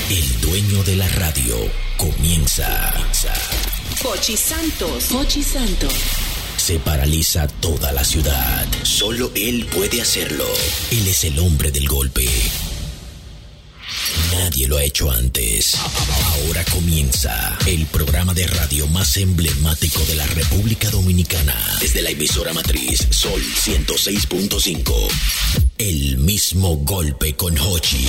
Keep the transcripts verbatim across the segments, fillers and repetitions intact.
El dueño de la radio comienza. Jochi Santos. Jochi Santos. Se paraliza toda la ciudad. Solo él puede hacerlo. Él es el hombre del golpe. Nadie lo ha hecho antes. Ahora comienza el programa de radio más emblemático de la República Dominicana. Desde la emisora matriz Sol ciento seis punto cinco. El mismo golpe con Jochi.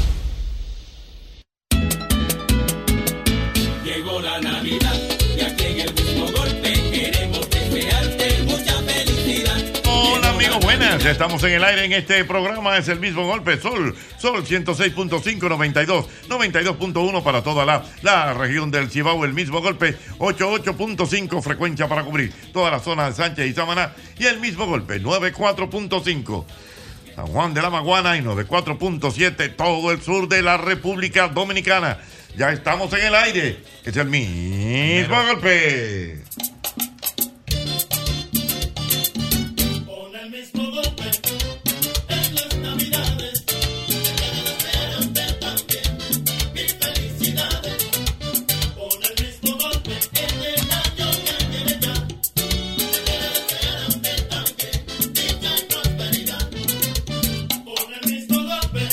Llegó la Navidad y aquí en el mismo golpe queremos desearte mucha felicidad. Hola amigos, buenas. Estamos en el aire en este programa. Es el mismo golpe. Sol, Sol ciento seis punto cinco, noventa y dos, noventa y dos punto uno para toda la, la región del Cibao. El mismo golpe, ochenta y ocho punto cinco frecuencia para cubrir toda la zona de Sánchez y Samaná. Y el mismo golpe, noventa y cuatro punto cinco. San Juan de la Maguana y noventa y cuatro punto siete todo el sur de la República Dominicana. Ya estamos en el aire. Es el mismo Pero... golpe. Con el mismo golpe en las Navidades. Quiero usted también mil felicidades. Con el mismo golpe en el año que viene ya. Quiero usted también dicha y prosperidad. Con el mismo golpe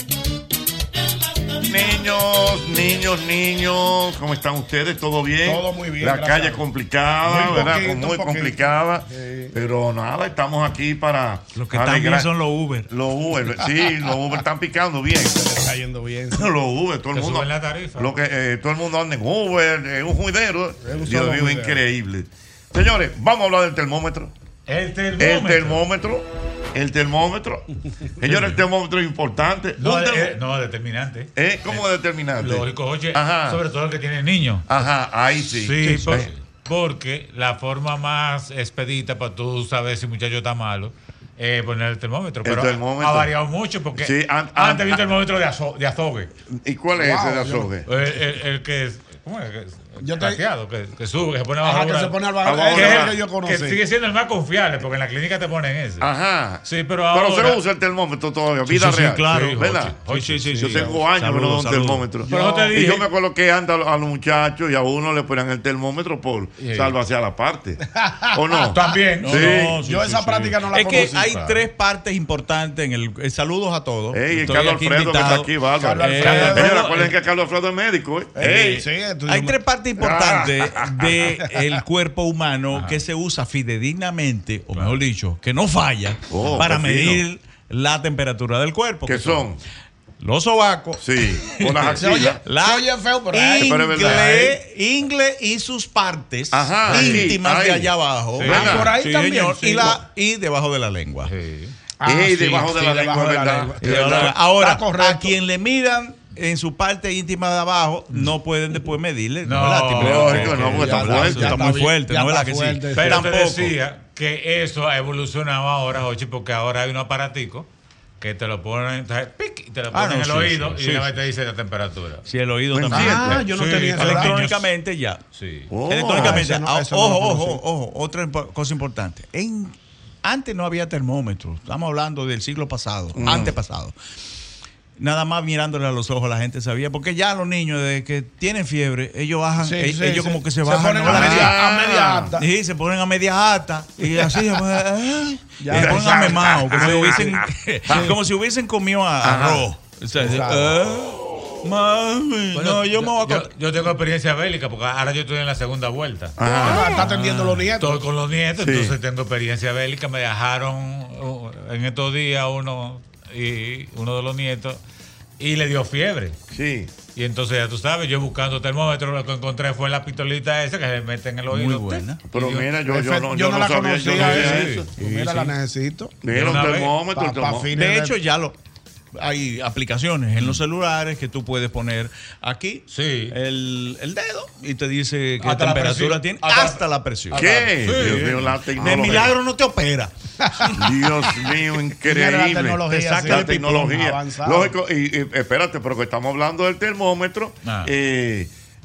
en las Navidades. Niños, niños, niños, ¿cómo están ustedes? ¿Todo bien? Todo muy bien. La gracias. calle complicada, Muy ¿verdad? poquito, Muy poquito. complicada. Sí. Pero nada, estamos aquí para. Los que están bien son los Uber. Los Uber, sí, los Uber están picando bien. Está yendo bien. Los Uber, todo el Que mundo. suben la tarifa. Lo que, eh, todo el mundo anda en Uber, es un juidero. Es un Dios solo mío, juidero. increíble. Señores, vamos a hablar del termómetro. El termómetro. El termómetro. El termómetro. Señores, el termómetro es importante. No, Un termo- eh, no, determinante. ¿Eh? ¿Cómo es determinante? Lógico, oye, Ajá. sobre todo el que tiene niños. Ajá, ahí sí. Sí, Sí, por- sí. porque la forma más expedita para tú saber si el muchacho está malo es poner el termómetro. El Pero termómetro. ha variado mucho porque Sí, an- an- antes había un termómetro de, azo- de azogue. ¿Y cuál es Wow, ese de yo- azogue? El, el- el que es. ¿Cómo es? Que es Yo te- plateado, que, que sube, que se pone abajo. Ajá, que la- se pone al Abajo bajo. de Es la- el que yo que conocí. sigue siendo el más confiable, porque en la clínica te ponen ese. Ajá. Sí, pero ahora. Pero se usa el termómetro todavía, Sí, vida sí, sí, real. claro. Sí, ¿Verdad? Jochi. Sí, sí, sí. Yo sí. tengo años que no Saludos, doy un saludos. termómetro. Pero yo te Y dije- yo me acuerdo que anda a los muchachos y a uno le ponían el termómetro por Sí. salvarse a la parte. ¿O no? También. No, Sí. no, sí, Yo sí, esa sí. práctica no la Es que conocí, hay claro. tres partes importantes en el, eh, saludos a todos. Ey, y Estoy Carlos aquí Alfredo que está invitado. aquí, bárbaro. Carlos Alfredo. Señores, Eh, acuérdense que Carlos Alfredo es médico. ¿eh? Ey, Ey. sí, tú- Hay tres partes importantes Ah. del cuerpo humano que se usa fidedignamente, o mejor dicho, que no falla, Oh, para qué medir la temperatura del cuerpo. ¿Qué son? Los sobacos, Sí, con las Se oye, axilas. la se oye feo, pero ay, pero es verdad. ingle, ingle y sus partes Ajá, íntimas sí, de ahí. allá abajo. Sí. Ah, por ahí Sí, también. señor, sí. y, la, y debajo de la lengua. Sí. Ah, Ey, sí, debajo de sí, la lengua, debajo de es la verdad. lengua. Y de ahora- Está Ahora, correcto. a quien le miran en su parte íntima de abajo, no pueden después medirle. No, ¿verdad? Tipo, lógico, que- no, porque que está ya fuerte. Está Ya muy está fuerte, bien, ¿no? ya ¿Verdad que está sí? fuerte. Pero Tampoco. te decía que eso ha evolucionado ahora, Jochi, porque ahora hay un aparatico que te lo ponen, entonces, pic, y te lo Ah, ponen no, en el sí, oído sí, y sí, una sí. vez te dice la temperatura. Sí, el oído Bueno, también. Ah, yo no Sí, tenía esa edad. Electrónicamente ya. Sí. Oh. Electrónicamente. ese no- Ah, ese no ojo, lo ojo, conocí. ojo. Otra impo- cosa importante. En, antes no había termómetros. Estamos hablando del siglo pasado, Mm. antepasado. Nada más mirándole a los ojos la gente sabía. Porque ya los niños, desde que tienen fiebre, ellos bajan, Sí, eh, sí, ellos sí. como que se Se bajan. ponen ¿no? a La media, gente- a media alta. Sí, se ponen a media alta y así eh, Ya. y ponen a memao, como si hubiesen, Ah. como si hubiesen comido a- Ajá. arroz. O sea, Exacto. eh, mami, Bueno, no, yo me voy a yo, acostar. yo tengo experiencia bélica porque ahora yo estoy en la segunda vuelta. Ah, está atendiendo los nietos. Estoy con los nietos, Sí. entonces tengo experiencia bélica. Me dejaron uh, en estos días uno y uno de los nietos y le dio fiebre. Sí. Y entonces ya tú sabes, yo buscando termómetro, lo que encontré fue la pistolita esa que se mete en el oído. Muy buena. Pero Y yo- mira, yo, yo no, yo no la sabía, yo no conocía. sabía eh. eso. Mira, Sí, la sí. necesito. Mira, De un una vez. termómetro. un Pa- pa termómetro. fin- De hecho, ya lo hay aplicaciones en los celulares que tú puedes poner aquí Sí. el, el dedo y te dice qué Hasta la temperatura presión. tiene, Hasta- hasta la presión. ¿Qué? Sí. Dios mío, la De tecnología. milagro no te opera. Dios mío, Mira la increíble. tecnología, Te saca sí. La el pipón tecnología. avanzado. Lógico, y, y espérate, pero que estamos hablando del termómetro. Ah. Eh,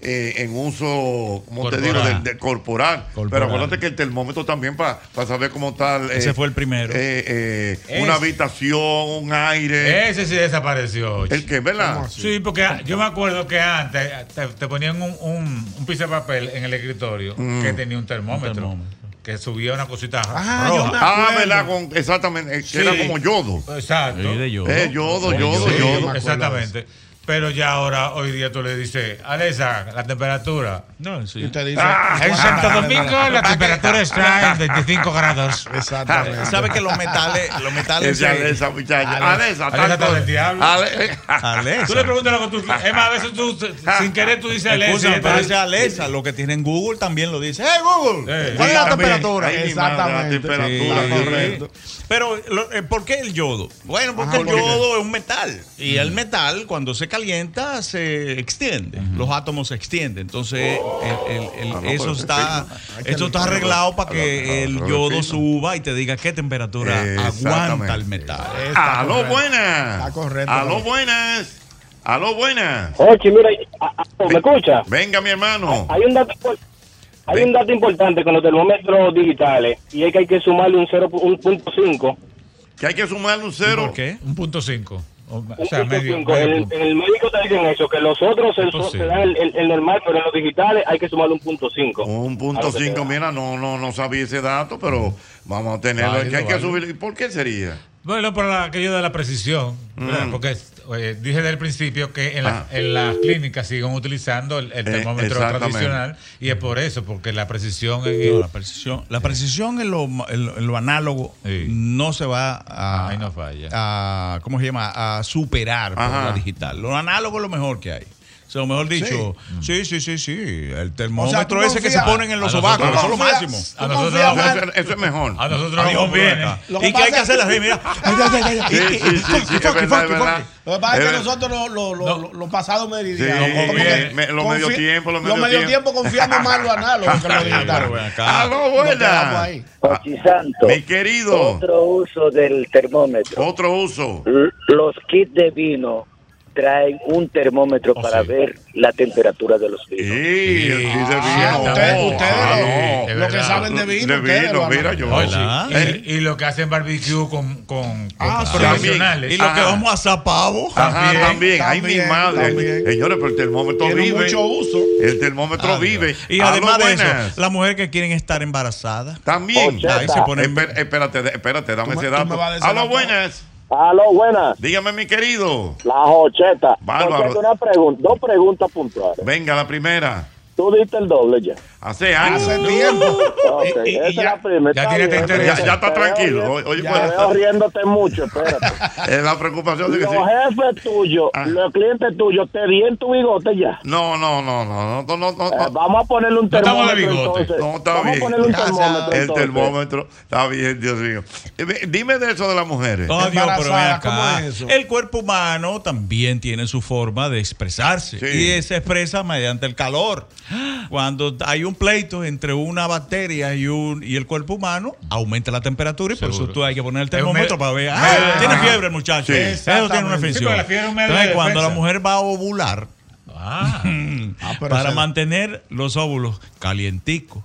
eh, en uso, como te Corporal. digo, de, de corporal. Corporal. Pero acuérdate que el termómetro también para saber cómo está. eh, Ese fue el primero. eh, eh, Es- una habitación, un aire. Ese sí desapareció. El que, ¿verdad? Sí, porque yo me acuerdo que antes te, te ponían un, un, un piso de papel en el escritorio Mm. que tenía un termómetro, Un termómetro. que subía una cosita Ah, yo roja. me Ah, acuerdo. ¿verdad? Con, exactamente. eh, que Sí. Era como yodo. Exacto. Y de yodo. Eh, yodo, Sí, yodo, Sí, yodo. exactamente. Pero ya ahora, hoy día tú le dices, Alexa, la temperatura. No, sí. Y usted dice, Ah, En "Ah, Santo ah, Domingo ah, la temperatura está en veinticinco grados. ah". Exactamente. ¿Sabe que los metales, los metales Esa, se- esa muchacha. Alesa, Alesa tanto- está del diablo. Ale- Alexa. Tú le preguntas lo que tú. Es más, a veces tú, sin querer, tú dices Alexa. Escúchame, y pero entonces- ese Alexa, lo que tiene en Google también lo dice. ¡Hey Google! Eh, ¿Cuál sí, es la también. temperatura? Ahí mismo, Exactamente. la temperatura, Sí. correcto. Pero, lo- eh, ¿por qué el yodo? Bueno, porque Ajá, el ¿por qué? yodo es un metal. Y el metal, cuando se calienta, se extiende. Los átomos se extienden. Entonces, el- el- el- Ah, no, eso pero está, Hay que esto está limpiarlo. arreglado para Ah, que el no, yodo fino. suba y te diga qué temperatura Exactamente. aguanta el metal. Está Aló, correcto. buenas. Está correcto. Aló, buenas. Aló, buenas. Oye, mira, a- a- ¿me escucha? Venga, mi hermano. Hay un dato impor- hay Ven. un dato importante con los termómetros digitales y es que hay que sumarle un cero un punto cinco. Que hay que sumarle un cero. ¿Por qué? Un punto cinco. O, o Un sea, punto medio, cinco. medio En el, punto. en el médico te dicen eso, que los otros se, Posible. se dan el, el- el normal, pero en los digitales hay que sumarle un punto cinco. Un A punto lo que te cinco, da. mira, no, no, no sabía ese dato, pero vamos a tenerlo. Válido, que hay que válido. subir. ¿Y por qué sería? Bueno, por la- aquello de la precisión, ¿verdad? Mm. Porque eh, dije desde el principio que en, la- Ah. en las clínicas siguen utilizando el, el Eh, termómetro exactamente. tradicional y es por eso, porque la precisión No, en la precisión, la precisión en lo, en lo- en lo análogo Sí. no se va a, Ahí no falla. a- ¿cómo se llama? A superar por Ajá. la digital. Lo análogo es lo mejor que hay. O sea, mejor dicho, sí, sí, sí, sí. El termómetro tú ese que se confías- ponen en los a sobacos, nosotros eso es lo confías- máximo. tú A nosotros confías no- más- Eso, eso es mejor. a nosotros Amigo, nos por conviene. acá. Lo que Y que hay que pasa- hacerle así, mira. Ay, ay, ay, ay, ay. Sí, Y- sí, y- sí, sí, funky, es funky, verdad, es funky, verdad. funky. Lo que pasa es Es que verdad. nosotros lo, lo, lo, No. lo- lo pasado meridiano. Sí, como bien. que Me- lo medio confi- tiempo, lo Los medio medio tiempo. tiempo confiamos más en lo análogo que en lo digital. Pero ven acá. Aló, Nos quedamos buenas. ahí. Santo, Mi querido. otro uso del termómetro. Otro uso. L- Los kits de vino traen un termómetro Oh, para sí. ver la temperatura de los Sí, vinos. el kit de Ah, vino. ustedes, Oh, ustedes ah, lo- no. es lo que verdad. saben de vino. De ustedes vino, lo mira, aman. yo. Oye, ¿Verdad? y, y lo que hacen barbecue con, con, con Ah, sí. profesionales. Y lo que Ajá. vamos a hacer pavo. Ajá, También, también. Ay, mi también, madre. también. Señores, pero el termómetro Tiene vive. mucho uso. El termómetro Ah, vive. Y Aló, además de buenas. eso, las mujeres que quieren estar embarazadas, También. Ochenta. ahí se ponen. Espera- Espérate, de- espérate, dame Tú me- ese tú me dato. vas a decir Aló, dato. buenas. Aló, buenas. Dígame, mi querido. La jocheta. Bárbaro. Jocheta, una pregunta, dos preguntas puntuales. Venga, la primera. Tú diste el doble ya. Hace años. Hace tiempo. Ok, Y- y- y esa es ya- la primera. ya Está tiene bien, interés. Ya, te ya está veo tranquilo. riendo- Oye, oye, Ya Te pues, veo riéndote mucho, espérate. es la preocupación de que sí. Los jefes tuyos, Ah. los clientes tuyos, te dieron tu bigote ya. No, no, no, no, no, no, no, Eh, no. vamos a ponerle un No estamos de termómetro bigote. entonces. No, está vamos bien. a ponerle un Gracias. termómetro El entonces. termómetro. Está bien, Dios mío. Eh, ve- Dime de eso de las mujeres. Oh, Dios, pero ven Embarazada, acá. ¿cómo es eso? El cuerpo humano también tiene su forma de expresarse. Sí. Y se expresa mediante el calor. Cuando hay un pleito entre una bacteria y un y el cuerpo humano, aumenta la temperatura y por Seguro. eso tú hay que poner el Es un termómetro me- para ver. me- Ah, tiene Ajá. fiebre el muchacho. Sí. Eso tiene una Exactamente. infección. Sí, pero la fiebre es un medio de Entonces, cuando la defensa. mujer va a ovular, Ah, Ah, pero para se- mantener los óvulos calienticos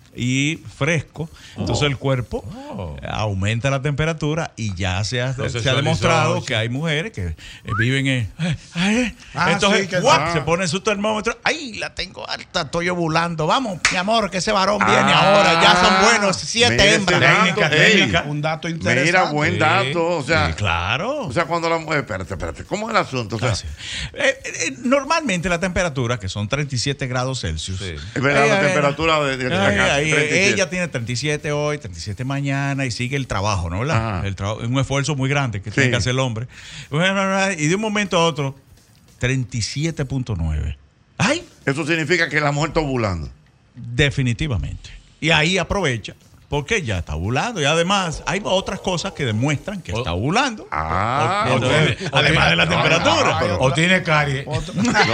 y frescos, entonces el cuerpo Oh. aumenta la temperatura y ya se ha, Lo se ha sexualizó, demostrado sí. que hay mujeres que eh, viven en... ay, ay, Ah, entonces, sí, que- ¡guap! ah. se pone su termómetro. ¡Ay, la tengo alta! Estoy ovulando. Vamos, mi amor, que ese varón viene Ah. ahora. Ya son buenos, siete Mira ese hembras. dato, Técnica, ey. técnica. Un dato interesante. Mira, buen Sí. dato. O sea, Sí, claro. o sea, cuando la mujer. Espérate, espérate. ¿Cómo es el asunto? O sea, Ah, sí. Eh, eh, normalmente la temperatura, que son treinta y siete grados Celsius. Sí. es verdad, la Eh, temperatura de, de, de Ay, acá, ay, treinta y siete. ella tiene treinta y siete hoy, treinta y siete mañana y sigue el trabajo, ¿no? ¿Verdad? Ajá. El trabajo es un esfuerzo muy grande que Sí. tiene que hacer el hombre. Bueno, y de un momento a otro, treinta y siete punto nueve. ¡Ay! Eso significa que la mujer está ovulando. Definitivamente. Y ahí aprovecha, porque ya está ovulando. Y además, hay otras cosas que demuestran que O- está ovulando. Ah, Y entonces, ok. además de la Ah, temperatura. ah, pero- o tiene caries. Aló,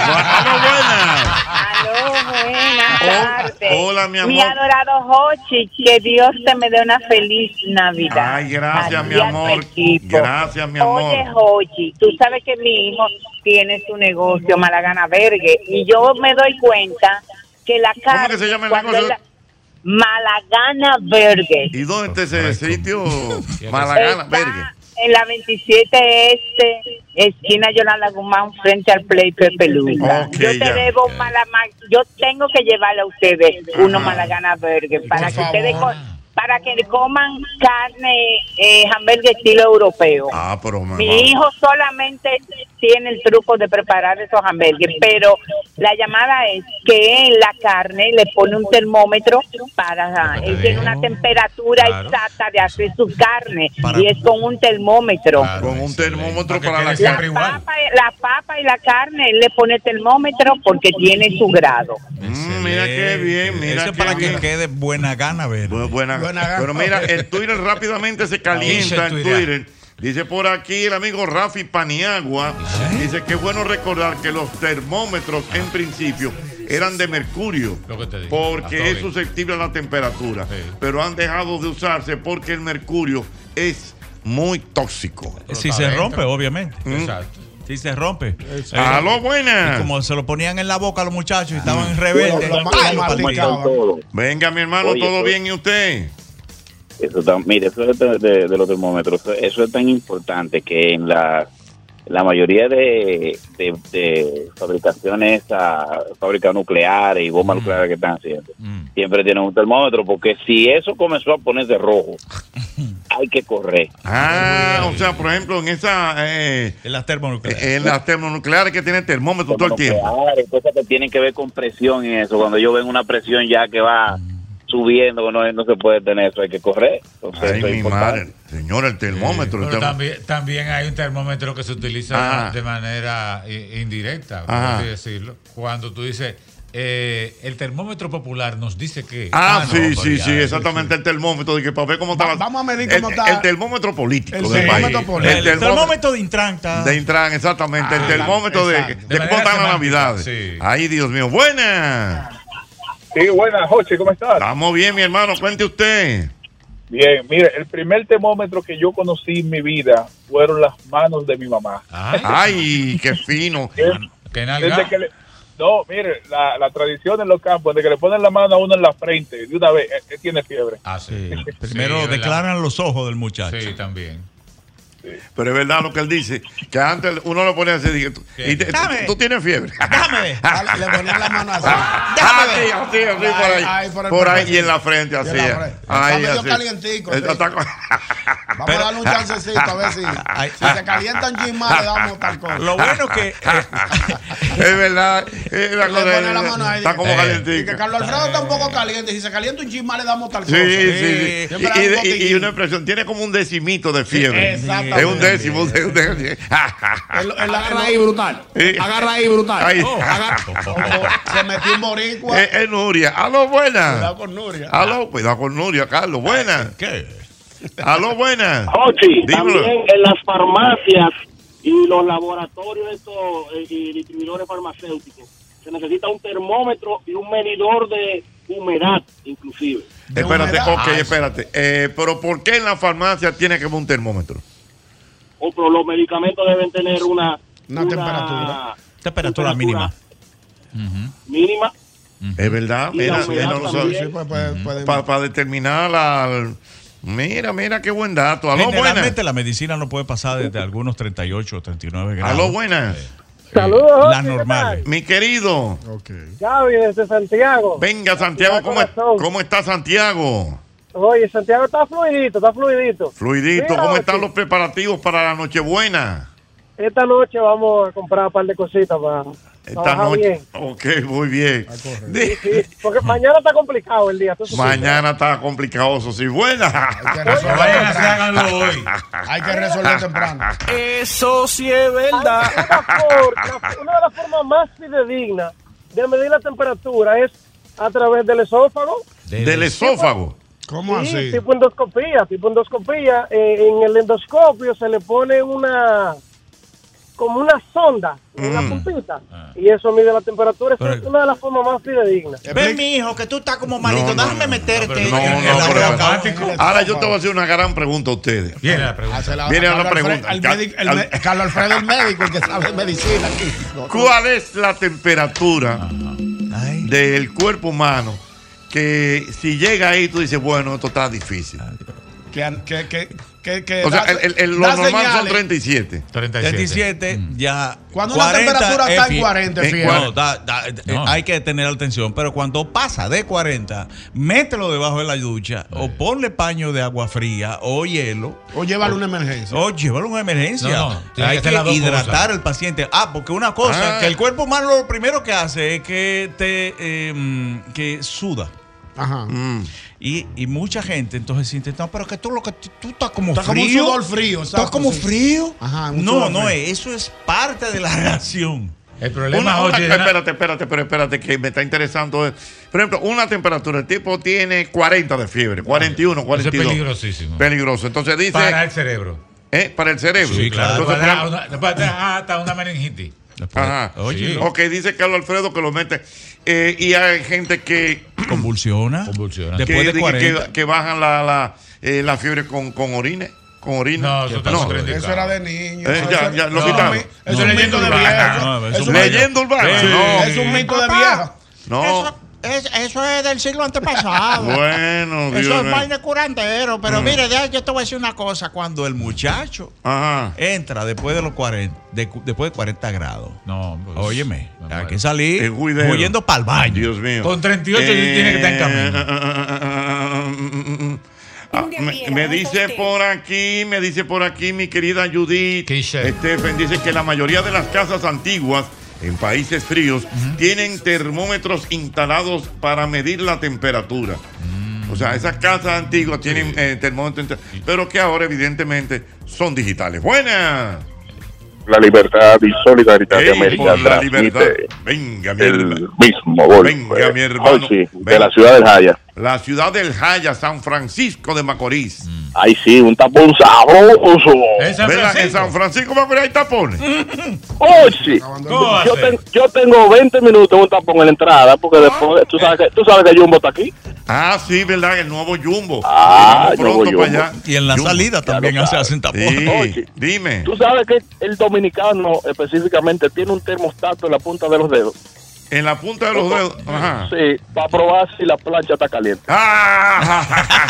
buenas. Aló, buenas tardes. Hola, mi Mi amor. adorado Jochi, que Dios te me dé una feliz Navidad. Ay, gracias, A mi ti, a tu amor. equipo. Gracias, mi amor. Oye, Jochi, tú sabes que mi hijo tiene su negocio, Malagana Vergue, y yo me doy cuenta que la carne... ¿Cómo que se llama el cuando negocio? la- Malagana Vergue. ¿Y dónde está ese sitio? Malagana, Está Vergue. en la veintisiete Este, esquina Yolanda Guzmán, frente al Play Pepe Luisa. Ok, yo te ya. debo un malama, yo tengo que llevarle a ustedes unos Ajá. Malagana Burger para que por ustedes favor. co- para que coman carne eh, hamburguesa estilo europeo. Ah, pero me Mi hijo solamente tiene el truco de preparar esos hamburgues, pero la llamada es que en la carne le pone un termómetro para... Él tiene una temperatura Claro. exacta de hacer su carne Para- y es con un termómetro. Claro, con un excelente. termómetro Para para que la quede La siempre igual. papa, la papa y la carne, él le pone termómetro porque tiene su grado. Mm, mira qué bien, mira Eso qué es para bien. que quede buena gana, ver. Bu- buena, Buena gana. pero mira, el Twitter rápidamente se calienta. Dice El Twitter. Twitter dice por aquí el amigo Rafi Paniagua. Dice que es bueno recordar que los termómetros en principio eran de mercurio Lo que te digo. porque Hasta es hoy. susceptible a la temperatura, Sí. pero han dejado de usarse porque el mercurio es muy tóxico. Si está se adentro. rompe, obviamente. Exacto. Si se rompe. Aló, Y buenas. como se lo ponían en la boca a los muchachos y estaban rebeldes. Lo- lo- ¡pam! lo Partida. masticaba. Venga, mi hermano, Oye, ¿todo pues- bien y usted? Eso está- mire, eso es de, de- de los termómetros, eso, eso es tan importante que en la, la mayoría de, de, de fabricaciones, a, fábricas nucleares y bombas nucleares que están haciendo, siempre tienen un termómetro, porque si eso comenzó a ponerse rojo, hay que correr. Ah, o sea, por ejemplo, en esa eh, En las termonucleares. en las termonucleares que tiene termómetro todo el tiempo. Nucleares, cosas que tienen que ver con presión y eso, cuando yo ven una presión ya que va subiendo, no, no se puede tener eso, hay que correr. Entonces, Ay, eso es mi importante. madre. Señor, el termómetro. el Pero termo- también, también hay un termómetro que se utiliza Ajá. de manera i- indirecta, por Ajá. así decirlo. Cuando tú dices, eh, el termómetro popular nos dice que... Ah, no, sí, pero sí, ya, sí, eso exactamente el termómetro de que para ver cómo está. Va- la- vamos a medir el, cómo está- El termómetro político El del termómetro país. político. El termómetro de Intran está- de Intran, exactamente. el Ah, termómetro de, exacto. de De cómo manera están las semántica, navidades. sí. Ay, Dios mío. Buenas. Sí, buenas, Joche, ¿cómo estás? Estamos bien, mi hermano. Cuente usted. Bien, mire, el primer termómetro que yo conocí en mi vida fueron las manos de mi mamá. Ay, Ay, qué fino. qué nalga. Desde que le- no, mire, la, la tradición en los campos, de que le ponen la mano a uno en la frente, de una vez, él, él tiene fiebre. Ah, sí. Sí. Primero Sí, es verdad. declaran los ojos del muchacho. Sí, también. Pero es verdad lo que él dice, que antes uno lo ponía así, dije, tú, y te- tú, Dame. tú tienes fiebre. Dame. Ah, Le ponían la mano así. Ah, sí, así, así, por ahí. Ay, por el por ahí pecho. y en la frente, Y en así. la frente. Ahí, Está medio así. calientico, Está- sí. está- Vamos a darle un chancecito a ver si, si se calienta un chin más, le damos tal cosa. Lo bueno que eh, Es verdad, es la Le cosa, pone la mano ahí. está como Eh, Y que calientito. Carlos Alfredo está un poco caliente. Si se calienta un chin más, le damos tal Sí, cosa. sí, sí. Siempre Y, hay un y- y botiquín. una expresión, tiene como un decimito de fiebre. exactamente. Es un décimo. de- de- de- El- el- Agarra ahí brutal. Sí. Agarra ahí brutal. Ahí. Oh, agarra. Oh, se metió un boricua. Es, es Nuria. Aló, buenas. Cuidado con Nuria. Aló, cuidado con Nuria, Carlos. Buenas. ¿qué? Aló, buenas. Ochi, Dímelo. también en las farmacias y los laboratorios estos eh, y distribuidores farmacéuticos se necesita un termómetro y un medidor de humedad, inclusive. De Espérate, humedad. ok, espérate. Eh, pero ¿por qué en la farmacia tiene que haber un termómetro? O pero los medicamentos deben tener una, Una temperatura. Temperatura mínima. mínima. Es verdad, Y mira, la humedad mira, también. Sí, pues, pues, pueden- para determinar la... Mira, mira, qué buen dato. Aló, buenas. Generalmente la medicina no puede pasar desde algunos treinta y ocho o treinta y nueve grados. Aló, buenas. Saludos, Las normales. Mi querido. Gaby, desde Santiago. Venga, Santiago, ¿cómo, Corazón. ¿cómo está Santiago? Oye, Santiago está fluidito, está fluidito. Fluidito, Mira, ¿cómo Ochi, están los preparativos para la Nochebuena? Esta noche vamos a comprar un par de cositas para Esta trabajar noche. bien. Ok, muy bien. Di- Sí, porque mañana está complicado el día. tú supiste. Mañana está complicado, eso sí. Buena. Hay que No resolver vayan a hacer, temprano. háganlo hoy. Hay que resolver temprano. Eso sí es verdad. Una, for- la- una de las formas más fidedignas de medir la temperatura es a través del esófago. Del esófago. ¿Cómo Sí, así? tipo endoscopía, tipo endoscopía. Eh, en el endoscopio se le pone una como una sonda, una Mm. puntita, y eso mide la temperatura. Esa es Pero- una de las formas más fidedignas. Ven, mi hijo, que tú estás como malito. No, no, Déjame no, meterte. No, en no, la pero- boca. ahora yo te voy a hacer una gran pregunta a ustedes. Viene la pregunta. Hace la- Viene Carlos la Alfredo- pregunta. el Cal- médico- el al- me- Carlos Alfredo, el médico, el que sabe de medicina aquí. ¿Cuál es la temperatura Ay. del cuerpo humano que si llega ahí tú dices, bueno, esto está difícil? Que, que, que, que, que O sea, da- el, el- el- lo da normal son señales. treinta y siete. treinta y siete. treinta y siete, ya. Cuando una cuarenta temperatura está es en fie- cuarenta, en fíjate. cuarenta. No, da- da- eh, No. hay que tener atención, pero cuando pasa de cuarenta, mételo debajo de la ducha o ponle paño de agua fría o hielo O llévalo a una emergencia. o llévalo a una emergencia. No, no, tiene hay que que, hacer las dos hidratar cosas. al paciente. Ah, porque una cosa, Ah. que el cuerpo humano lo primero que hace es que te eh, mm, que suda. Ajá. Mm. Y, y mucha gente entonces siente, no, pero que tú lo que tú, tú estás como Está como un frío. sudor frío, Estás exacto, como sí. frío. Ajá, un no, sudor no, frío. es, eso es parte de la reacción. El problema, Una- una- Jochi, es una- espérate, espérate, pero espérate, que me está interesando. es- Por ejemplo, una temperatura, el tipo tiene cuarenta de fiebre, cuarenta y uno, eso es cuarenta y dos. peligrosísimo. Peligroso. Entonces dice. Para el cerebro. ¿eh? Para el cerebro. Sí, claro. Entonces, Después por de- ejemplo, después de- ah, hasta una meningitis. Después, ajá. Oye, Sí. Ok, dice Carlos Alfredo que lo mete. Eh, y hay gente que, convulsiona. Convulsiona. que, Después de que- cuarenta. que, que bajan la, la, eh, la fiebre con, con orines. Con orina. No, eso está no. contraindicado. Eso era de niño. Eh, ya, Eso- ya, lo eso quitaron. es un mi- No, Es un leyenda mito de urbana. vieja. No, Es eso un- Leyenda urbana. Sí. No. Es un mito de vieja. No. Es, eso es del siglo antepasado. Bueno, Dios Eso es mío. vaina de curandero. Pero Mm. mire, de- yo te voy a decir una cosa. Cuando el muchacho Ajá. entra después de los cuarenta, de- después de cuarenta grados. No, pues, Óyeme, me hay muero. que salir El juidero. huyendo para el baño. Dios mío. Con treinta y ocho tiene que estar en camino. Ah, me, me dice por aquí, me dice por aquí mi querida Judith Keisha. Stephen, dice que la mayoría de las casas antiguas en países fríos tienen termómetros instalados para medir la temperatura. O sea, esas casas antiguas tienen eh, termómetros, inter- pero que ahora evidentemente son digitales. Buenas. La libertad y solidaridad de Ey, América por la libertad. transmite Venga, mi el hermano. mismo golpe. Venga, mi hermano. Hoy sí, de Venga. la ciudad del Jaya. La ciudad del Jaya, San Francisco de Macorís. Ay, sí, un tapón sabroso. ¿En San ¿Verdad? En Francisco? San Francisco de Macorís hay tapones. Hoy sí. ¿Cómo Yo, hace? ten- yo tengo veinte minutos en un tapón en la entrada, porque después, tú sabes que, tú sabes que Jumbo está aquí. Ah, sí, ¿verdad? El nuevo Jumbo. Ah, Vamos nuevo pronto para Jumbo. allá. Y en la Jumbo. salida también lo hace, sabes. hacen tapones. Sí, Oye. dime. Tú sabes que el dominicano específicamente tiene un termostato en la punta de los dedos. En la punta de los dedos. Ajá. Sí, para probar si la plancha está caliente. Ah,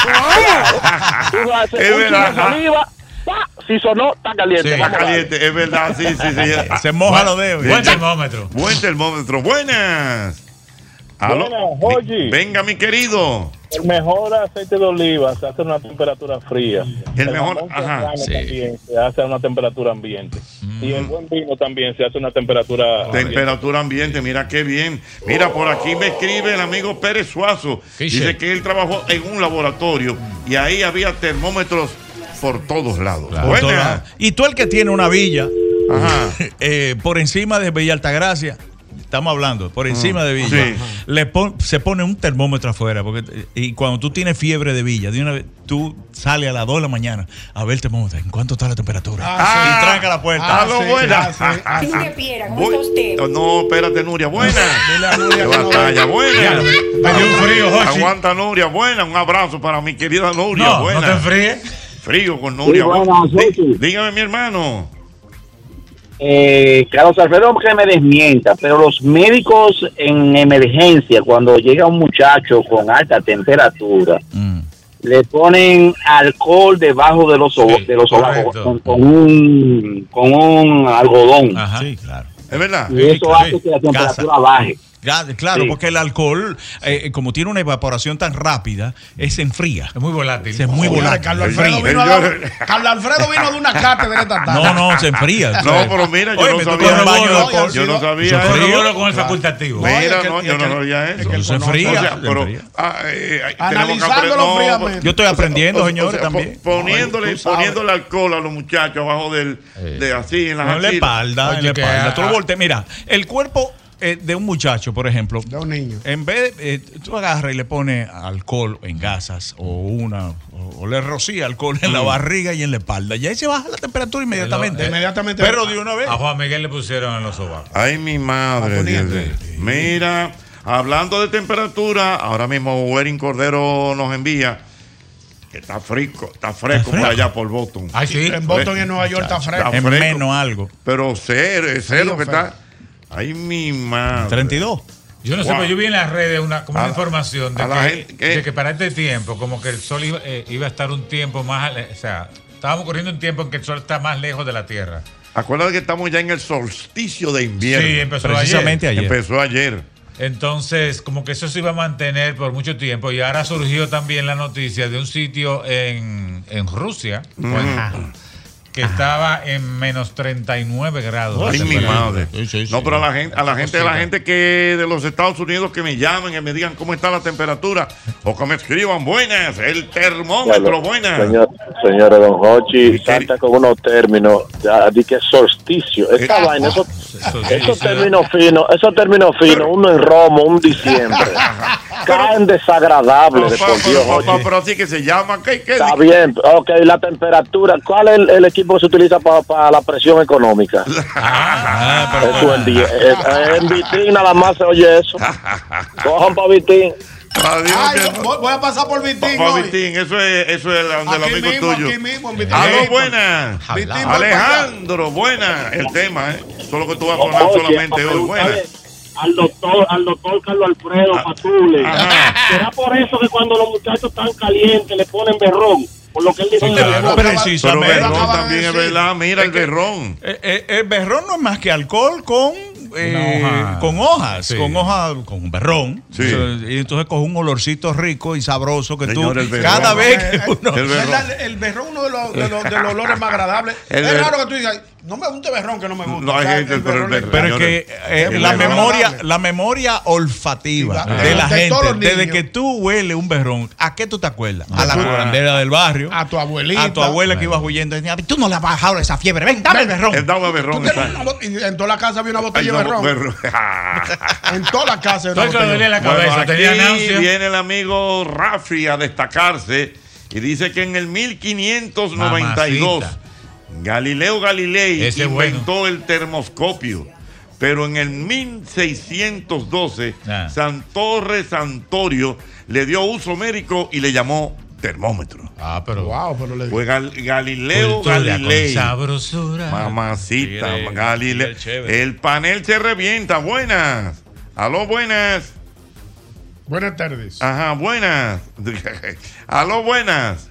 Tú vas a hacer es un verdad. chile de saliva, pa, si sonó, está caliente. Sí, Está Vamos a darle. caliente, es verdad, sí, sí, sí. Se moja los dedos. Buen termómetro. Buen termómetro. Buenas. Aló. Buenas, Jorge. Venga, mi querido. El mejor aceite de oliva se hace a una temperatura fría. El mejor, jamón ajá, serrano sí. también se hace a una temperatura ambiente. Y el buen vino también se hace a una temperatura Temperatura ambiente, mira qué bien. Mira, por aquí me escribe el amigo Pérez Suazo. ¿Qué Dice dice? que él trabajó en un laboratorio y ahí había termómetros por todos lados. Claro. Por todos Buenas. lados. Y tú el que tiene una villa Ajá. eh, por encima de Villa Altagracia, estamos hablando, por encima de Villa, Sí. le pon- se pone un termómetro afuera. Porque, y cuando tú tienes fiebre de Villa, de una vez, tú sales a las dos de la mañana a ver el termómetro. ¿En cuánto está la temperatura? Ah, y tranca la puerta. Ah, sí, buena. ah, sí, ah, sí. Cintia Piera, ¿cómo Voy- está usted? No, espérate, Nuria, buena. Dile a Nuria Qué que no batalla, ve. buena. Me dio un frío, Jochi. Aguanta, Nuria, buena. Un abrazo para mi querida Nuria, No, buena. no te enfríes. Frío con Nuria. Sí, buenas, buena. Dí- Jochi. Dígame, mi hermano. Eh, Carlos Alfredo, que me desmienta, pero los médicos en emergencia, cuando llega un muchacho con alta temperatura, Mm. le ponen alcohol debajo de los, o- Sí, de los sobacos correcto. con, con un con un algodón. Ajá. Sí, claro. ¿Es verdad? Y eso sí, hace que la temperatura baje. Ya, claro, Sí. porque el alcohol, eh, como tiene una evaporación tan rápida, eh, se enfría. Es muy volátil. Se es muy Señores, volátil. Carlos El- Alfredo el- vino a el- dar- Carlos Alfredo vino de una cátedra esta tarde. No, no, se enfría. No, pero mira, yo Oye, no me tocó sabía en el baño de eso. alcohol. Yo no sabía Eso eso. frío. Corroboro con el facultativo. No, y Mira, es que- no, y yo es no que- sabía es eso. que él Eso es conoce. frío. O sea, se pero enfría. ah, eh, eh, tenemos que Analizándolo aprender- no, fríamente. Yo estoy aprendiendo, o sea, señores, o sea, también. po- Poniéndole, Tú sabes. poniéndole alcohol a los muchachos abajo del, de así en las No, en la axilas. espalda, en Oye, la que espalda. a- Tú lo volteas. Mira, el cuerpo eh, de un muchacho, por ejemplo, De un niño. en vez de, eh, tú agarras y le pones alcohol en gasas o una o o le rocía alcohol en mm. la barriga y en la espalda. Y ahí se baja la temperatura inmediatamente. Lo, inmediatamente. Pero de una vez. A Juan Miguel le pusieron en los sobacos. Ay, mi madre. Dios Dios. Mira, hablando de temperatura, ahora mismo Werin Cordero nos envía que está fresco, está fresco por allá por Boston. Ay, sí. En Boston y en Nueva York está fresco. Está fresco. En menos algo. Pero cero, es cero que está. Ay, mi madre. treinta y dos. Yo no wow. sé, pero yo vi en las redes una, como una a, información de que, gente, de que para este tiempo, como que el sol iba, eh, iba a estar un tiempo más, o sea, estábamos corriendo un tiempo en que el sol está más lejos de la Tierra. Acuérdate que estamos ya en el solsticio de invierno. Sí, empezó precisamente ayer. ayer. Empezó ayer. Entonces, como que eso se iba a mantener por mucho tiempo y ahora surgió también la noticia de un sitio en, en Rusia, mm. bueno, que estaba en menos treinta y nueve grados. Ay, mi madre. Sí, sí, sí. No, pero a la gente, a la gente, a la gente que de los Estados Unidos que me llamen y me digan cómo está la temperatura o que me escriban buenas, el termómetro, buenas. Señor, señora Don Hochi, salta con unos términos, ya di que solsticio. Esta eh, vaina, esos eso términos finos, esos términos finos, uno en Romo, un diciembre. Caen desagradables, papá, por Dios, pero, papá, pero así que se llama. ¿Qué, qué, está qué? Bien, ok, la temperatura. ¿Cuál es el, el equipo que se utiliza para pa la presión económica? Ah, pero eso en, en, en Vitín nada más se oye eso. Cojan para Vitín. Adiós, Ay, que... voy a pasar por Vitín. Por Vitín, eso es, eso es donde el amigo mismo, tuyo. Aquí mismo, en Vitín. Aló, buenas. Vitín, Alejandro, buenas. El tema, ¿eh? Solo que tú vas a poner oh, solamente hoy. Buenas. Al doctor, al doctor Carlos Alfredo ah, Patule. ¿Será por eso que cuando los muchachos están calientes le ponen berrón? Por lo que él dice. Sí, claro, precisamente. Pero berrón también es verdad. Mira, es el berrón. Eh, eh, el berrón no es más que alcohol con eh, hoja. con hojas, sí. con hojas, con un berrón. Sí. Y entonces coge un olorcito rico y sabroso que Señor, tú cada vez que uno... El berrón, el berrón uno de los, de los, de los olores más agradables. El es raro que tú digas, no me gusta el berrón, que no me gusta. No hay gente, pero, el pero es que eh, la memoria, la memoria olfativa sí, de la de gente, desde que tú hueles un berrón, ¿a qué tú te acuerdas? A la curandera del barrio, a tu abuelita, a tu abuela que iba huyendo. Tú no le has bajado esa fiebre, ven, dame el berrón. El dame el berrón. En toda la casa había una botella de berrón. En toda la casa había una botella. La cabeza, bueno, tenía náusea. Viene el amigo Rafi a destacarse y dice que en el mil quinientos noventa y dos Mamacita. Galileo Galilei Ese inventó bueno. el termoscopio, pero en el mil seiscientos doce ah. Santorre Santorio le dio uso médico y le llamó termómetro. Ah, pero wow, pero le fue Gal Galileo Galilei. Sabrosura. Mamacita, sí, Galileo. El panel se revienta. Buenas. Aló, buenas. Buenas tardes. Ajá, buenas. Aló, buenas.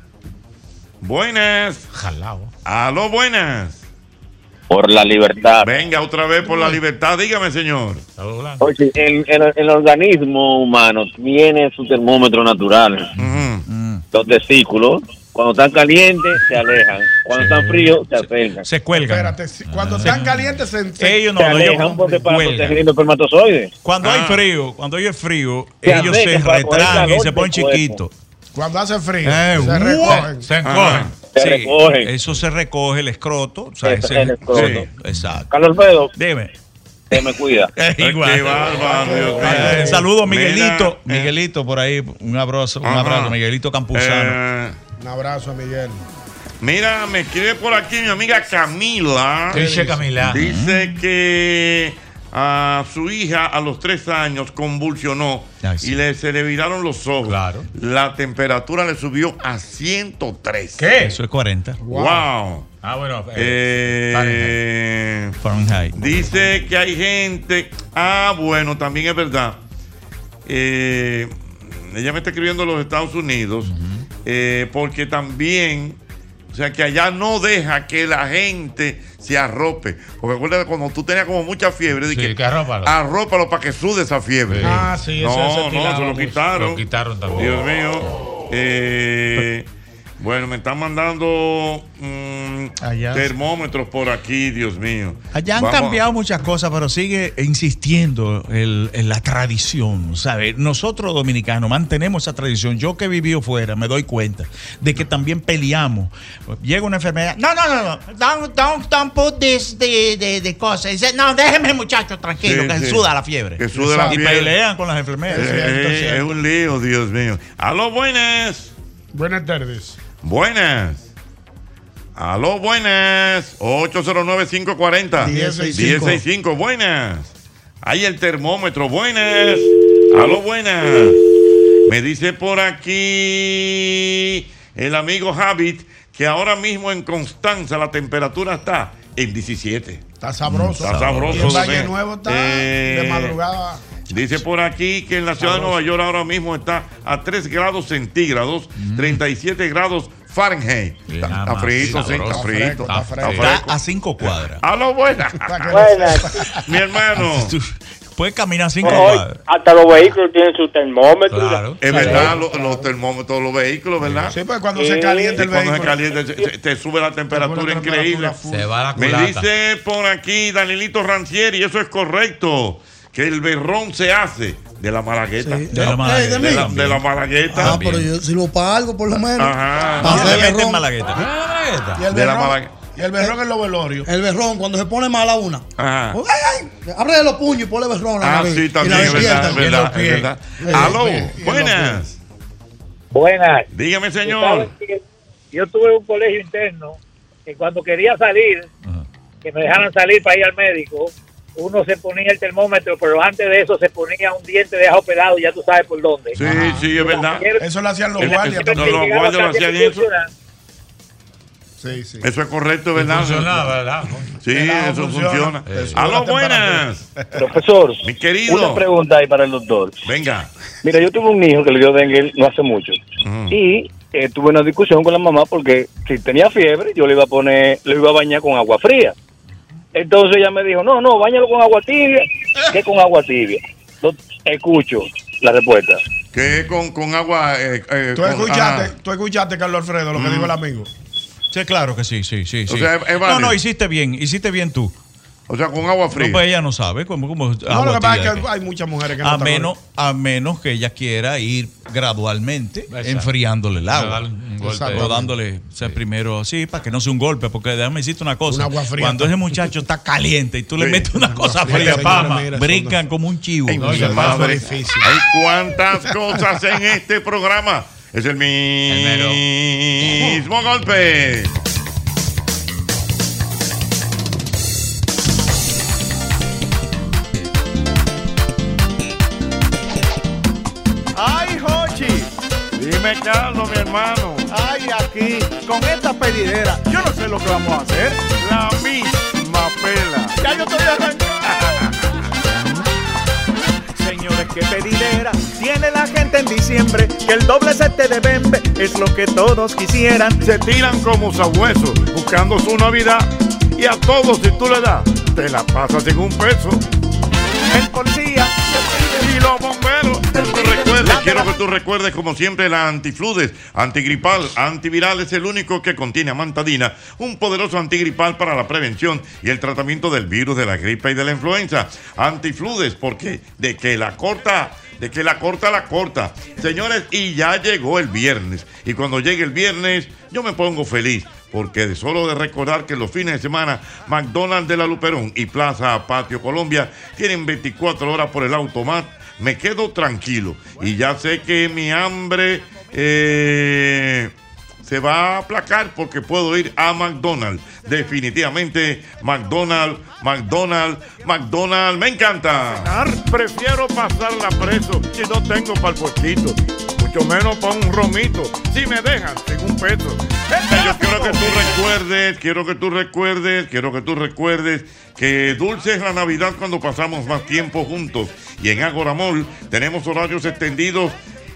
Buenas. Jalao. Aló, buenas. Por la libertad. Venga, otra vez por la libertad. Dígame, señor. Oye, el, el, el organismo humano tiene su termómetro natural. Uh-huh. Los testículos, cuando están calientes, se alejan. Cuando sí. están fríos, se acercan. Se cuelgan. Espérate, cuando uh-huh. están calientes, se, se, ellos no, se alejan porque para proteger los espermatozoides. Cuando ah. hay frío, cuando hay frío, se ellos se retraen y se ponen chiquitos. Cuando hace frío, eh, se recogen. Se encogen. Se sí, recogen. Eso se recoge el escroto. O sea, el, ese, el escroto. Sí, exacto. Carlos Alfredo. Dime. Se me cuida. Igual. Qué bárbaro, Dios mío. Eh, Saludos, Miguelito. Mira, Miguelito, por ahí. Un abrazo, un abrazo. Miguelito Campuzano. Eh, un abrazo a Miguel. Mira, me escribe por aquí mi amiga Camila. ¿Qué dice Camila? Dice que a su hija a los tres años convulsionó. Ay, sí. Y le, se le viraron los ojos. Claro. La temperatura le subió a ciento tres. ¿Qué? Eso es cuarenta. Wow. wow. Ah, bueno. Eh, Fahrenheit. Fahrenheit. Dice que hay gente. Ah, bueno, también es verdad. Eh, ella me está escribiendo de los Estados Unidos. Uh-huh. eh, porque también. O sea, que allá no deja que la gente se arrope. Porque acuérdate, cuando tú tenías como mucha fiebre, sí, que, que arrópalo. Arrópalo para que sude esa fiebre. Sí. Ah, sí, no, eso, eso no, no, se lo quitaron. Lo quitaron también. Dios mío. Eh, bueno, me están mandando mmm, termómetros por aquí, Dios mío. Allá han Vamos. cambiado muchas cosas, pero sigue insistiendo el, en la tradición, ¿sabes? Nosotros dominicanos mantenemos esa tradición. Yo que he vivido fuera me doy cuenta de que también peleamos. Llega una enfermedad. No, no, no, no. Don't, don't, don't put this de, de, de cosas. Dice, no, déjeme, muchacho, tranquilo, sí, que sí. suda la fiebre. Que suda la y fiebre. pelean con las enfermeras. Eh, eh, es un lío, Dios mío. Aló, buenas. Buenas tardes. Buenas. Aló, buenas. ocho cero nueve, cinco cuatro cero, uno cero seis cinco. Buenas. Ahí el termómetro. Buenas. Aló, buenas. Me dice por aquí el amigo Javid que ahora mismo en Constanza la temperatura está en diecisiete. Está sabroso. Está sabroso. Y el Valle Nuevo está Eh, de madrugada. Dice por aquí que en la ciudad Sabroso. de Nueva York ahora mismo está a tres grados centígrados, treinta y siete grados Fahrenheit. Está, está frito, sí, está frito. Está fresco. Está a cinco cuadras. A lo buena. Buenas. Mi hermano. Puedes caminar cinco Hoy, cuadras. hasta los vehículos tienen su termómetro. Claro. Es verdad, los, los termómetros de los vehículos, ¿verdad? Sí, pues cuando se calienta el Cuando se vehículo. calienta, se- se- te sube la temperatura la increíble. temperatura full. Se va la Me culata. dice por aquí Danielito Rancieri, eso es correcto, que el berrón se hace de la malagueta. De la Malagueta. De la, de la malagueta. Ah, pero yo sirvo para algo, por lo menos. Ajá. Para hacer Malagueta es berrón. Malagueta. Y el De la berrón, Malagueta. y el berrón en los velorios. El berrón, cuando se pone mala una. Ajá. ¡Ay, ay! Abre los puños y ponle berrón. a la Ah, nariz. sí, Y también, la es verdad, es despierta. verdad, es verdad. Aló, y en los buenas. Buenas. Dígame, Tú señor. sabes que Yo tuve un colegio interno que cuando quería salir, que me dejaran salir para ir al médico, uno se ponía el termómetro, pero antes de eso se ponía un diente de ajo pelado, ya tú sabes por dónde. Sí, sí, es verdad. Eso lo hacían los El- guardias el- también. no, los guardias lo hacían eso. Sí, sí. Eso es correcto, ¿verdad? Funcionaba, ¿verdad? Sí, El ajo eso funciona. funciona. Eh, sube Aló, la temperatura. buenas. Profesor, Mi querido. una pregunta ahí para el doctor. Venga. Mira, yo tuve un hijo que le dio dengue no hace mucho. Y eh, tuve una discusión con la mamá porque si tenía fiebre, yo le iba a poner, le iba a bañar con agua fría. Entonces ella me dijo, no, no, báñalo con agua tibia. ¿Qué con agua tibia? No, escucho la respuesta. Que con, con agua. Eh, eh, ¿Tú con- escuchaste, ajá. tú escuchaste, Carlos Alfredo, lo que Mm. dijo el amigo? Sí, claro que sí, sí, sí. O sí. sea, es- es no, válido. no, hiciste bien, hiciste bien tú. O sea, con agua fría. No, pues ella no sabe cómo, cómo No, lo agua que pasa tibia es que que- hay muchas mujeres que no a están menos, a menos que ella quiera ir gradualmente Exacto. enfriándole el agua. Darle un golpe. Exacto. O dándole, o sea, primero, sí, para que no sea un golpe, porque déjame decirte una cosa. Un agua fría. Cuando ese muchacho está caliente y tú le Sí. metes una cosa fría, fría, señores, pama, mira, eso brincan como un chivo. Ay, No, mi eso es madre. difícil. Hay cuántas cosas en este programa. Es el mero. mismo golpe. ¡Ay, Jochi! Dime, Carlos, mi hermano. ¡Ay, aquí! Con esta pedidera, yo no sé lo que vamos a hacer. La misma pela. ¡Ya yo estoy arrancando! Señores, qué pedidera tiene la gente en diciembre. Que el doble sete de Bembe es lo que todos quisieran. Se tiran como sabuesos buscando su Navidad. Y a todos, si tú le das, te la pasas en un peso. El policía Y los bomberos. Quiero que tú recuerdes, quiero que tú recuerdes, como siempre, la Antifludes, antigripal, antiviral, es el único que contiene amantadina, un poderoso antigripal para la prevención y el tratamiento del virus de la gripe y de la influenza. Antifludes, porque de que la corta, de que la corta, la corta. Señores, y ya llegó el viernes. Y cuando llegue el viernes, yo me pongo feliz. Porque de solo de recordar que los fines de semana McDonald's de la Luperón y Plaza Patio Colombia tienen veinticuatro horas por el automat, me quedo tranquilo. Y ya sé que mi hambre eh, se va a aplacar porque puedo ir a McDonald's. Definitivamente, McDonald's, McDonald's, McDonald's, me encanta. Prefiero pasarla preso si no tengo para el puestito. Mucho menos para un romito. Si me dejan, en un peso. Yo quiero que tú recuerdes, quiero que tú recuerdes, quiero que tú recuerdes que dulce es la Navidad cuando pasamos más tiempo juntos. Y en Agora Mall tenemos horarios extendidos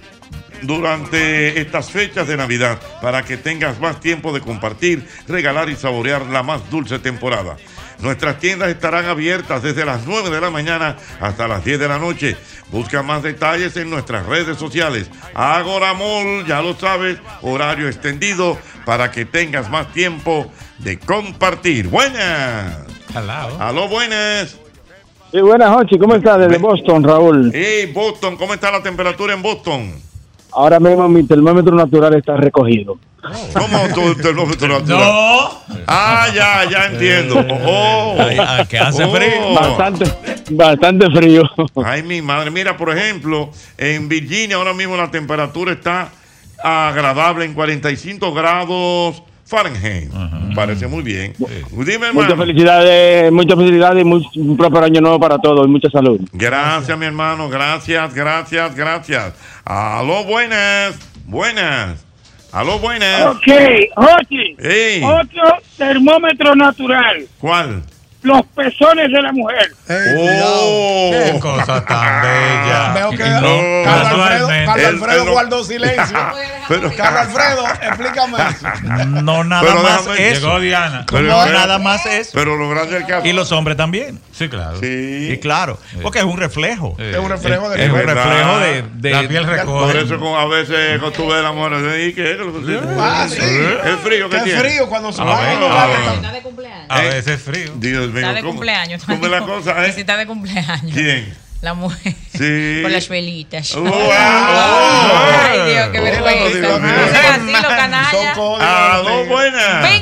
durante estas fechas de Navidad para que tengas más tiempo de compartir, regalar y saborear la más dulce temporada. Nuestras tiendas estarán abiertas desde las nueve de la mañana hasta las diez de la noche. Busca más detalles en nuestras redes sociales. Agora Mall, ya lo sabes, horario extendido para que tengas más tiempo de compartir. Buenas. Aló. Aló, buenas. Sí, buenas, Jochi. ¿Cómo estás? Desde Boston, Raúl. Hey, Boston, ¿cómo está la temperatura en Boston? Ahora mismo mi termómetro natural está recogido. ¿Cómo tu termómetro natural? No. Ah, ya, ya entiendo. Oh, Ay, ay, que hace oh. frío. Bastante, bastante frío. Ay, mi madre. Mira, por ejemplo, en Virginia ahora mismo la temperatura está agradable en cuarenta y cinco grados Fahrenheit. Me parece muy bien. Dime, hermano. Muchas felicidades, muchas felicidades y muy- un próspero año nuevo para todos y mucha salud. Gracias, mi hermano. Gracias, gracias, gracias. Aló, buenas. Buenas. Aló, buenas. Ok, Jochi, Ey. otro termómetro natural, ¿Cuál? los pezones de la mujer. Oh. Qué cosa tan bella. Veo que Y no, Carlos Alfredo, casualmente. Carlos Él- Alfredo él no- guardó silencio. Pero, Carlos Alfredo, explícame eso. No nada Pero más déjame- eso. Llegó Diana. Pero- No pero- nada más eso. Pero lo grande del caso. Y los hombres también. Sí, claro. Sí. Y claro, porque es un reflejo. Es un reflejo de Es un verdad. reflejo de, de- La piel recoge. Por eso con, a veces cuando tú ves la mujer, ¿y qué? Ah, sí. El frío que Qué tiene. frío cuando se Ah, va. bueno. Está de cumpleaños. A veces es frío. Dios mío. Está de ¿cómo- cumpleaños. ¿Cómo es la cosa, Que eh? si está de cumpleaños. ¿Quién? La mujer. Sí. Con las velitas. Wow. Ay, Dios, qué Oh, vergüenza. Dios mío. No sean así los canallas. Aló, buenas. Ven.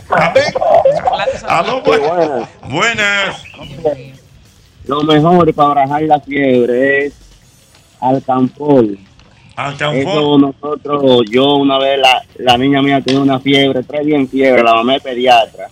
Aló, buenas. Buenas. Lo mejor para bajar la fiebre es alcanfor. Alcanfor. Eso nosotros, yo una vez, la, la niña mía tenía una fiebre, tres días en fiebre, la mamá es pediatra.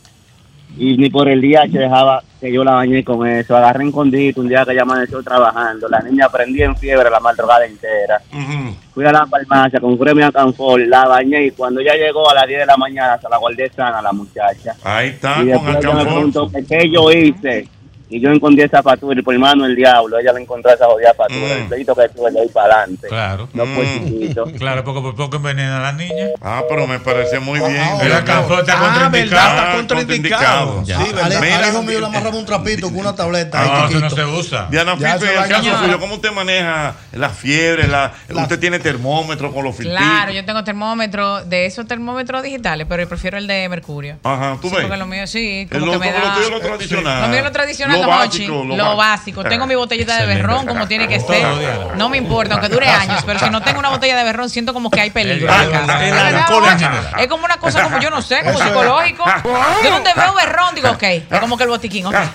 Y ni por el día que dejaba que yo la bañé con eso. Agarré en condito un día que ella amaneció trabajando. La niña prendía en fiebre la madrugada entera. Ujú. Fui a la farmacia, compré mi alcanfor, la bañé y cuando ya llegó a las diez de la mañana se la guardé sana a la muchacha. Ahí está, Y con después ella me alcanfor. preguntó que qué yo hice. Y yo encontré esa factura y por mano el diablo, ella le encontró esa jodida factura. Mm. El pedito que tuve de ahí para adelante. Claro. No fue Mm. chiquito. Claro, porque por poco envenena a las niñas. Ah, pero me parece muy bien. El alcanfor está Ah, contraindicado. verdad, está contraindicado. Ya. Sí, verdad. Al Mira, hijo mío le amarraba un trapito con una tableta. ahí No, eso no chiquito. se usa. Diana Ya Fife, se en el va caso a- suyo, ¿cómo usted maneja la fiebre? La, usted tiene termómetro con los filtritos. Claro, yo tengo termómetro, de esos termómetros digitales, pero yo prefiero el de mercurio. Ajá, tú Sí, ves. porque lo mío sí, El como lo, que me como lo da... tuyo, lo tradicional. Lo mío es lo tradicional, Lo don básico, Hochi, lo lo, ba- básico. Tengo mi botellita de Excelente. berrón, como tiene que ser. No me importa, aunque dure años, pero si no tengo una botella de berrón, siento como que hay peligro en la casa. el ¿De verdad, alcohol en Hochi? general. Es como una cosa como yo no sé, como Eso es. psicológico. Yo donde veo berrón, digo, ok, es como que el botiquín, ok.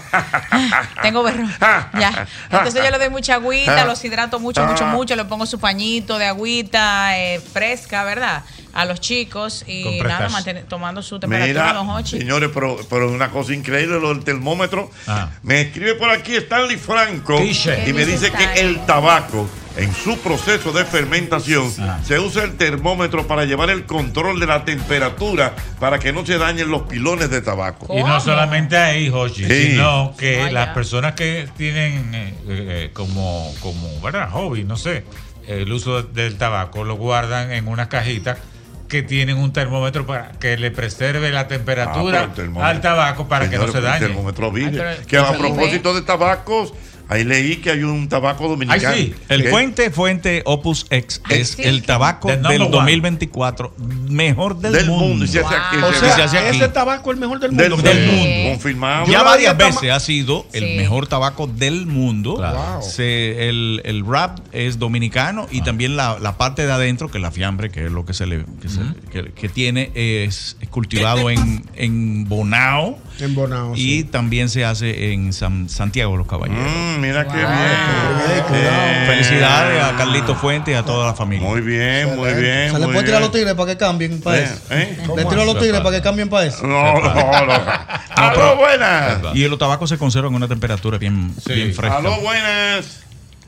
Tengo berrón, ya. Entonces yo le doy mucha agüita, los hidrato mucho, mucho, mucho. Le pongo su pañito de agüita eh, fresca, ¿verdad? A los chicos y Con nada, prestas. mantener, tomando su temperatura, Mira, don Hochi. señores, pero, pero es una cosa increíble lo del termómetro. Ah. Me escribe por aquí Stanley Franco ¿Qué dice? y me ¿Qué dice dice que Stanley? el tabaco, en su proceso de fermentación, Ah. se usa el termómetro para llevar el control de la temperatura para que no se dañen los pilones de tabaco. Y no ¿Cómo? solamente ahí, Jochi, Sí. sino que Vaya. las personas que tienen eh, eh, como, como ¿verdad? hobby, no sé, el uso del tabaco, lo guardan en unas cajitas que tienen un termómetro para que le preserve la Ah, temperatura pero el termómetro- al tabaco para que no Señores, se el dañe. termómetro vive. Ay, pero- que a Sí. propósito de tabacos, ahí leí que hay un tabaco dominicano. Ay, sí. El que- fuente, fuente Opus X Ay, es sí. el tabaco The number del one. dos mil veinticuatro mejor del, del mundo. mundo. Y se hace aquí, Wow. O se sea, se hace aquí. ese tabaco es el mejor del del, mundo. del Sí. mundo, confirmado. Yo Ya lo varias había veces toma- ha sido el Sí. mejor tabaco del mundo. Claro. Wow. Se- el, el wrap es dominicano y también la, la parte de adentro, que es la fiambre, que es lo que se le que, se- que- que tiene, es cultivado en, en Bonao En Bonao, y sí. también se hace en San- Santiago de los Caballeros. Mm, mira qué Wow. bien. cuidado. Eh, Felicidades a Carlito Fuentes y a toda la familia. Muy bien, muy bien. Se le muy puede tirar a bien. los tigres para que cambien para Eh, eso. ¿eh? Le tiro a los tigres para que cambien para eso. No, no, no. Aló, buenas. Y los tabacos se conservan en una temperatura bien, Sí. bien fresca. Aló, buenas.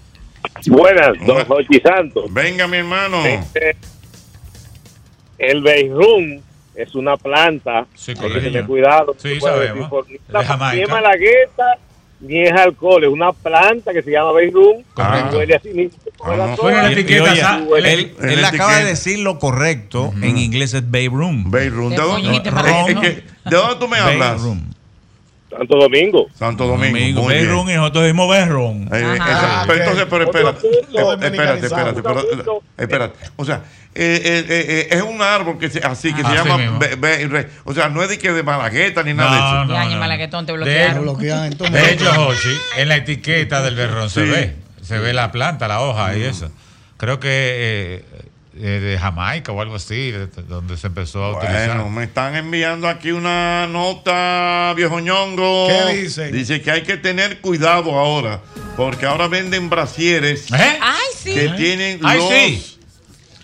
Buenas, don Jochi Santos. Venga, mi hermano. Este, el Beirún es una planta. Sí, Hay que colegio. tener cuidado. Sí, no puede sabemos. decir por- Es de Ni es Jamaica. malagueta, ni es alcohol. Es una planta que se llama Beirún. Correcto. Huele así mismo. como la Ah, no. soda. Bueno, la Y- y etiqueta, oye, sa- él, el- él en la acaba de etiqueta. decir lo correcto. En inglés es Babe Room. Beirut. ¿De De dónde, pollito es para que- no. ¿De dónde tú me Babe hablas? Room. Santo Domingo. Santo Domingo. Domingo, muy Babe bien. Room y nosotros decimos Babe Room. Eh, Ajá. esa- pero entonces, pero espérate, Otro punto eh, espérate, espérate, dominicanizado. pero, eh, espérate. O sea, eh, eh, eh, eh, es un árbol que se, así que Ah, se así llama, mismo. be- be- re- o sea, no es de que de malagueta ni nada No, de eso. no, Ya, no, ni no. malaguetón te De- bloquearon. Bloquean, entonces- De hecho, Jochi, en la etiqueta del berrón se Sí. ve, se ve la planta, la hoja y eso. Creo que eh, eh, de Jamaica o algo así, de- de donde se empezó a utilizar. Bueno, me están enviando aquí una nota, viejo ñongo. ¿Qué dicen? Dice que hay que tener cuidado ahora, porque ahora venden brasieres ¿Eh? Ay, sí. que tienen Ay, los, sí.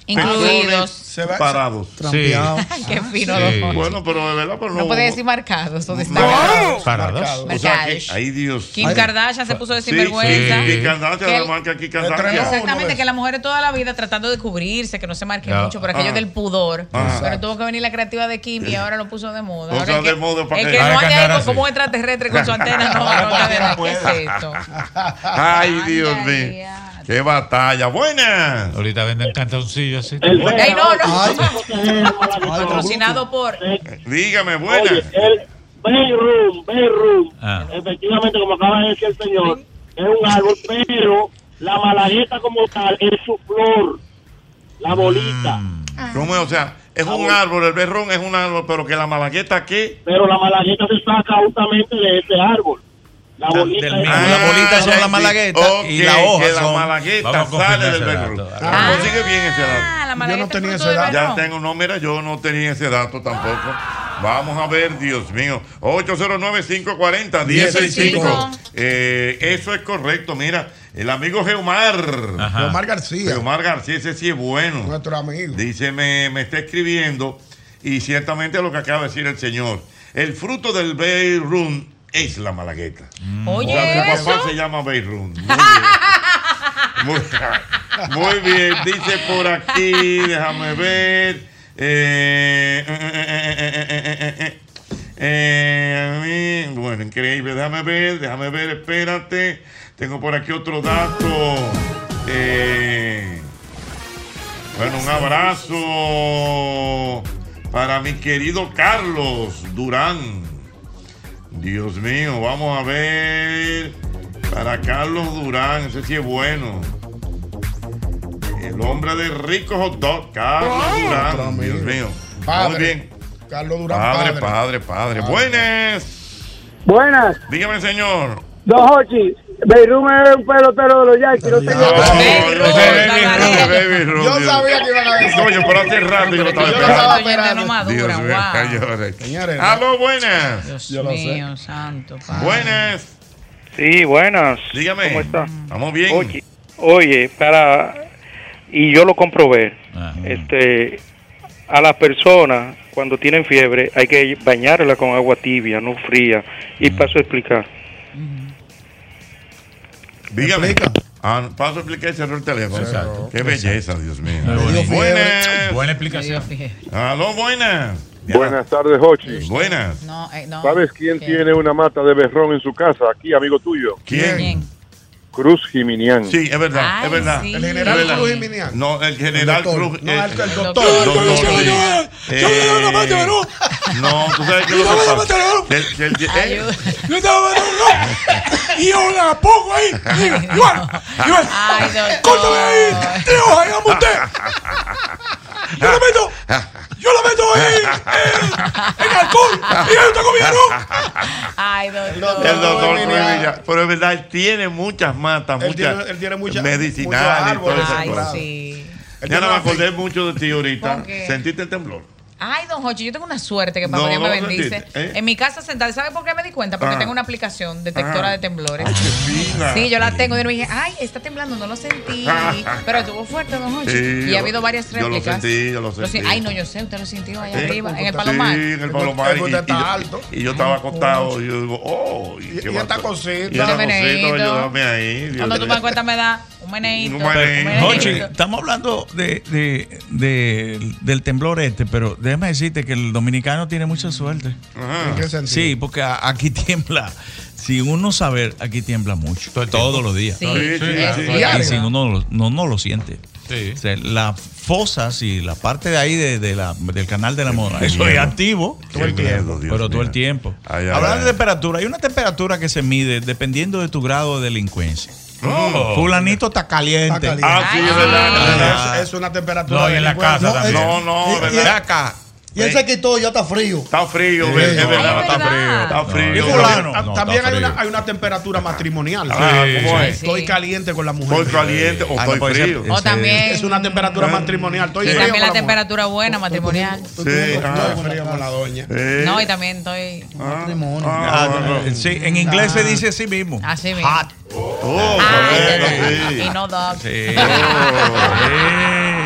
Incluidos. Parados. Trampeados. Qué fino, Sí. don Jochi. Bueno, pero de verdad, pero no. No puede decir marcados o destacados. Parados. O sea, que, Marcados. ay, Dios. Kim Kardashian se puso de Sí, sinvergüenza. sí. Kim Kardashian, Que- la marca Kim Kardashian. Exactamente, que las mujeres toda la vida tratando de cubrirse, que no se marque Ya. mucho por aquello Ah. del pudor. Ah. Pero tuvo que venir la creativa de Kim y ahora lo puso de moda. Lo Ahora puso el de que, moda para el que- que no Ahora que ande andar ahí así. como un extraterrestre con su antena, no, no, no, de verdad, ¿qué es esto? Ay, Dios mío. Qué batalla. Buenas. Ahorita venden cantoncillos así. Ey, no, no. Patrocinado por. Dígame, buenas. Oye, el Beirut, Beirut, Ah. efectivamente, como acaba de decir el señor, es un árbol, pero la malagueta como tal es su flor, la bolita. ¿Cómo es? O sea, es un árbol, el berrón es un árbol, pero que la malagueta, ¿qué? Pero la malagueta se saca justamente de ese árbol. La bolita del es- mismo. Las bolitas son la malagueta y la hoja que la son- malagueta Vamos a confirmar sale del ese berrón. dato. Ah, consigue bien ese dato. la malagueta Yo no tenía es ese fruto dato. del Ya berrón. tengo, no, mira, yo no tenía ese dato tampoco. Vamos a ver, Dios mío. ocho cero nueve, cinco cuatro cero, uno cero seis cinco. Eh, eso es correcto, mira. El amigo Geomar. Geomar García. Geomar García, ese sí es bueno. Nuestro amigo. Dice, me, me está escribiendo, y ciertamente lo que acaba de decir el señor. El fruto del Beirut es la malagueta. Oye, O sea, su papá eso. se llama Beirut. Muy bien. Muy, muy bien. Dice por aquí, déjame ver. Eh, eh, eh, eh, eh, eh, eh, eh, eh, bueno, increíble. Déjame ver, déjame ver, espérate. Tengo por aquí otro dato. Eh, bueno, un abrazo para mi querido Carlos Durán. Dios mío, vamos a ver. Para Carlos Durán, ese sí es bueno. El hombre de rico hot dog, Carlos Durán. Dios mío. Padre. Muy bien. Carlos Durán, Padre, padre. padre, padre. Buenas. Buenas. Dígame, señor. Don Jochi, Beirut es un pelotero de los Yankees. No te Yo sabía que iban a decir. Coño, pero hace rato yo lo estaba Yo lo estaba esperando. esperando. Dios mío, señores. Señores, Aló, buenas. Dios mío, santo. Padre. Buenas. Sí, buenas. Dígame. ¿Cómo está? Estamos bien. Oye, oye, para y yo lo comprobé. Este, a las personas cuando tienen fiebre hay que bañarla con agua tibia, no fría. Y paso a explicar. Dígame. Ah, paso a explicar y cerró el teléfono. Exacto. Qué belleza, Dios mío. bonito. Buenas. Buena explicación. Aló, buenas. Buenas tardes, Jochi. Buenas. No, eh, no. ¿Sabes quién ¿Qué? tiene una mata de berrón en su casa? Aquí, amigo tuyo. ¿Quién? Cruz Jiminián. Sí, es verdad, Ay, es verdad. sí. El general Es verdad. Cruz Jiminián. No, el general El doctor. Cruz. No, eh, el- el doctor. doctor, El doctor, doctor. sí. Yo me doy la mata de Eh, berrón. No, tú sabes que Yo lo me que doy la pasa. mata de berrón. Que el- que el- eh, Yo estaba y yo la pongo ahí. Diga, Iván, Iván, Ay, doctor. córtame ahí. Tres hojas, digamos usted. Yo la meto, yo la meto ahí en, en alcohol. Y ahí usted comieron. Ay, doctor. El doctor Cruz Villa. Pero es verdad, él tiene muchas matas, Él muchas tiene- él tiene muchas- medicinales y muchos todo eso. árboles Ay, sí. Ya no me acordé mucho de ti ahorita. ¿Por qué? ¿Sentiste el temblor? Ay, don Jochi, yo tengo una suerte que No, papá Dios me no, bendice. sentiste, ¿eh? En mi casa sentada, ¿sabe por qué me di cuenta? Porque Ah. tengo una aplicación detectora Ah. de temblores. Ay, qué fina. Sí, yo la tengo. Y me dije, ay, está temblando, no lo sentí. Pero estuvo fuerte, don Jochi. Sí, y ha habido varias yo lo réplicas. sentí, yo lo sen- sentí. Ay, no, yo sé, usted lo sintió allá Sí, arriba, en el Sí, Palomar. en el Palomar. El Y, usted y está yo, alto. y yo estaba acostado. Y yo digo, oh. Y, Y- qué y esta bacán. cosita. Y esta Ese cosita, meneíto. ayúdame ahí. Dios Cuando tú mío. me cuentas me da un meneíto. Un meneíto. un Jochi, meneíto. estamos hablando de, de- de- del temblor este, pero déjame decirte que el dominicano tiene mucha suerte. ¿En qué sentido? Sí, porque a- aquí tiembla. Sin uno saber, aquí tiembla mucho. Todos los días. Sí, Sí, sí, es sí. cierto. Y sin uno lo- no, no lo siente. Sí. O sea, las fosas y la parte de ahí de, de la, del canal de la Mona, eso es miedo. activo. Qué miedo, Dios pero todo el mío. tiempo. Ay, ay, Hablando ay. de temperatura, hay una temperatura que se mide dependiendo de tu grado de delincuencia. Oh. Fulanito está caliente. Está caliente. Ah, sí, Ay, es verdad. sí. es verdad. Es, es una temperatura. No, y en la delincuente. casa también. No, no, es Y- y- verdad. Acá. Y él se quitó, ya está frío. Está frío, Sí. es Ay, verdad, es está verdad. frío. Está No, frío. Y y también, fulano. ah, No, también está hay, una, frío. hay una temperatura matrimonial. Ah, Sí. ¿cómo es? Estoy Sí. caliente con la mujer. Estoy caliente o Ah, no, estoy puede ser- frío. O también. Es una temperatura matrimonial. Estoy Y frío también con la la mujer. temperatura buena, matrimonial. Sí, Estoy ah. frío con la doña. Eh, No, y también estoy Matrimonio. ah, Ah, bueno. sí, en inglés se dice así mismo. así mismo. Hot. Oh, Ay, correcto, sí. y no dog. Sí. Ay,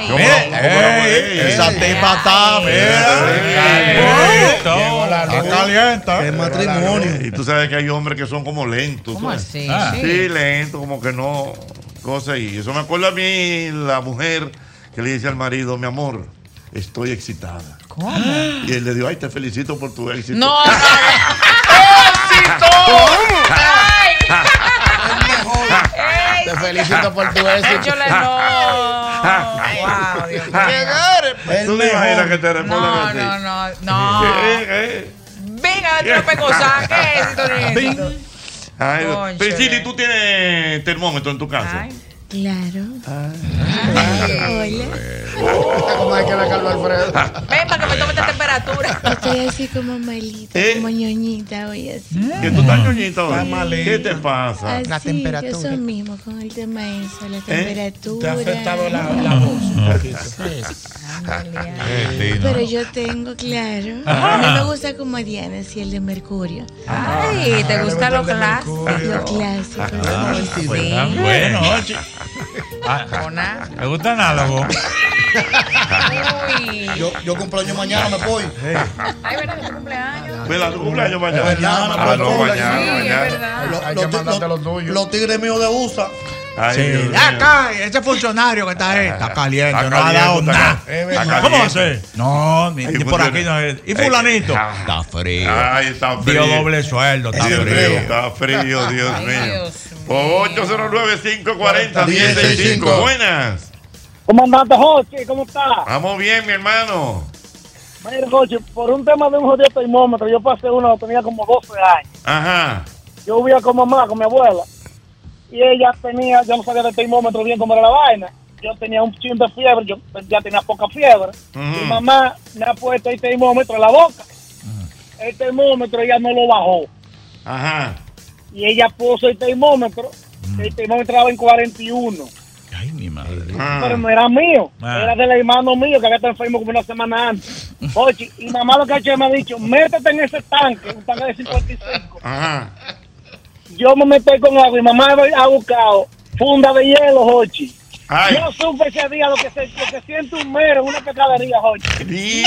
¿Cómo no? ¿Cómo no? Ey, esa tipa está, mira. Está caliente. El matrimonio. Y tú sabes que hay hombres que son como lentos. ¿Cómo ¿sabes? así? Ah. Sí. Sí, lento, como que no. Cosa y eso me acuerda a mí la mujer que le dice al marido, mi amor, estoy excitada. ¿Cómo? Y él le dijo, ay, te felicito por tu éxito. No, no, no. ¡Éxito! Te felicito por tu éxito. Échale no. Wow, Dios mío. ¿Tú te imaginas que te respondan No, así? no, no, no. Eh, eh. Venga, otro pecosa. ¿Qué éxito ni éxito? Ay, Cónchale. Priscila, ¿tú tienes termómetro en tu casa? Ay. Claro. Ay. Hola. Como hay que la calma Alfredo. Ven para que me tome esta temperatura. Estoy así como malita, ¿Eh? como ñoñita hoy así. Que tú estás ñoñita hoy. Estás malita. ¿Qué te pasa? Así, eso mismo, con el tema eso, la ¿Eh? temperatura. Te ha afectado la, la voz un poquito. Pero yo tengo, claro. A mí me gusta como Diana, así el de Mercurio. Ay, ¿te gusta lo clásico? Lo clásico. Ah, sí. pues está bueno, oye. Ona. ¿Me gusta análogo? Uy. Yo, yo cumpleaños mañana, me voy. Ay, ¿verdad que tu cumpleaños? ¿Verdad? ¿Tu cumpleaños mañana? Mañana, Ah, no, pues, mañana, Sí, es mañana. verdad. Lo- Hay lo- que mandarte lo- los tuyos. Los tigres míos de U S A. Ay, Sí. Dios mío. Acá, ese funcionario que está ahí, está caliente, Está no ha caliente, dado está nada. caliente. Está ¿Cómo va a caliente. ser? No, ni, Ay, ni por aquí funciona. no es. ¿Y fulanito? Ay, Está frío. Ay, está frío. Dio doble sueldo, está Dios frío. mío, está frío, Dios Ay, mío. Dios ocho cero nueve, cinco cuatro cero, uno cero seis cinco. Buenas. Comandante Jochi, ¿cómo está? Vamos bien, mi hermano. Mira, Jochi, por un tema de un jodido termómetro, yo pasé uno, tenía como doce años. Ajá. Yo vivía con mamá, con mi abuela, y ella tenía, yo no sabía del termómetro bien cómo era la vaina. Yo tenía un chin de fiebre, yo ya tenía poca fiebre. Ujú. Mi mamá me ha puesto el termómetro en la boca. El termómetro ella no lo bajó. Ajá. Y ella puso el termómetro, el termómetro estaba en cuarenta y uno. Ay, mi madre. Pero no era mío, Ah. era del hermano mío que había estado enfermo como una semana antes. Oye, y mamá lo que ha hecho me ha dicho, métete en ese tanque, un tanque de cincuenta y cinco. Ajá. Yo me metí con agua y mamá ha buscado funda de hielo, Jochi. Ay. Yo supe ese día lo que, se, lo que siente un mero en una pescadería, Jochi. Y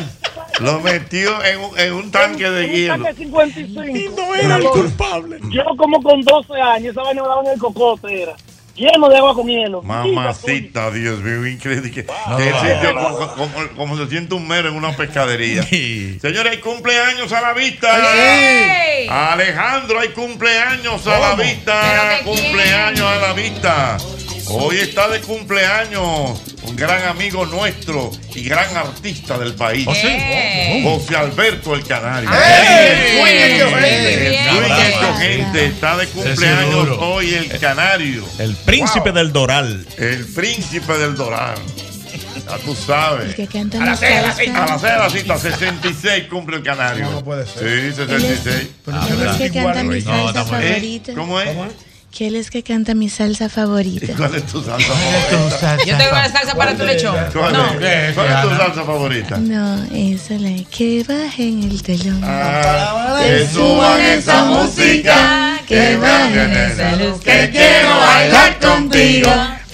lo metió en un, en un tanque de Un hielo. tanque de cincuenta y cinco. Y no era el culpable. Yo como con doce años, esa vaina me daba en el cocote, era lleno de agua con hielo. Mamacita, Dios mío, increíble. Que, No, que el no, sitio no. como, como- como se siente un mero en una pescadería. Sí. Señores, hay cumpleaños a la vista. ¡Ey! Alejandro, hay cumpleaños a la vista. ¿Pero de quién? Cumpleaños a la vista. Hoy está de cumpleaños un gran amigo nuestro y gran artista del país. ¿Qué? José Alberto el Canario. ¡Ey! Muy bien, El gente. muy Bien. hecho, gente. Está de cumpleaños duro. hoy el Canario. El príncipe Wow. del Doral. El príncipe del Doral. Ya tú El sabes. que canta A la mi cena, a la salsa. A la cena de la cita, sesenta y seis cumple el Canario. No, no puede ser. Sí, sesenta y seis. Él es que canta mi No, salsa estamos- favorita. ¿Eh? ¿Cómo es? Que él es que canta mi salsa ¿Y favorita. cuál es tu salsa favorita? Yo tengo una salsa para tu lechón. ¿Cuál, No. es? ¿Cuál es tu salsa favorita? No, esa la que bajen el telón. Ah, Que suban esa música, que bajen esa luz, que quiero bailar contigo.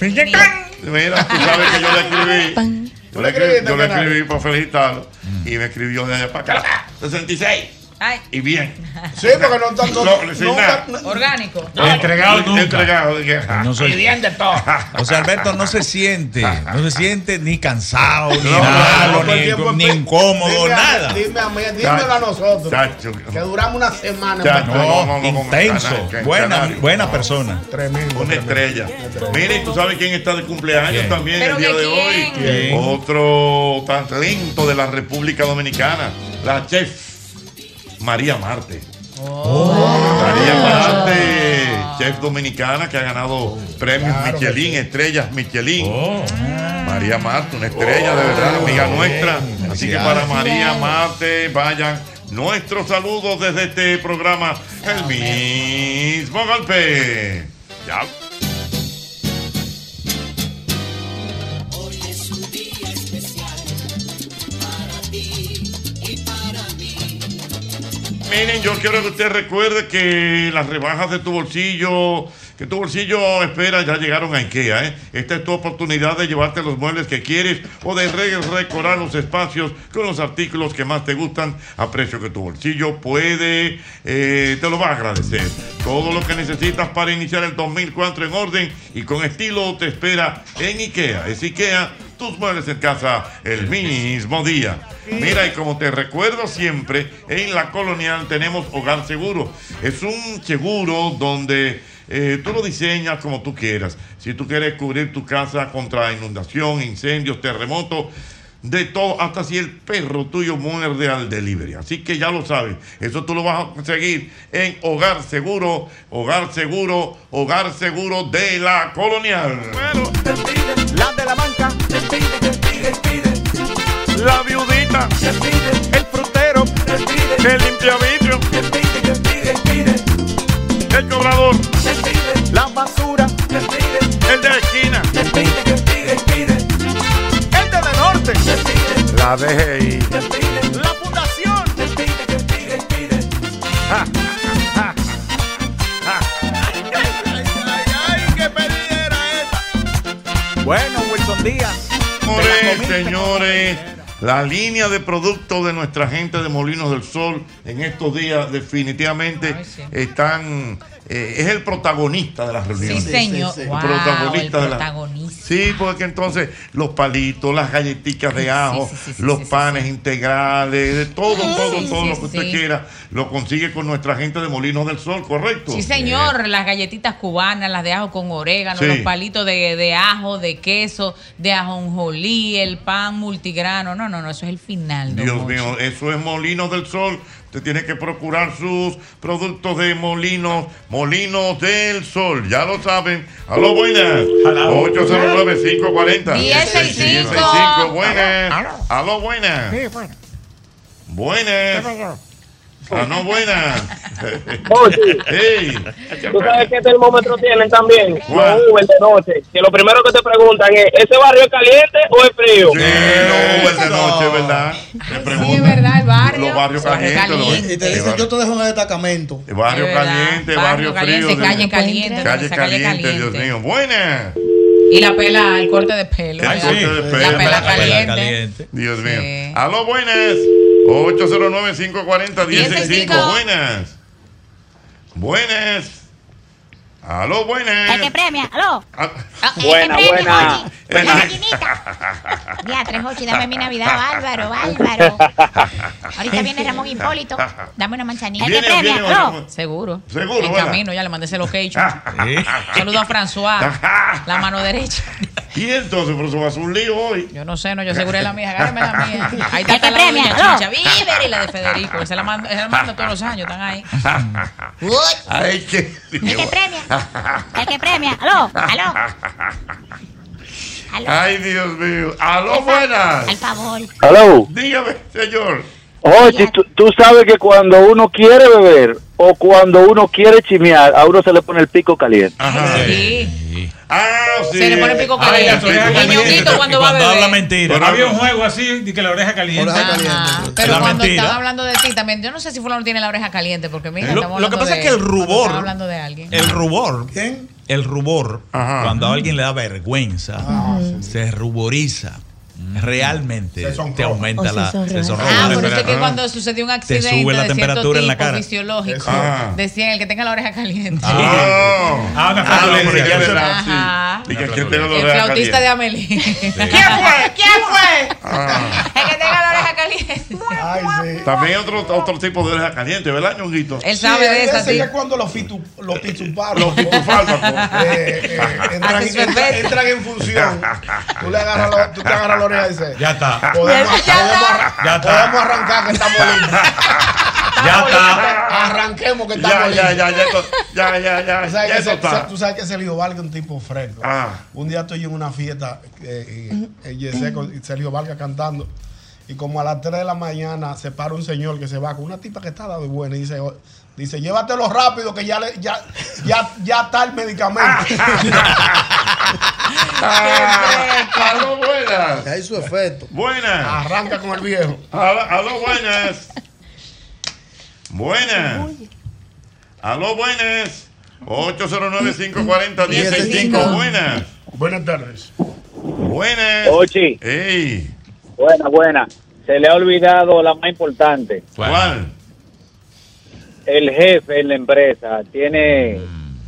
Mira, tú sabes que yo le escribí. Pan. Yo le escribí, yo le escribí para felicitarlo. Y me escribió de allá para acá. sesenta y seis. Ay, Y bien. Sí, porque no tanto. No, sin nada. orgánico. Entregado nunca. Entregado. Dije, ah. No soy- Y bien de todo. O sea, Alberto no se siente, no se siente ni cansado, ni No, malo, todo el ni, tiempo ni empe- incómodo, Dime a- nada. Dime a mí, dímelo a nosotros. Chacho. Que duramos una semana. Chacho. en No, No, no, no, como intenso, Canario, que buena, Canario. buena No. persona. Tremendo. Una estrella. Mire, ¿y tú sabes quién está de cumpleaños ¿Quién? también ¿Pero el día de de hoy? quién? ¿Quién? Otro talento de la República Dominicana, la chef María Marte. María Marte, chef dominicana que ha ganado premios Claro que Michelin, sí. estrellas Michelin. Oh. María Marte, una estrella de verdad, amiga nuestra. Así que para María Marte, vayan nuestros saludos desde este programa, El Mismo Golpe. Ya. Miren, yo quiero que usted recuerde que las rebajas de tu bolsillo que tu bolsillo espera, ya llegaron a IKEA. ¿eh? Esta es tu oportunidad de llevarte los muebles que quieres o de re- recorrer los espacios con los artículos que más te gustan a precio que tu bolsillo puede, eh, te lo va a agradecer. Todo lo que necesitas para iniciar el dos mil cuatro en orden y con estilo te espera en IKEA. Es IKEA, tus muebles en casa el mismo día. Mira, y como te recuerdo siempre, en La Colonial tenemos Hogar Seguro. Es un seguro donde eh, tú lo diseñas como tú quieras. Si tú quieres cubrir tu casa contra inundación, incendios, terremotos, de todo, hasta si el perro tuyo muerde al delivery. Así que ya lo sabes, eso tú lo vas a conseguir en Hogar Seguro, Hogar Seguro, Hogar Seguro de La Colonial. La de la banca, la viudita, el frutero, el limpiavidrio, el cobrador, la basura, el de la esquina, el de la norte, la D G I, la fundación. Ja, ja, ja. Ay, qué pedida era esta. Bueno, Wilson Díaz. Señores, señores, la línea de productos de nuestra gente de Molinos del Sol en estos días definitivamente Ay, sí. están, eh, es el protagonista de las reuniones. Sí, señor. El Wow, protagonista el de la, protagonista. Sí, porque entonces los palitos, las galletitas de ajo, sí, sí, sí, los sí, panes sí, integrales, de todo, todo, sí, todo sí, lo que usted sí. quiera, lo consigue con nuestra gente de Molinos del Sol, ¿correcto? Sí, señor, las galletitas cubanas, las de ajo con orégano, sí. los palitos de, de ajo, de queso, de ajonjolí, el pan multigrano. No, no, no, eso es el final. Dios Mochi. mío, eso es Molinos del Sol. Usted tiene que procurar sus productos de Molinos, Molinos del Sol. Ya lo saben. Aló, buenas. ocho cero nueve, cinco cuatro cero, uno cero seis cinco. Buenas. Aló, buenas. Sí, bueno. Buenas. Ah, no, buenas. Oye, hey. ¿Tú sabes qué termómetro tienen también? ¿Cuál? Los Uber de noche. Que lo primero que te preguntan es, ¿ese barrio es caliente o es frío? Sí, los Uber de noche, ¿verdad? Me preguntan. Sí, es verdad, el barrio. Los barrios calientes. Caliente. Y te dicen, yo te dejo en el destacamento. El barrio caliente, barrio, barrio caliente, frío. Calle caliente. Calle caliente, caliente, Dios mío. Buenas. Y la pela, el corte de pelo. El corte de pelo. La pela caliente. caliente. Dios sí. mío. Aló, buenas. ocho cero nueve, cinco cuatro cero, uno cero seis cinco. Buenas. Buenas. Aló, buenas. El que premia, aló. Ah. El buena, que premia, buena. Jochi. La maquinita. Ya, tres Jochi, dame mi Navidad, bárbaro, bárbaro. Ahorita viene Ramón Hipólito, dame una manzanita. El que Viene, premia, viene, aló. viene. Seguro. Seguro, en ¿verdad? camino, ya le mandé ese location. Saludo a François, la mano derecha. Y entonces, por eso va a ser un lío hoy. Yo no sé, no, yo aseguré la mía, agárrame la mía. Ahí está, El que la premia, doña aló. Chicha Víver y la de Federico. Esa la mando, esa la mando todos los años, están ahí. Ay, qué El que premia, el que premia, aló, aló. Aló. Ay, Dios mío. Aló, buenas. Al favor. Aló. Dígame, señor. Oye, tú, tú sabes que cuando uno quiere beber o cuando uno quiere chimear, a uno se le pone el pico caliente. Ajá. Sí. Ah, sí. Se le pone el pico Ay, caliente. la oreja Y caliente. Ñonguito cuando va a Cuando habla beber. mentira. Pero había un juego así de que la oreja caliente. Oreja Ajá. caliente. Pero La cuando mentira. están hablando de ti también, yo no sé si fulano tiene la oreja caliente, porque mira, Lo- estamos lo que hablando pasa de- es que el cuando rubor- están hablando de alguien. El rubor. ¿Quién? El rubor, Ajá. cuando a alguien le da vergüenza, se ruboriza. Realmente Se sonroja. te aumenta O la se sonroja. se sonroja Ah, la por eso es que temperatura. cuando sucedió un accidente sube la de cierto temperatura en la tipo cara. fisiológico, Ah. decían el que tenga la oreja caliente. Ah, Ah, una Ah, flatulencia. hombre, ya verdad, Ajá. sí. Y que aquí tengo la El oreja flautista caliente. de Amelie. ¿Quién fue? ¿Quién fue? Ah. El que tenga la oreja caliente. Ay, sí. También otro, otro tipo de oreja caliente, ¿verdad, Ñonguito? Él sabe de esa, ese sí. es cuando los fitu, los pitufármacos, Los pitufármacos. eh, eh, entran, Hace su entran- efecto. entran en función. Tú le agarras, lo- tú te agarras la oreja y dices, Ya está. podemos, Ya podemos, está. arran- Ya está. podemos arrancar que estamos listos. Ya está. Arranquemos que estamos Ya, listos. ya, ya, ya, ya, ya, ya, Tú sabes ya que eso ese- está. Tú sabes que Sergio Vargas es un tipo fresco. Ah. Un día estoy en una fiesta, eh, y, y Yesé con Sergio Vargas cantando, y como a las tres de la mañana se para un señor que se va con una tipa que está dado y buena y dice, oh, dice, llévatelo rápido que ya, le, ya, ya, ya está el medicamento. Ah, aló, buenas. Hay su efecto. Buenas. Arranca con el viejo. Aló, aló, buenas. Buenas. Aló, buenas. ocho cero nueve, cinco cuatro cero, uno cero seis cinco. Buenas. Buenas tardes. Buenas. Ochi. Ey. Buena, buena. Se le ha olvidado la más importante. ¿Cuál? El jefe en la empresa tiene,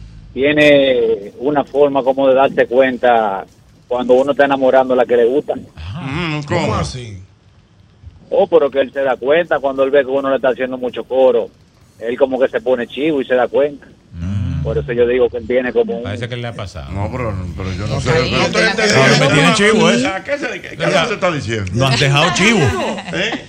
tiene una forma como de darse cuenta cuando uno está enamorando a la que le gusta. ¿Cómo? ¿Cómo así? Oh, pero que él se da cuenta cuando él ve que uno le está haciendo mucho coro. Él como que se pone chivo y se da cuenta. Por eso yo digo que él tiene como un... Parece que le ha pasado. No, pero, pero yo no, No, sé. ahí, No, estoy no, entendiendo. no, Me no, tiene no, chivo, no, ¿eh? ¿Qué se, qué, qué se está diciendo? Lo han dejado chivo. ¿Eh?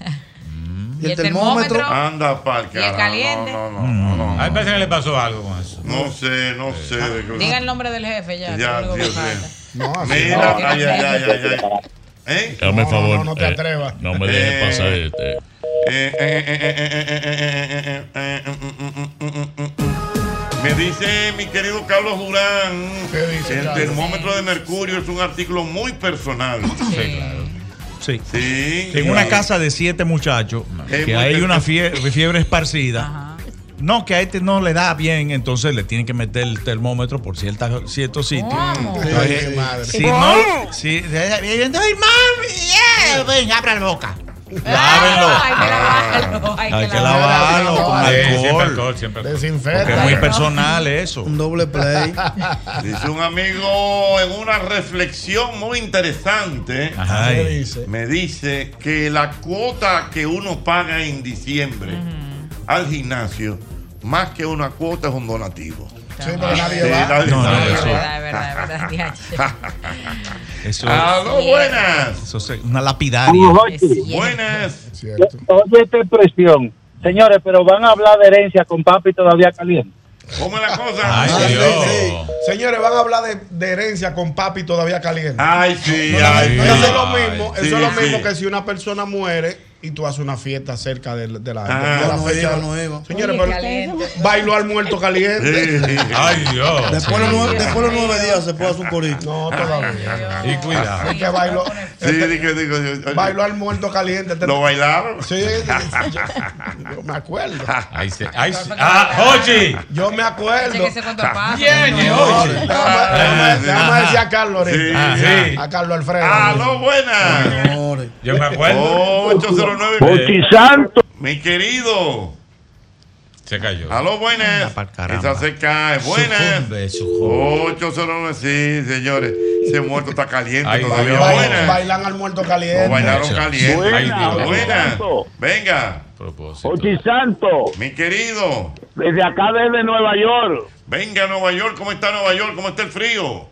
¿Y el termómetro? Anda pa'l ¿Y el carajo. caliente? No, no, no, no, no. A mí parece que le pasó algo con eso. No sé, no sé. de qué- Diga el nombre del jefe ya. Ya, que es lo único que Dios falta. mío. No, así Mira, no. ay, ay, ay, ay, ay. ¿Eh? Hazme No, favor. no, no te eh, atrevas. No me dejes Eh, pasar este. Eh, eh, eh, eh, eh, eh, eh, eh, eh, eh, mm, mm, mm, mm, mm. Me dice mi querido Carlos Durán ¿Qué dice, que el Carlos? termómetro de mercurio es un artículo muy personal. Sí, claro. Sí. Sí. En una casa de siete muchachos, Es que muy hay una perfecto. fiebre, fiebre esparcida. No, que a este no le da bien, entonces le tienen que meter el termómetro por cierta, ciertos sitios. ¿Cómo? Entonces, Ay, madre. si no, si, ay, mami, yeah, ven, abra la boca. Lávenlo. Hay que lavarlo. Hay, Hay que que lavarlo. lavarlo con Sí, siempre alcohol. alcohol, siempre alcohol. Desinfecta. Porque es muy personal eso. Un doble play. Dice un amigo en una reflexión muy interesante. Ajá. ¿Qué dice? Me dice que la cuota que uno paga en diciembre al gimnasio, más que una cuota, es un donativo. Sí, pero nadie Sí, va. nadie No, no, sabe. Es eso- verdad, es verdad, es verdad. diache. Eso Aló, buenas. eso es una lapidaria. Es cierto. Buenas. Cierto. Oye esta expresión. Señores, pero van a hablar de herencia con papi todavía caliente. ¿Cómo es la cosa? Ay, Ah, sí, Dios. sí. Señores, van a hablar de, de herencia con papi todavía caliente. Ay, sí, No, ay, no, sí. eso es lo mismo, Sí, eso es lo sí. mismo que si una persona muere y tú haces una fiesta cerca de, de la, Ah, de la no fecha. iba, no iba. Señores, Oye, pero caliente. bailó al muerto caliente. Sí, sí. Ay, Dios. Después de los nueve, después de los nueve días se puede hacer un corito. No, todavía. Y cuidado. Es que bailó, Sí, digo, digo, yo- bailó al muerto caliente. Te- ¿Lo bailaron? Sí, yo, yo me acuerdo. Ahí se. Ahí se. Ah, Ochi. Yo me acuerdo. Ese que se cuento pasa. Bien, No, Ochi. déjame- déjame- déjame decir a Carlos ahorita. Sí, Ah, sí. sí. A Carlos Alfredo. Aló, buenas. Señores. Yo me acuerdo. ocho cero nueve. Santo. Mi querido. Se cayó. Aló, buenas. Anda pa'l caramba. Esa se cae. Buenas. Sucumbe, sucumbe. ocho cero nueve. Sí, señores. Ese muerto está caliente Ay, todavía. Dios. Bail- Buenas. bailan al muerto No caliente. bailaron caliente. Ay, Buena, Dios. Buenas. Santo. Venga. Propósito. Ochi Santo. Mi querido. Desde acá, desde Nueva York. Venga a Nueva York. ¿Cómo está Nueva York? ¿Cómo está el frío?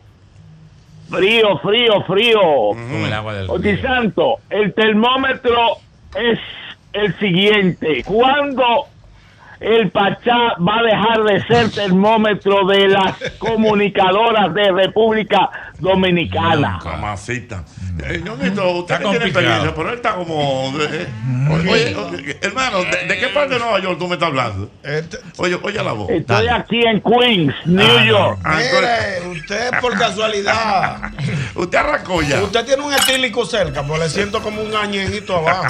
Frío, frío, frío. Como el agua del Ochi río. Santo, el termómetro es el siguiente. ¿Cuándo el Pachá va a dejar de ser termómetro de las comunicadoras de República Dominicana? Mamacita. Eh, Ñonguito, usted Está que tiene complicado. experiencia, pero él está como. eh, oye, oye, oye, hermano, ¿de, de qué parte de Nueva York tú me estás hablando? Este- Oye, oye la voz. Estoy aquí en Queens, New Ah, no. York. Ah, entonces, Mire, usted por casualidad. usted arrancó ya. Usted tiene un etílico cerca, pues le siento como un añejito abajo.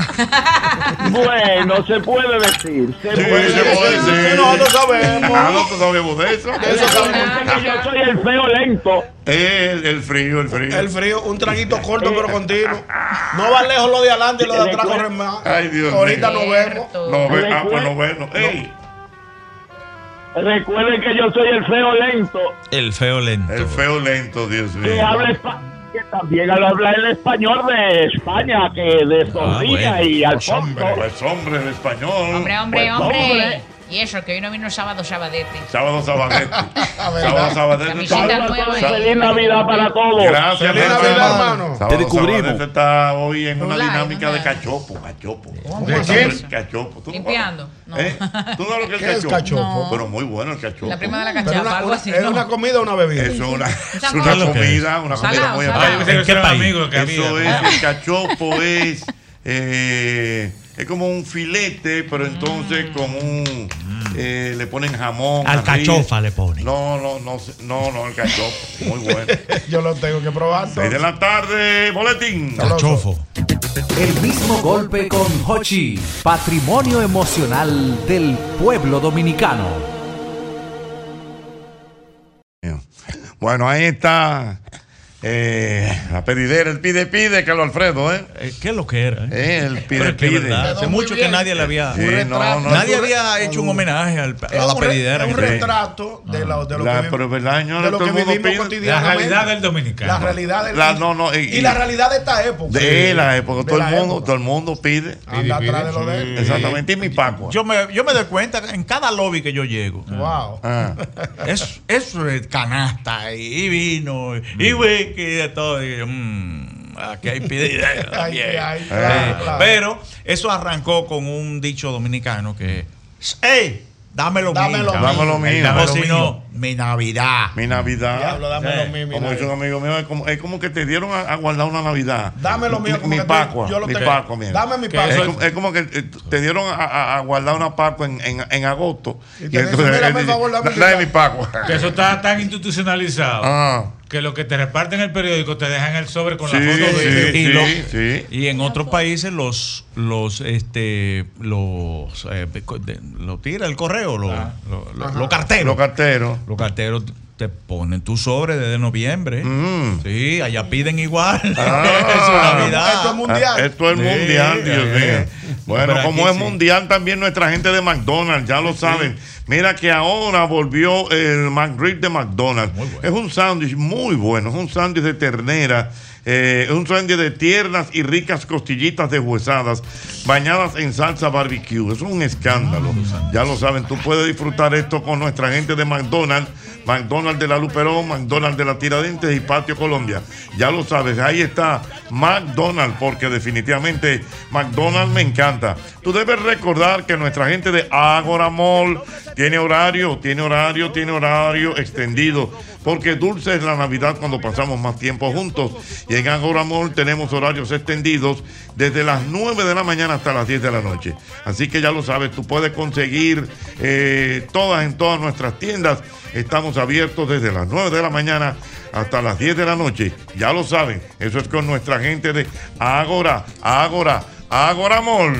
Bueno, se puede decir. Se Sí, puede se puede decir. decir. Nosotros sabemos. Ah, nosotros sabemos de eso. Eso sabemos. Porque yo soy el feo lento. El, el frío, el frío. El frío, un traguito corto pero continuo. No va lejos lo de adelante y lo de atrás corren más. Ay, Dios Ahorita mío. nos vemos. No, ve, ah, pues no bueno. Ey, Recuerden que yo soy el feo lento. El feo lento. el feo lento, Dios Que mío. habla espa- que también habla el español de España, que de Zorrilla bueno. y Pues, Alfonso. hombre. Pues hombre, el español. Hombre, hombre, Pues, hombre. hombre. Y eso, que hoy no vino sábado, sabadete. Sábado Sabadete. verdad. Sábado Sabadete. Camiseta Sábado, nueva. Feliz Navidad para todos. Gracias, Feliz Nelson. Navidad, hermano. Sábado Te descubrimos. Sabadete está hoy en una Rulay, dinámica de ¿verdad? cachopo, cachopo. ¿Cómo ¿De así? qué? Cachopo. ¿Tú no Limpiando. sabes? No. ¿Eh? ¿Tú no sabes lo que es ¿Qué es cachopo? cachopo? No. Pero muy bueno el cachopo. La prima de la Pero cachapa, una- algo una- así. ¿Es ¿no? una comida o una bebida? Eso es una, es sancocho. una ¿Qué es lo que comida, una comida Salado, muy salado. Ay, yo pensé ¿En que qué era un país? amigo que Eso había. es, el cachopo es, eh, es como un filete, pero entonces con un, eh, le ponen jamón. Alcachofa arriba. le ponen. No, no, no, sé- no, no, el cachopo, muy bueno. Yo lo tengo que probar. seis de la tarde, boletín. Cachofo. El mismo golpe con Hochi, patrimonio emocional del pueblo dominicano. Bueno, ahí está eh, la pedidera, el pide pide, Carlos Alfredo, ¿eh? ¿Qué es lo que era? Eh, el pide Pero es que es pide. verdad, hace mucho que nadie le había, Sí, no, no, nadie es un- había hecho un homenaje al- a Es la un re- pedidera. es un Sí. retrato de lo, de lo La- que pero es verdad, señores, de lo todo que el mundo vivimos pide. cotidianamente. La realidad del dominicano. La realidad del La- no, no, y- y, la realidad de esta época. De la época, De todo el la mundo, época. todo el mundo pide. Anda atrás de lo de él. Exactamente, y mi Paco. Yo me, yo me doy cuenta que en cada lobby que yo llego. Wow. Ah. Es, eso es canasta y, y vino y whisky y de todo. Y yo, mm, aquí hay pididera también. Ay, ay, Eh, claro, claro. Pero eso arrancó con un dicho dominicano que ¡ey! Dámelo Dámelo mío. mío. Dámelo mío. O Dámelo si mío. no, mi Navidad. Mi Navidad. Diablo, dame lo mío, mi Como dice un amigo mío, es como, es como que te dieron a, a guardar una Navidad. Dame lo mío, Mi- como Mi que tú- Pascua. yo lo Mi tengo. Pascua, mira. Dame mi Que Pascua. Es como, es como que eh, te dieron a, a- a guardar una Pascua en, en, en agosto. Y te dicen, mira, él por dice, favor, dame mi dame mi Pascua. Que eso está tan institucionalizado Ah. que lo que te reparten en el periódico te dejan el sobre con Sí, la foto de sí, y, sí, lo- sí. y en otros países los los este los eh, de- lo tira el correo los Ah. lo- lo- Ajá. los carteros Los carteros. los carteros te ponen tu sobre desde noviembre. Mm. Sí, allá piden igual. Ah. Es su Navidad. Esto es mundial. Ah, esto es Sí, mundial, Dios eh. mío. Bueno, Pero como aquí es sí. mundial también nuestra gente de McDonald's, ya lo saben. Mira que ahora volvió el McRib de McDonald's. Es un sándwich muy bueno, es un sándwich de ternera, eh, es un sándwich de tiernas y ricas costillitas deshuesadas, bañadas en salsa barbecue. Es un escándalo. Ya lo saben, tú puedes disfrutar esto con nuestra gente de McDonald's. McDonald's de la Luperón, McDonald's de la Tiradentes y Patio Colombia. Ya lo sabes, ahí está McDonald's, porque definitivamente McDonald's me encanta. Tú debes recordar que nuestra gente de Agora Mall tiene horario, tiene horario, tiene horario extendido, porque dulce es la Navidad cuando pasamos más tiempo juntos. Y en Agora Mall tenemos horarios extendidos desde las nueve de la mañana hasta las diez de la noche. Así que ya lo sabes, tú puedes conseguir eh, todas en todas nuestras tiendas. Estamos abiertos desde las nueve de la mañana hasta las diez de la noche. Ya lo saben, eso es con nuestra gente de Agora, Agora, Agora Mall.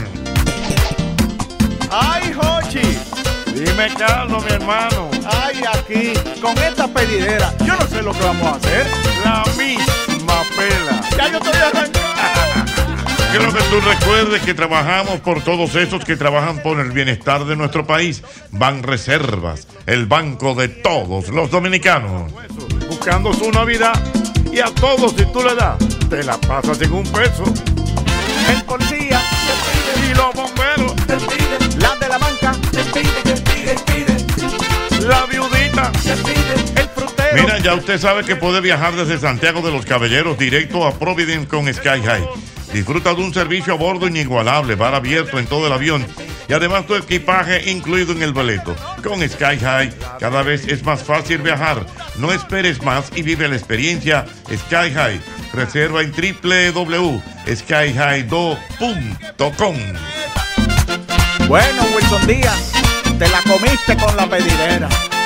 ¡Ay, Jochi! Dime, Carlos, mi hermano. ¡Ay, aquí! Con esta pedidera, yo no sé lo que vamos a hacer. La misma pela. ¡Ya yo estoy arrancado! Quiero que tú recuerdes que trabajamos por todos esos que trabajan por el bienestar de nuestro país. Banreservas, el banco de todos los dominicanos. Buscando su Navidad y a todos si tú le das, te la pasas en un peso. El policía te pide Y los bomberos, te pide. La de la banca te pide, te pide, te pide. la viudita. Te pide. El frutero. Mira, ya usted sabe que puede viajar desde Santiago de los Caballeros directo a Providence con Sky High. Disfruta de un servicio a bordo inigualable, bar abierto en todo el avión y además tu equipaje incluido en el boleto. Con Sky High cada vez es más fácil viajar. No esperes más y vive la experiencia Sky High. Reserva en doble u doble u doble u punto sky high dos punto com. Bueno, Wilson Díaz, te la comiste con la pedidera.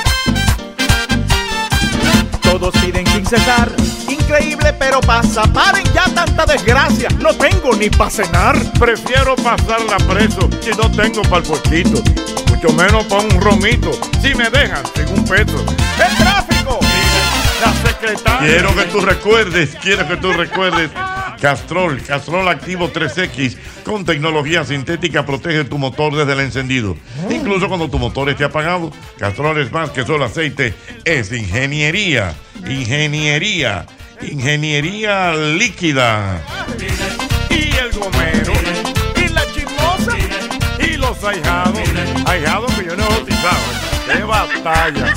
Todos piden sin cesar. Increíble, pero pasa. Paren ya tanta desgracia. No tengo ni para cenar. Prefiero pasarla preso si no tengo para el puestito. Mucho menos para un romito. Si me dejan sin un peso. ¡El tráfico! La secretaria. Quiero que tú recuerdes, quiero que tú recuerdes. Castrol, Castrol Activo tres equis con tecnología sintética protege tu motor desde el encendido. Incluso cuando tu motor esté apagado. Castrol es más que solo aceite, es ingeniería, ingeniería, ingeniería líquida. Y el gomero, Y la chismosa. y los ahijados, ahijados que yo no he bautizado. ¡Qué batalla!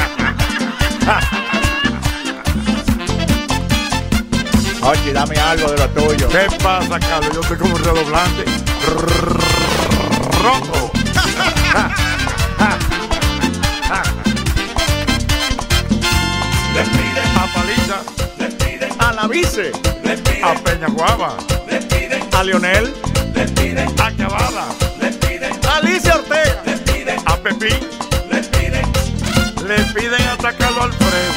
Oye, dame algo de lo tuyo. ¿Qué pasa, Carlos? Yo estoy como un redoblante. Rojo. A Palita, A la vice. a Peñaguaba, A Lionel. a Cavada, A Alicia Ortega. a Pepín. Le piden atacarlo al Alfredo.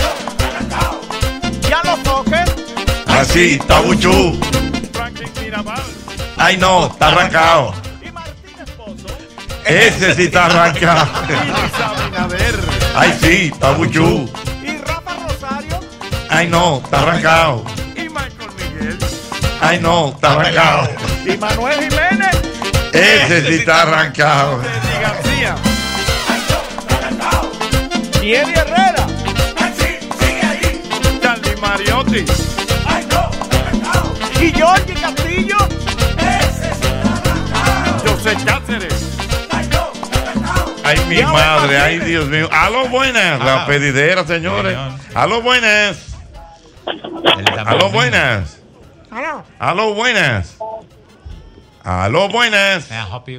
Y a los toques. Así, Tabuchú. Franklin Mirabal. Ay, no, está arrancado. Ese sí está arrancado. Ay, sí, Tabuchú. Y Rafa Ay, no, está arrancado. Y Michael Miguel. Ay, no, está arrancado. Y Manuel Jiménez. Ese sí está arrancado. Y García. Y Eddie Herrera. Charlie Mariotti. Y Jorge Castillo. José Cáceres. Ay, mi madre, ay, Dios mío. Aló, buenas. La pedidera, señores. Aló, buenas. Aló, buenas. Aló. Aló, buenas. Aló, buenas.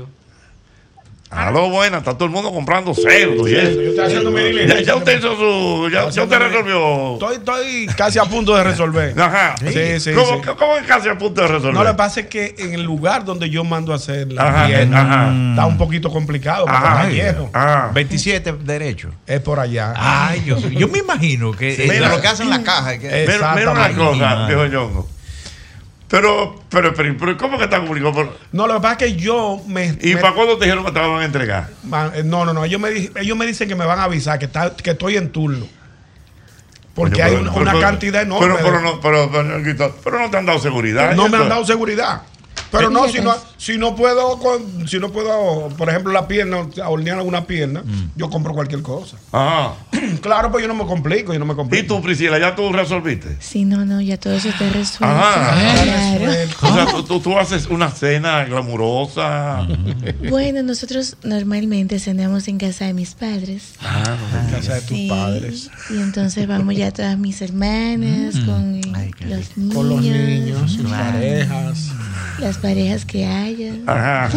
Aló, buenas. Está todo el mundo comprando cerdo y eso. Yo estoy haciendo mi diligencia. Ya, ya usted hizo su. Ya, ya usted resolvió. Estoy, estoy casi a punto de resolver. Ajá. Sí, sí, ¿Cómo, sí. ¿Cómo es casi a punto de resolver? No, lo que pasa es que en el lugar donde yo mando a hacer la Ajá, pierna ajá. está un poquito complicado. Porque Ajá. está lleno. Ah. veintisiete derecho. Es por allá. Ay, yo, yo me imagino que Sí, eh, mira. lo que hacen en la caja. es que- Mira, mira una Exactamente. cosa, viejo Ñongo. Pero, pero, pero, pero, ¿cómo que está complicado? Por- No, lo que pasa es que yo me. ¿Y me- para cuándo te dijeron que te van a entregar? Ma- eh, No, no, no. Ellos me, di- ellos me dicen que me van a avisar que, está, que estoy en turno. Porque Coño, hay pero- una, pero- una pero- cantidad enorme. Pero, pero, de- no, pero, pero, Ñonguito, pero no te han dado seguridad. no me Eso- han dado seguridad. Pero no, si no, si no puedo, con- si no puedo, por ejemplo, la pierna, hornear alguna pierna, yo compro cualquier cosa. Ajá. Claro, pues yo no me complico, yo no me complico. ¿Y tú, Priscila, ya tú resolviste? Sí, no, no, ya todo eso está resuelto. Ajá. Claro. O sea, tú, tú, tú haces una cena glamurosa. Bueno, nosotros normalmente cenamos en casa de mis padres. Ah, en casa de tus Sí. padres. Y entonces vamos ya todas mis hermanas con los niños. Con los niños, sus Claro. parejas. Las parejas que hayan. Ajá.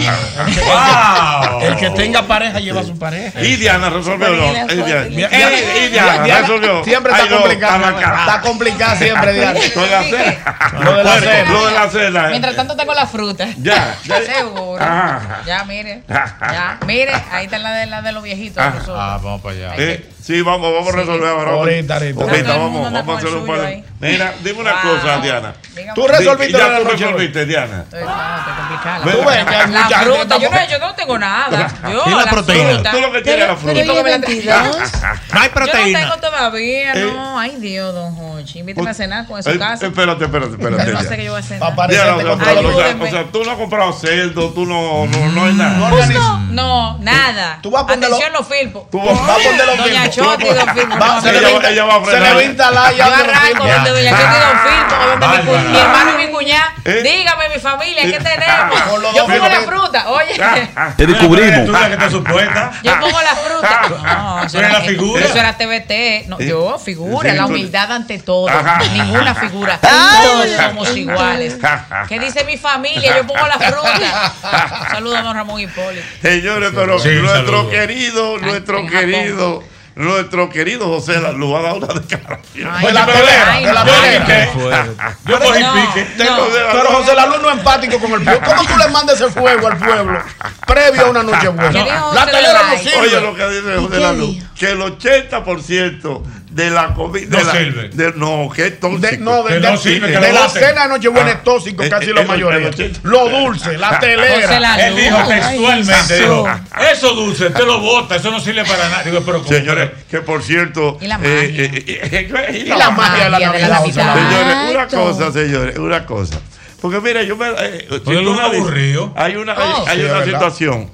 Wow. El que tenga pareja lleva a su pareja. Y Diana resolvió. Ponle No, la y foto. Diana, Diana- y Diana Diana resolvió. siempre está Ay, no, complicada. está marcada. Está complicada siempre, Diana. Lo de la cena. Lo de la cena. Lo de la cena. Mientras tanto tengo la fruta. Ya, ya. Seguro. Ajá. Ya, mire. Ya, mire. Ahí está la de, la de los viejitos. Ah. nosotros. Ah, vamos para allá. Eh, sí, vamos, vamos a resolver ahora. Ahorita, ahorita. Ahorita Todo el vamos, mundo anda vamos a con hacer el un par suyo de. ahí. Mira, dime una Wow. cosa, Diana. Dígame. Tú resolviste Ya la tú noche. resolviste, Diana. Estoy, no, estoy complicada. Tú ves que hay La mucha gente fruta, yo no, tampoco- yo no tengo nada. Yo, ¿Y la proteína? fruta. Tú lo que tienes es la fruta. Y porque me la- veintidós. No hay Yo proteína. no tengo todavía, Eh. no. Ay, Dios, don Jochi. Invítame a cenar con su Eh, casa. Espérate, espérate, espérate. Yo no sé Diana. qué yo voy a cenar. Para parecerte Diana, con o sea, todo lo o sea, Ayúdenme. o sea, tú no has comprado cerdo, tú no, no, no hay nada. Justo, no, nada. Tú vas a ponerlo- Atención, los filpos. Tú vas a poner los Doña filpos. Choti, don Filpo. Va- no, se, no, le no. va, ella va a se le va a frenar. instalar Yo ya. arranco donde Doña Choti y don Filpo, o donde mi, cu- Bárbara. mi hermano y mi cuñada. ¿Eh? Dígame, mi familia, ¿qué Con tenemos? los Yo dos pongo la filpos. fruta, oye. Te descubrimos. Tú sabes que está supuesta. Yo pongo la fruta. No, eso Tú eres era, la figura. eso era T V T. No, Sí. yo, figura, Sí, la tú- humildad ante todo. Ajá. Ninguna figura. Todos somos iguales. ¿Qué dice mi familia? Yo pongo la fruta. Saludos a don Ramón Hipólito. Señores, pero Sí, nuestro saludos. querido, Ay, nuestro en Japón. querido, nuestro querido José la- lo va a dar una declaración. Ay, De la pero- telera, ay, de la no. telera. Yo cogí No, pique. no. Pero José Lalu no es empático con el pueblo. ¿Cómo tú le mandas ese fuego al pueblo previo a una noche ¿Qué buena? dijo La José telera no Lalu? sirve. Oye, lo que dice José qué Lalu, dijo? que el ochenta por ciento de la comida. No de la- sirve. de- no, que es tóxico. De, no, de, Que de- no sirve, que de lo la boten. cena de Nochebuena Ah. es tóxico, Eh, casi eh, la el- mayoría. el ochenta. Lo dulce, la José telera. Lalu. Él dijo textualmente, Ay, dijo, eso. eso dulce, te lo bota, eso no sirve para nada. Digo, pero ¿cómo? Señores, que por cierto. Y la eh, magia. eh, eh, eh, Y la magia de la magia de la Navidad. José Navidad. Lalu. Señores, una Exacto. cosa, señores, una cosa. Porque mira, yo me. Eh, si Porque tú uno analizas, aburrido. Hay una, hay, Oh. hay Sí, una es verdad. situación.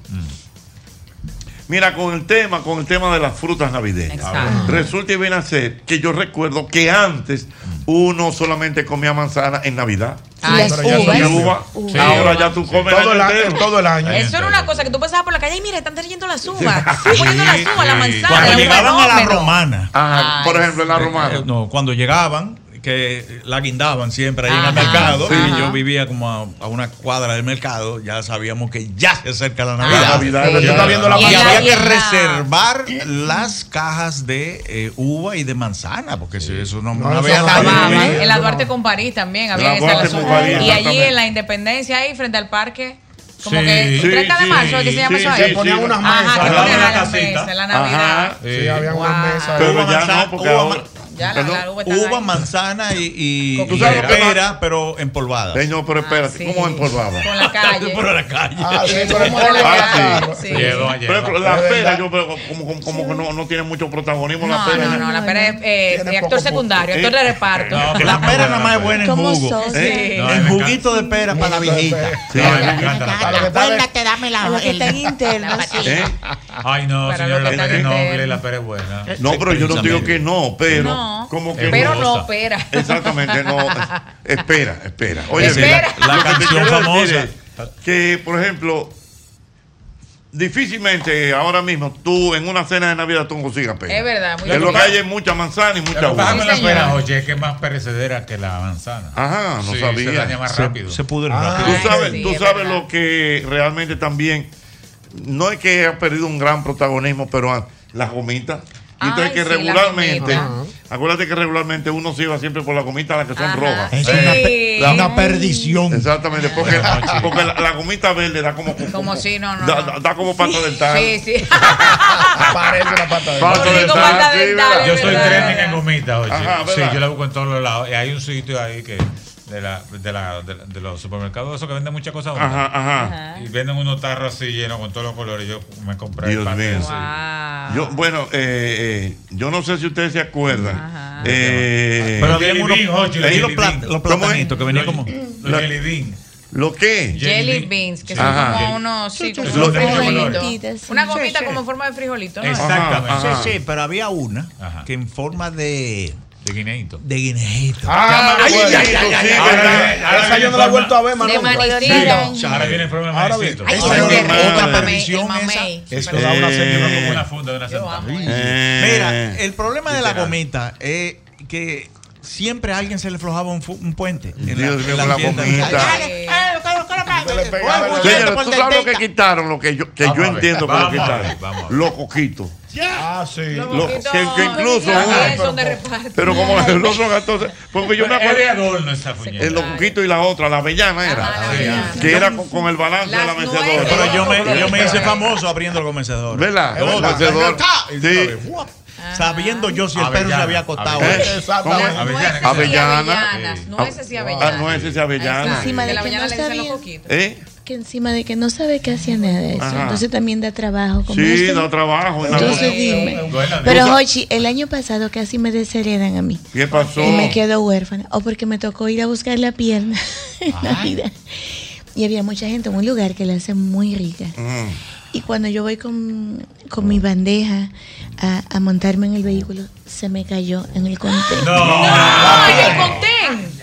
Mira, con el tema, con el tema de las frutas navideñas. Exacto. Resulta y viene a ser que yo recuerdo que antes uno solamente comía manzana en Navidad. Ay, Las pero ya uvas. Y uva. Sí. Ahora ya tú comes Todo el el año año. entero. Todo el año. Eso era una cosa que tú pasabas por la calle y mira, están trayendo las uvas. Están poniendo las uvas, la manzana, Cuando el llegaban a la fenómeno. romana. Ajá, por Ay, ejemplo, en la Eh, romana. No, cuando llegaban, que la guindaban siempre ahí en el Ajá, mercado. sí. Y yo vivía como a, a una cuadra del mercado. Ya sabíamos que ya se acerca la Navidad. La Navidad, sí. es verdad. Yo estaba viendo la Y Y en la- había y que en la- reservar las cajas de eh, uva y de manzana, porque si eso no, no eso había no nada. Acababa. Sí, En la sí, Duarte no. con París también La había esa Duarte las con uvas. París, Y allí exactamente. en la Independencia, ahí frente al parque, como Sí. que el Sí, treinta de sí, marzo, ¿qué se llama sí, eso sí, ahí? sí, Ponían sí. unas Ajá, mesas. que Al lado ponen de a la la casita. mesa, la Ajá. Navidad. Sí, había Wow. unas mesas. Pero Uva, ya manzana, no, porque uva, ahora. Ya la, la uva, está uva ahí. manzana y, y, ¿Tú y sabes lo que pera, pero empolvada. Eh, no, pero espérate, sí. ¿cómo empolvada? Por la calle. Por la calle. Ah, sí, pero es Por la Ah, calle. sí. Sí. Lleva, Pero lleva. la Es pera, verdad. yo pero como, como, como que no, no tiene mucho protagonismo la No, pera. no, no, la pera es eh, Tiene de poco actor secundario, punto. actor de reparto. No, La pera nada más es buena en Como jugo. socia. ¿Eh? No, En me juguito de pera para la viejita. Sí. No, a mí me encanta la A lo que pera. está de- Acuérdate, dame la. A los que el- están internos. la patilla. ¿Eh? Ay, no, Para señor, lo la que pera es está noble, interno. la pera es buena. No, pero yo no digo que no, pero No, como que pero no. no, pera. Exactamente, no. Espera, espera. Oye, Espera. la, La lo que te canción quiero famosa. decir es que, por ejemplo, difícilmente ahora mismo tú en una cena de Navidad tú consigas pera. Es verdad, muy Es lo que difícil. hay es mucha manzana y mucha Lo que pasa uva. con la Sí, pera, señor. oye, es que es más perecedera que la manzana. Ajá, no Sí, sabía. se daña más Se, rápido. se pudre Ah. rápido. Tú sabes, sí, tú es sabes verdad. lo que realmente también no es que ha perdido un gran protagonismo, pero ah, las gomitas. Y Ay, entonces que sí, las regularmente, gomitas. acuérdate que regularmente uno se iba siempre por las gomitas las que son Ajá. rojas. Es Sí. una, pe- La- una perdición. Exactamente, porque, Noche. porque la, la gomita verde da como Como si, no, no, da, no. da- da como pato dental. Sí, sí. Parece una pata de Pato Yo digo dental, pata sí, dental, ¿verdad? Yo es soy verdad. trending en gomitas, oye. Ajá, Sí, ¿verdad? yo la busco en todos los lados. Y hay un sitio ahí que de, la, de, la, de, de los supermercados esos que venden muchas cosas juntas. Ajá, ajá. Y venden unos tarros así llenos con todos los colores. Yo me compré Dios el pan de mío. eso. Wow. Yo, bueno, eh, eh, yo no sé si ustedes se acuerdan. Ajá. Eh, Pero Los había jelly unos bean, Jochi, los ahí los, jelly plat- bean. los platanitos que venían como. Los La- jelly bean. ¿Lo qué? Jelly beans, que son Ajá. como unos, sí, como Lo- unos frijolitos. Gomititas, sí. Una gomita Sí, sí. como en forma de frijolito, ¿no? Exactamente. Ajá. Sí, sí, pero había una Ajá. que en forma de, De guineíto. de guineíto. Ah, Ay, bueno. ay, ay, ay, ay, Ahora ay, viene- ay, ahora Esa viene yo no la he forma- vuelto a ver, mano. De manicito. Sí, ahora viene el problema Ahora manicito. bien. Eso Ay, es mi de rico, madre. el mamey, Perdición el esa. mamey. Eso Súper da una rico. señora Como como una funda de una Yo santa. amo eso. Eh, Mira, el problema de la literal. gomita es que siempre a alguien se le flojaba un, fu- un puente. en Dios mío, en con la tienda. gomita. Ay, Se le pegaba en la- Señores, tú sabes lo que quitaron, lo que yo, que Vamos yo a ver, entiendo que lo vamos a quitaron. ver, vamos a ver. Los coquitos. Ah, sí. Los Lo- poquitos que- que incluso también uno- son de reparto. Pero como los son entonces, porque yo me Es de acuerdo adorno esa puñeta. en los coquitos y la otra, la avellana Ajá, la era, avellana. que era con, con el balance de la Las mecedora. nueces. Pero yo me, yo me hice famoso abriendo el comedor. ¿Verdad? Todo, El mecedor. Sí. sabiendo yo si el perro se Avellana, había acostado. avellana. ¿Eh? Exactamente. ¿Cómo es? Nueces y Avellana. avellanas. Sí. Nueces y Ah, avellanas. nueces y avellana. Encima de la que avellana no le dicen los sabía. coquitos. ¿Eh? Que encima de que no sabe que hacía nada de eso. Ajá. Entonces también da trabajo. Como Sí, eso. da trabajo. en la Entonces cosa. dime. Buena, Pero Dios. Jochi, el año pasado casi me desheredan a mí. ¿Qué pasó? Y me quedo huérfana. O porque me tocó ir a buscar la pierna en Navidad. Y había mucha gente en un lugar que la hace muy rica. Mm. Y cuando yo voy con, con mi bandeja a, a montarme en el vehículo, se me cayó en el contén. No. ¡Ay, el contén!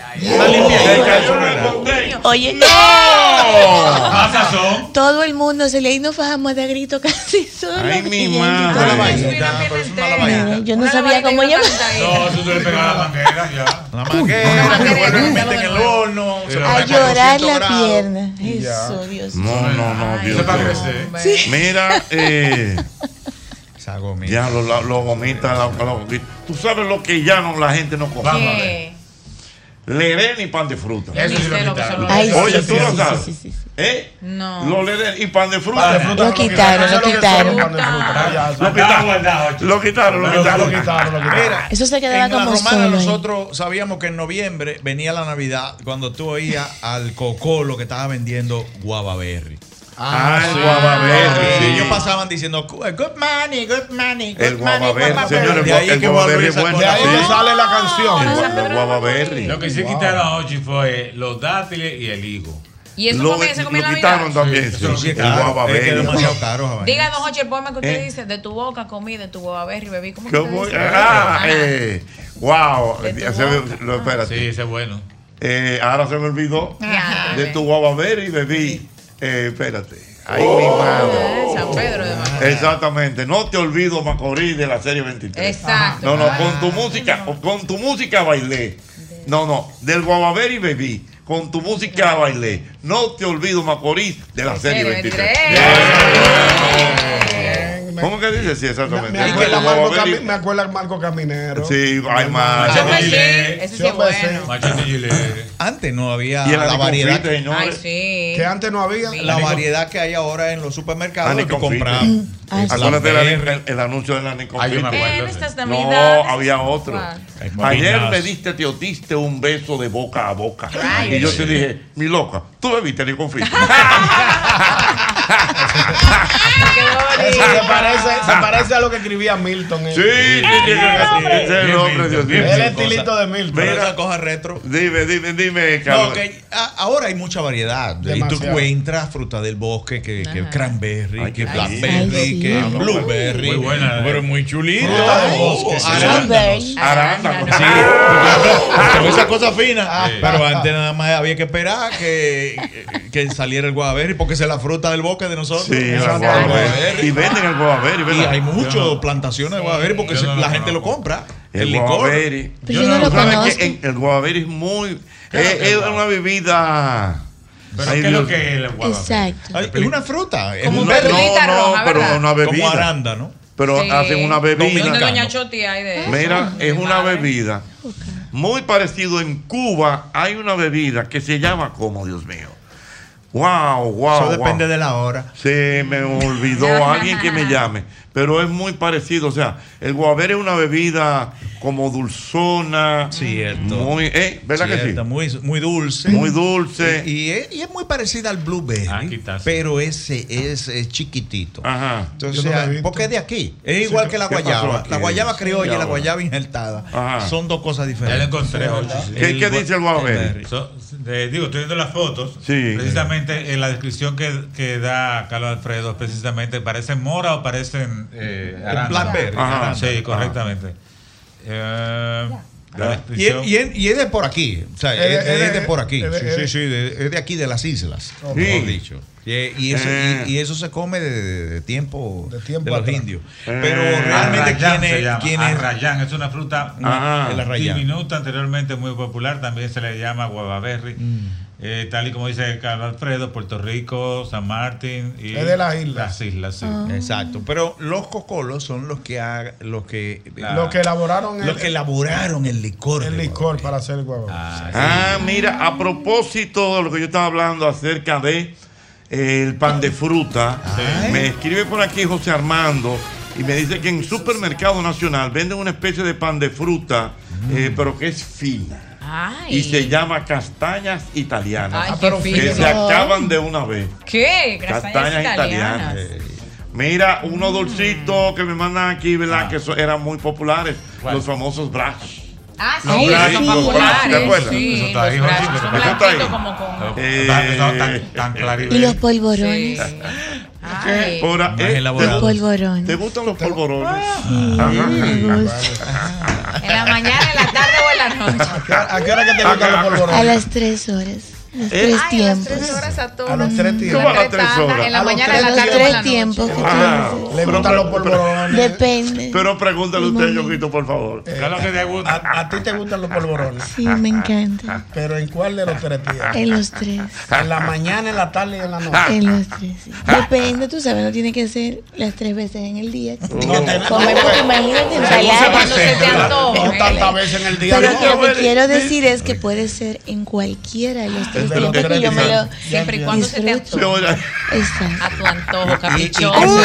Oye, Más sazón. todo el mundo se le y nos fajamos de grito casi solo. Ay, mi Y madre. yo- Una Ay, subí vainita, una pero es una pierna vainita. entera. Yo no Una sabía vainita cómo y una llamar. cantadita. No, tú le pegas la manguera ya. La manguera, manguera, después lo ya, meten en ya, el ya. horno. se lo A meten a llorar doscientos la grados. pierna. Y ya. Eso, Dios mío. No, no, no, Ay, Dios Eso para mío. crecer. Sí. Mira, eh, Esa gomita. ya los lo, lo gomitas, la- la- tú sabes lo que ya no la gente no come. Vamos a ver. ¿Qué? Lerén y pan de fruta. Yo ni Eso sí lo sé lo que quitaron. son los Ay, lerenes. Oye, sí, tú sí, lo sí, sabes. sí, sí, sí. ¿Eh? No. Los lerén y pan de Pan de fruta. fruta Lo quitaron, Eso es lo que quitaron. son, pan de fruta. Ya, Lo quitaron, guardado, lo quitaron, lo Lo quitaron. quitaron, lo quitaron. Mira, Eso se quedaba en la como romana solo ahí. nosotros sabíamos que en noviembre venía la Navidad cuando tú oías al cocolo que estaba vendiendo guavaberry. Ah, el Y guavaberry, sí. ellos pasaban diciendo good money, good money, good El money, guavaberry, guavaberry. señores, De ahí el que guavaberry Juan es Luis bueno. sacó De ahí la- que sale la El, canción. gua- el guavaberry. Lo que sí quitaron a Ochi fue los dátiles y el higo. ¿Y eso Lo, también se comía en lo Navidad? quitaron también. Sí, Sí, eso lo Sí, el claro, es que es guavaberry. demasiado caro esa vaina. Diga, don Jochi, el poema que usted ¿Eh? dice, de tu boca comí, de tu guavaberry bebí. ¿Cómo que ¿Cómo? usted dice? Ah, Ajá. eh, wow. De tu Ya se me- boca. no, espérate. Sí, ese es bueno. Eh, ahora se me olvidó. Ya, De bebé. tu guavaberry bebí. Eh, espérate. Ay, mi madre. Eh, San Pedro de Macorís. Exactamente. No te olvido, Macorís, de la serie veintitrés. Exacto. No, no, con tu música, con tu música bailé. No, no, del guavaberry bebí. Con tu música bailé. No te olvido, Macorís, de la serie Serie veintitrés. veintitrés. Bien. ¿Cómo que dice? Sí, exactamente. Me acuerda Marco, Cami, me acuerda Marco Caminero. Sí, hay más. Ese sí es bueno. Antes no había Y el la variedad. Confite, señores. Ay, sí. Que antes no había. La variedad que hay ahora en los supermercados Ani que Confite. compramos. Acuérdate la- el, el anuncio de la Ani Ay, yo me Confite. acuerdo. En estas No, navidades. había otro. ¿Cuál? Ayer Más. me diste, te diste un beso de boca a boca. Ay, y yo sí. te dije, mi loca, tú bebiste ni confite. Eso se parece, se parece a lo que escribía Milton. Sí, sí, sí, sí, ese es el nombre, Dios mío. El estilito de Milton. Pero Mira. esa cosa retro. Dime, dime, dime, Carlos. No, que a- ahora hay mucha variedad. Y tú Demasiado. encuentras fruta del bosque, que, que Ajá. cranberry, Ay, que qué blackberry, sí. que Ay, sí. blueberry. Muy buena, ¿eh? Pero muy chulito. Fruta del bosque. Oh, arándanos. Arándano. Sí, con esa cosa fina. Pero antes nada más había que esperar que, que saliera el guavaberry, porque esa es la fruta del bosque de nosotros. Sí, el Esa guavaberry. Y venden el guavaberry, Y ¿verdad? hay muchas plantaciones de guavaberry porque Yo se- no lo la gente lo conozco. compra. El, El licor. guavaberry. Pero yo no lo Tú sabes conozco. que en- el guavaberry es muy. Es, es una bebida. Pero Ay, ¿qué es lo Dios. que es el guava? Exacto. Ay, es una fruta. Es Como un un verde. verdurita no, roja, pero ¿verdad? una Como bebida. arándano. Pero Sí. hacen una bebida. ¿Dónde Dominicano. doña Choti hay de eso? Mira, es Mi una madre. bebida muy parecido. En Cuba hay una bebida que se llama como, Dios mío. Wow, wow. Eso depende wow. de la hora. Se me olvidó alguien que me llame, pero es muy parecido. O sea, el guavaberry es una bebida como dulzona. Cierto. Muy, ¿eh? ¿Verdad que sí? Cierto, muy, muy dulce. Muy dulce. Y, y es, y es muy parecida al blueberry, Ah, quizás. pero ese es, es chiquitito. Ajá. Entonces, Yo no lo he visto. porque es de aquí. Es igual que la ¿qué pasó guayaba. aquí? La guayaba criolla y la ahora? guayaba injertada. Ajá. Son dos cosas Ya diferentes. lo encontré, Jochi, sí. ¿Qué, El qué gua- dice el guavaberry? So- de- digo, estoy viendo las fotos. Sí. Precisamente en la descripción que, que da Carlos Alfredo, precisamente parecen mora o parecen eh, arándanos. blackberry, Ajá, arándanos. sí, correctamente. Eh, la Y descripción. es, y es- y es de por aquí. O sea, es, Es de- es de por aquí. es de- Sí, es sí, de- sí. de- es de aquí, de las islas. Sí. Mejor dicho. Y, y eso, Eh. y, y eso se come de, de- de tiempo De de, tiempo los atrás. indios. Eh. Pero realmente, Arrayán ¿quién se es? llama. quién es? Arrayán es una fruta Ajá. El arrayán. diminuta, anteriormente muy popular, también se le llama guavaberry. Mm. Eh, tal y como dice Carlos Alfredo, Puerto Rico, San Martín y Es de las islas. Las islas, sí. Exacto. Pero los cocolos son los que ha- los que Los que elaboraron el, los que elaboraron el licor. el de licor guavaberry. para hacer el guava. Ah, mira, a propósito de lo que yo estaba hablando acerca de eh, el pan de fruta, me escribe por aquí José Armando y me dice que en Supermercado Nacional venden una especie de pan de fruta, eh, pero que es fina. Ay. Y se llama castañas italianas. Ay, Ah, qué pero fino. que se acaban de una vez. ¿Qué? Castañas italianas. Mira, unos dulcitos que me mandan aquí, ¿verdad? Que so- eran muy populares. Los famosos brachos. Ah, sí, Los brachos, son los brachos, ¿te populares. acuerdas? Sí, Eso está los ahí, brachos Jochi, son pero- Eso está ahí. blanquitos como con... Eh, Tan, tan, tan clarito. Y los polvorones. Sí. Ay. Ahora, Más eh, ¿te, elaborados. Los polvorones. te gustan los polvorones? Sí, me gusta. En la mañana, en la tarde o en la noche. ¿A qué hora- ¿A qué hora que te gustan los A polvorones? las tres horas. Los tres Ay, a las tiempos. tres horas a todos. A los tres tiempos. ¿Cómo a las tres horas? En la A los mañana, en la Los tarde o en la tres noche. tiempos que tú Ah, dices. Le gustan los polvorones. Depende. Pero pregúntale usted, Yoquito, por favor. ¿Qué es lo que te gusta? A, a ti te gustan los polvorones. Sí, me encanta. Pero ¿en cuál de los tres días? En los tres. En la mañana, en la tarde y en la noche. En los tres. Sí. Depende, tú sabes, no tiene que ser las tres veces en el día. Comer, No. porque imagínate, ensalada. Cuando se te antoje. No tantas veces en el día. Pero no. lo que quiero decir es que puede ser en cualquiera de los tres De los tiempos que tres yo me lo días. Siempre y cuando se te disfruto. antoje. Exacto. A tu antojo, Y- y caprichoso. que se-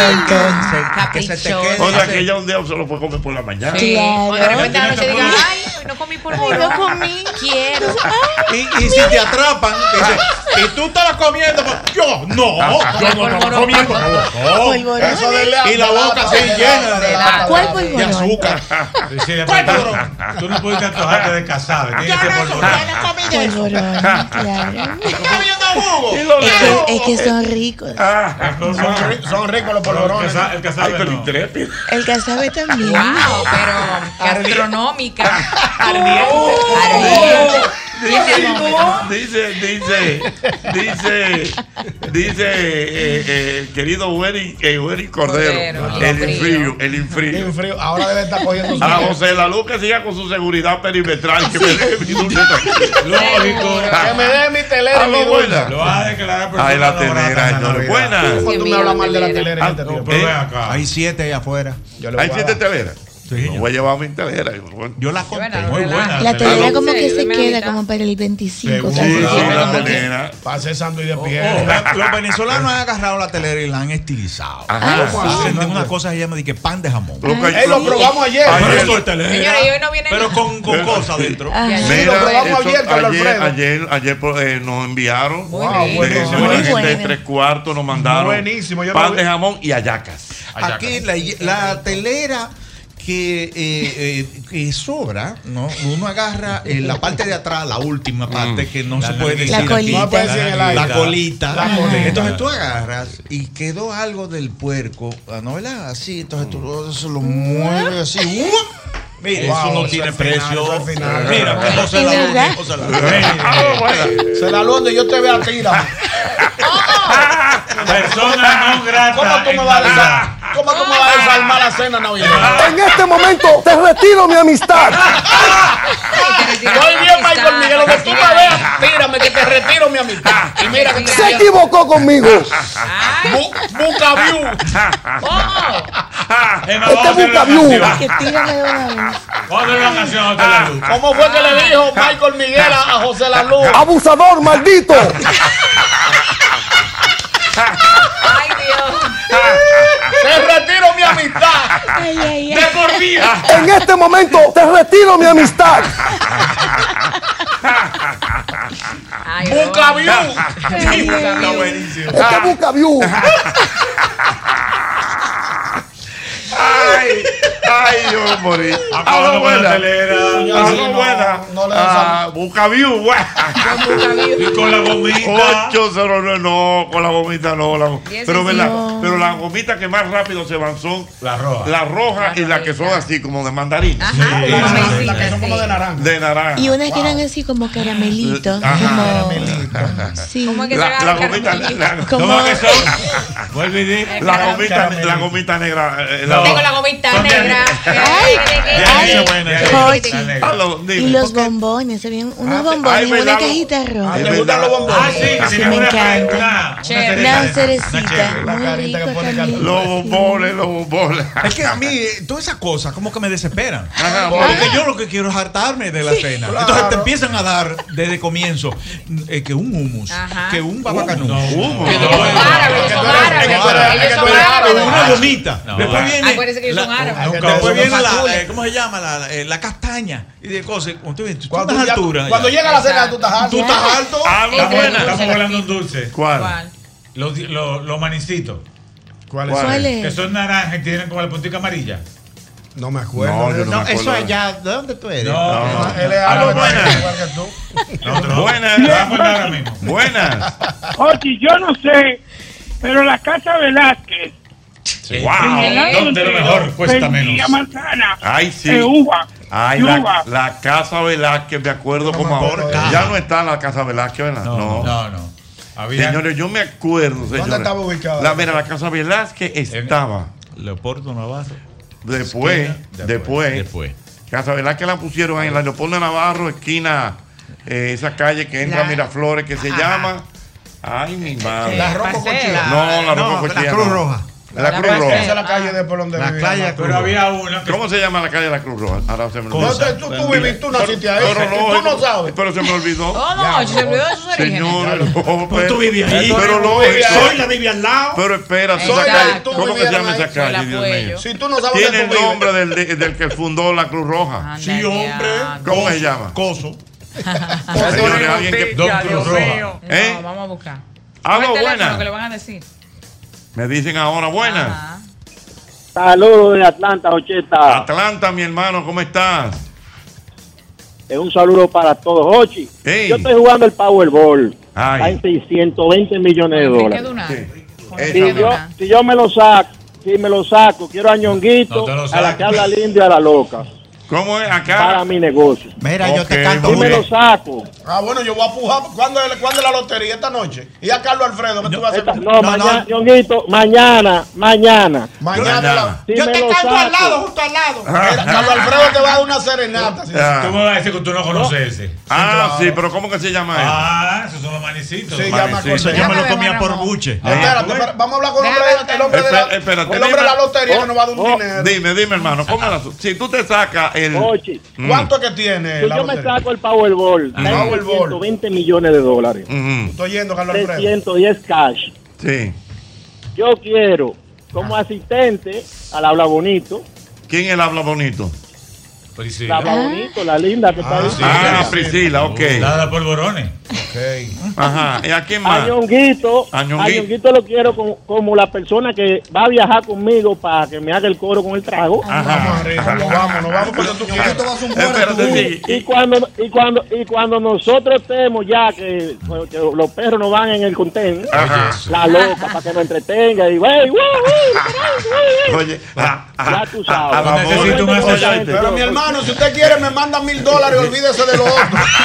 que se te Caprichoso. quede- O sea, que ella un día se lo fue a comer por la mañana. Sí. Claro. O de repente a la noche diga, ay, hoy no comí por Ay, no comí. Quiero. Y, y si te atrapan, dice, y tú estabas comiendo, pues, yo no, yo no estaba comiendo. No. Polvorones. Eso de la- Y la boca así de la- llena de, de la- ¿Cuál de polvorón? azúcar. Sí, de pronto, tú no pudiste antojarte de casado. Tiene que ser polvorón. Polvorones, claro. jugo. Es que, es que son ricos. Son, ri- son ricos los polvorones. El, el casabe pero no. intrépido. El casabe también. Wow, pero gastronómica. Oh. Ardiente. Dice, dice, dice, dice, eh, eh, querido Wendy, eh, Wendy Cordero, Cordero, el infrío, el infrío. El frío. Ahora debe estar cogiendo su A José La Luz que siga con su seguridad perimetral, que me dé mi dulce. Lógico. Que me dé mi telera y mi dulce. Lo vas a declarar por Ay, la telera, señores. Buenas. ¿Cómo tú me hablas mal de la telera? Ah, no, pero ven acá. Hay siete ahí afuera. Hay siete teleras. Sí, no voy a llevar mi telera. Yo la compré. Muy buena. La telera como que Sí, se me queda agita. como para el veinticinco. Sí, casi. sí, la Como que- telera. Para hacer sándwich de Oh, piel. oh, los venezolanos han agarrado la telera y la han estilizado. Ajá. ¿Cómo así? Venden una cosa que se llama de que pan de jamón. Lo que- Ey, lo probamos ayer. Pero eso es telera. Señores, y hoy no viene Pero nada. con, con cosas dentro. Ah. Sí, lo probamos eso, ayer, Carlos ayer, Alfredo. ayer, ayer, eh, nos enviaron Wow, de, buenísimo. de Muy la gente de bueno. tres cuartos, nos mandaron Buenísimo, yo pan lo vi. de jamón y hallacas. Aquí la, la telera que, eh, eh, que sobra, ¿no? Uno agarra en la parte de atrás, la última parte, que no La se puede decir La aquí. colita. No puede decir en el aire. La colita. La colita. Entonces tú agarras y quedó algo del puerco, ¿no verdad? Así, entonces tú eso lo mueves así. ¡uh! Mira, Wow, eso no eso tiene al final, precio. eso al final. Mira, ¿cómo se ¿Es la verdad? luz? José la luz. Se la luz donde yo te vea, tira. Persona no grata. ¿Cómo tú me en vas a Navidad. desar- ¿Cómo tú me vas a desarmar la cena navideña? En este momento te retiro mi amistad. Estoy bien, Michael Miguel. Donde tú me veas, tírame que te retiro mi amistad. Y mira que te Se equivocó conmigo. Bucaviu. Es más, Este vamos a hacer la Bucaviu. canción. Que tírame de una vez. Vamos a hacer una canción a José La Luz. ¿Cómo fue que le dijo Michael Miguel a a José La Luz? Abusador maldito. Ay, Dios. Te retiro mi amistad. Ay, ay, De ay. por vida. En este momento te retiro mi amistad. Ay, Bucaviu. Está buenísimo. Este Bucaviu. Ay, ay, yo me morí. Acabando Algo con la buena. telera. Algo buena. no le Ah, Bucaviu, buena. Y con la gomita. ocho cero nueve, no, con la gomita no. La, pero, ¿verdad? No. pero las gomitas que más rápido se van son La roja. las rojas y las que son así como de mandarina. Ajá. Sí. La- Sí, la que son sí. como de naranja. De naranja. Y unas que eran así como caramelitos. Ajá. Como, sí. ¿Cómo es que se La, la agarra el gomita, caramelito? la, Como- ¿Cómo que son? Vuelve y di. la gomita, la gomita negra. eh, No. Tengo la gomita Son de- negra. Ay, Ya, ay, esa es buena. Jochi. La negra. Ah, lo- dime, Y los ¿por qué? bombones, se ven unos Ah, bombones ay, en una ¿verdad? cajita Ah, roja. Es ¿te gustan verdad. los bombones? Ah, sí, que Sí, tiene me una encanta. una- una Chévere. cereza. Una cerecita, chévere. La muy carita que rico pone también. Los Sí. bombones, los bombones. Es que a mí, eh, todas esas cosas como que me desesperan. Ajá, Porque yo lo que quiero es hartarme de la cena. Claro. Entonces te empiezan a dar desde comienzo eh, que un hummus, Ajá. que un babacanú. No, Humo. que Ellos son árabes, ellos son árabes. que tú eres- Ellos que son tú eres árabes. árabe. Una gomita. No. Después viene. Acuérdense que ellos son árabes. la- Nunca Después usan viene la, azules. eh, ¿cómo se llama? La, la, eh, la castaña y de cosas. Cuando tú, tú Cuando, estás ya- a altura. cuando ya. llega la cena, tú estás alto. Tú estás alto. Algo Entre buena. dulce. Estamos hablando de un dulce. ¿Cuál? ¿Cuál? Los, di- los, los manicitos. ¿Cuál ¿Cuál? ¿Cuál Que es? son naranjas y tienen como la puntica amarilla. No me acuerdo. No, yo no No, me acuerdo. eso es ya. ¿De dónde tú eres? No, No. no. Él es Algo árabe, buena. igual que tú. Nosotros Buenas. vamos a poner ahora mismo. Buenas. Oye, yo no sé, pero la casa Velázquez, Wow. en el año ¿Dónde lo entero, mejor cuesta vendía menos? manzana, Ay, sí. de uva, Ay, de la, uva. la Casa Velázquez, me acuerdo No como me ahora. acuerdo de Ya ella. no está la Casa Velázquez, ¿verdad? No, no, no. Había Señores, yo me acuerdo, señores. estaba ubicada? La, mira, la Casa Velázquez estaba Leopoldo Navarro. después, Esquina, después, después. Casa Velázquez la pusieron ahí en la Leopoldo Navarro, esquina, eh, esa calle que entra La- a Miraflores, que se Ajá. llama. Ay, mi madre. La Rocco Parcela. Cochilla. No, la No, Rocco la Cochilla Cruz no. Roja. La, La Cruz Parcela. Roja. Esa es la calle de por donde La vivía calle mamá. Pero había una que ¿Cómo se llama la calle de la Cruz Roja? Ahora se me olvidó. No, tú, tú, tú viviste, tú naciste ahí. Pero y tú no sabes. Pero se me olvidó. Oh, no, se olvidó de sus orígenes. Señores, no, Pues tú vivías ahí. Pero no, Soy la vive al lado. Pero espera, Exacto. esa calle, Tú ¿cómo que se vivieron llama esa ahí. calle, Soy la Dios mío? Puello. Si tú no sabes Tiene dónde el tú vives. nombre del, de- del que fundó la Cruz Roja. Anda, Sí, hombre. diablo. ¿Cómo se llama? Coso. Señores, alguien que. Don Cruz Roja. ¿Eh? No, vamos a buscar. Aló, ¿Cuál teléfono buena. que le van a decir? Me dicen ahora, buena. Ajá. Saludos de Atlanta, Ocheta. Atlanta, mi hermano, ¿cómo estás? Es un saludo para todos. Ochi, Ey. yo estoy jugando el Powerball. Ay. Hay seiscientos veinte millones de Enrique dólares. Dunán. Sí. Con Esa Si Enrique yo, Dunán. si yo me lo saco, si me lo saco, quiero a Ñonguito, No te lo a la saques. que habla linda y a la loca. ¿Cómo es acá? Para mi negocio. Mira, yo te Ok, canto Y me lo saco. Ah, bueno, yo voy a pujar. ¿Cuándo es, ¿cuándo es la lotería? Esta noche. Y a Carlos Alfredo, ¿qué tú vas a Esta- hacer? no, mañana, Ñonguito, mañana, mañana. Mañana. Mañana. Si Yo me te lo canto al saco. lado, justo al lado. Mira, Carlos Alfredo te va a dar una serenata. sí. Ah. Tú me vas a decir que tú no conoces ese. Ah, sí, pero ¿cómo que se llama él? Ah, esos son los manicitos. Sí, los ya me manicitos. acordé. Yo me lo Déjame comía ver, por Ramón. buche. Espérate, espérate, vamos a hablar con el hombre, Déjame el hombre de la, Espera, espérate, el hombre de la dime. lotería que nos va a dar un Oh, dinero. Dime, dime, hermano, ¿cómo es la su- Si tú te sacas el. Oye, Mm. ¿Cuánto es que tiene si la yo me lotería? saco el Powerball, está en Powerball. trescientos veinte millones de dólares. Ujú. Estoy yendo, Carlos Alfredo. trescientos diez cash. Sí. Yo quiero, como asistente al habla bonito, ¿Quién es el habla bonito? la Priscila. habla bonito, la linda que está ahí. Ah, Priscila, ok. La de los polvorones. Ajá. ¿Y a quién A más? Ñonguito, A a Ñonguito. Ñonguito lo quiero como, como la persona que va a viajar conmigo para que me haga el coro con el trago. Vamos arriba, nos vamos, nos vamos porque tú quieres. Espérate, sí. Y cuando y cuando y cuando nosotros estemos ya que, que los perros no van en el contén, Ajá. la loca para que me entretenga y wey, wey, wey, wey, Oye, ah, ah, ya tú ah, sabes. a la Necesito bola. un Oye, asistente. Pero mi hermano, si usted quiere, me manda mil dólares y olvídese de lo otro.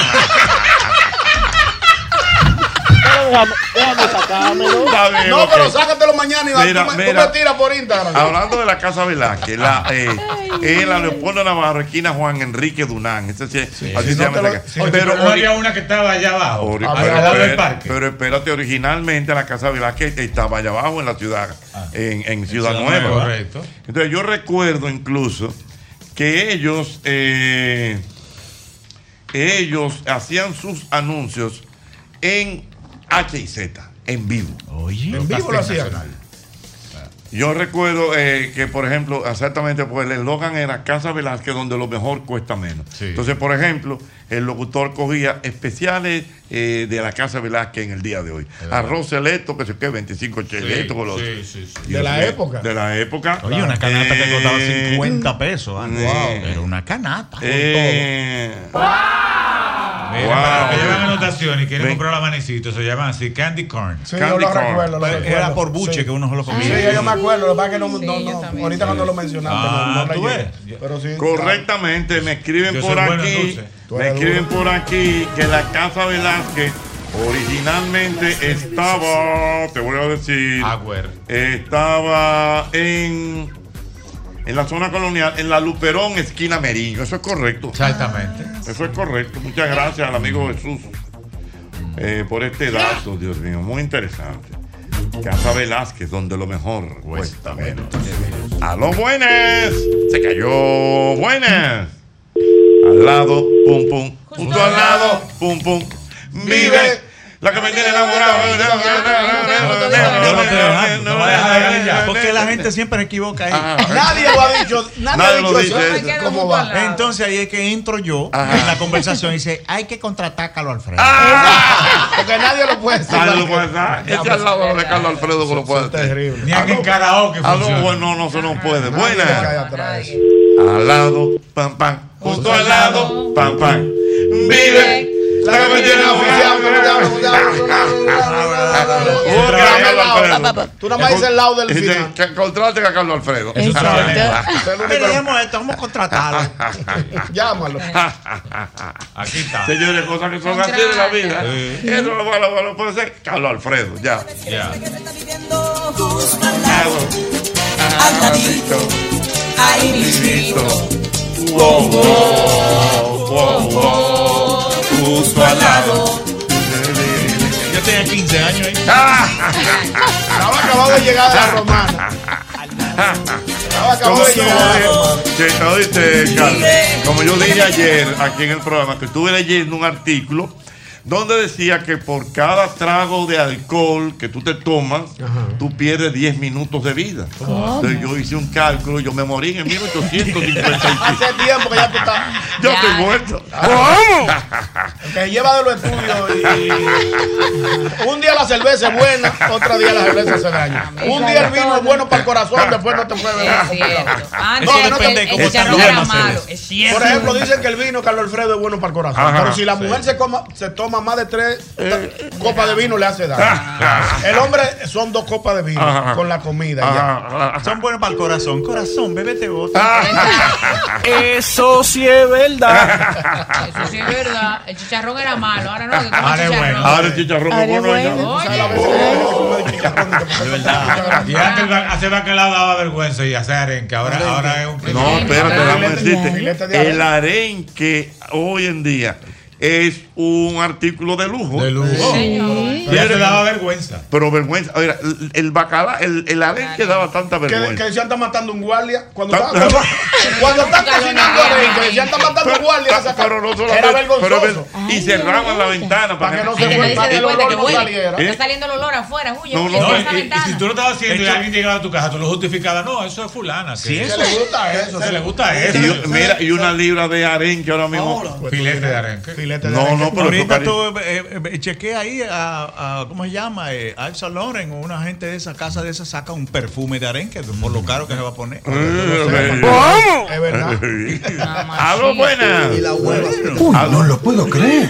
Pero déjame, déjame sacármelo. Está bien, No, ok. pero sácatelo mañana y va- Mira, tú, me, tú mira. me tiras por Instagram. Hablando de la Casa Velázquez, la, eh, es la Leopoldo Navarro, esquina Juan Enrique Dunán. Ese sí, así Si se no llama te lo- esa casa. si Oye, pero, pero no ori- había una que estaba allá abajo. ori- al pero lado del espérate, parque. pero espérate, originalmente la Casa Velázquez estaba allá abajo en la ciudad, en, en Ciudad Ciudad Nueva. Nueva, correcto. Entonces yo recuerdo incluso que ellos, eh, ellos hacían sus anuncios en H I Z, en vivo. Oye, En vivo lo hacían. Yo recuerdo eh, que, por ejemplo, exactamente, pues el eslogan era Casa Velázquez, donde lo mejor cuesta menos. Sí. Entonces, por ejemplo, el locutor cogía especiales eh, de la Casa Velázquez en el día de hoy. Arroz selecto, que se quede veinticinco cheletos. con los- sí, sí, sí. De la mío, época. De la época. Oye, una canasta que costaba Eh, cincuenta pesos. ah, mm, wow, era una canasta. eh, Mira, Wow. para los que llevan anotación y quieren Ven. comprar los manicitos, se llaman así Candy Corn. Sí, Candy yo lo corn. recuerdo, lo Era recuerdo. por buche Sí. que uno se lo Sí, comía. yo me acuerdo, lo que pasa es que no, Sí, no, yo no, también. ahorita cuando lo mencionaste, Ah, no, no tú leí. ves. Pero sí, Correctamente, me escriben Yo por soy bueno en aquí. dulce. Tú Me eres escriben duro. por aquí que la Casa Velázquez originalmente estaba, te voy a decir, Agüer. estaba en, en la zona colonial, en la Luperón, esquina Meriño. Eso es correcto. Exactamente. Eso es correcto. Muchas gracias al amigo Jesús eh, por este dato, Dios mío, muy interesante. Casa Velázquez, donde lo mejor cuesta menos. A los buenas. Se cayó. Buenas. Al lado, pum, pum. Justo al lado, pum, pum. Vive. La que me tiene enamorado. No va a dejar de ya, porque la gente siempre se equivoca ahí. Nadie lo ha dicho, nadie, Nadie ha lo dicho dice eso. eso. ¿Cómo va? Entonces ahí es que entro yo Ajá. en la conversación y dice, hay que contratar a Carlos Alfredo. Porque nadie lo puede decir. Nadie lo puede dar. Ese al lado de Carlos Alfredo que lo puede hacer. Terrible. Ni en karaoke Ah, no, funciona. bueno, no, eso no puede. Nadie le cae Buenas. atrás. Al lado, pam, pam. Justo al lado, pam, pam. Vive. La que me tiene enamorado. Tú nada más dices el lado del final. Que contraten a Carlos Alfredo. Queremos esto, vamos a contratarlo. Llámalo. Aquí está. Señores, cosas que son así de la vida. Eso lo, lo, lo puede hacer Carlos Alfredo, ya. Ya. Al ladito, ahí mismito. Wow, wow, wow, wow. Justo al lado. Yo tenía quince años ahí. Estaba acabado de llegar de la romana. Estaba acabado de llegar de la romana. Que, oíste, Carlos, como yo dije ayer aquí en el programa, que estuve leyendo un artículo donde decía que por cada trago de alcohol que tú te tomas, tú pierdes diez minutos de vida. Entonces yo hice un cálculo, yo me morí en el mil ochocientos cincuenta y cinco. Hace tiempo que ya tú estás. Yo estoy muerto. ¿Cómo? El que lleva de los estudios y un día la cerveza es buena, otro día la cerveza se daña. Un día el vino es bueno para el corazón, después no te puede beber. Es cierto. Antes No, no, el- no, el ¿cómo chicharrón está? era malo. Es cierto. Por ejemplo, dicen que el vino Carlos Alfredo es bueno para el corazón. Ajá, pero si la sí. mujer se, coma, se toma toma más de tres eh, copas de vino, le hace daño. El hombre son dos copas de vino ajá, con la comida. Ajá, ya. Son buenos para el corazón. Corazón, bébete otro. Eso sí es verdad. Eso sí es verdad. El chicharrón era malo. Ahora no. Ahora es bueno. Ahora el chicharrón es bueno. De verdad. Y antes hacer bacalao daba vergüenza y hacer arenque. Ahora, ahora es un. No, espérate, déjame decirte. El arenque hoy en día es un artículo de lujo. De lujo. Sí. Ya te daba vergüenza. Pero vergüenza. Oiga, el, el bacalao, el, el arenque daba tanta vergüenza. Que, que decían está matando un guardia. Cuando está, cuando, cuando están cocinando arenque, decían está matando un guardia. Pero no solamente. Era vergonzoso. Pero, y cerraban la ventana para que no se vuelva. El olor no saliera. Está saliendo el olor afuera. Huye, no, no, no, y, y si tú lo estabas haciendo y alguien llegaba a tu casa, tú lo justificabas. No, eso es fulana. Sí, eso le gusta eso. Se le gusta eso. Mira, y una libra de arenque ahora mismo. Filete de arenque. Filete de No, no, pero ahorita tú eh, eh, chequea ahí a, a ¿cómo se llama? Eh, a Yves Saint Laurent o una gente de esa casa de esa saca un perfume de arenque por lo caro que se va a poner. ¿Cómo? Es verdad. Aló, buenas. Y la hueva. Uy, no lo puedo creer.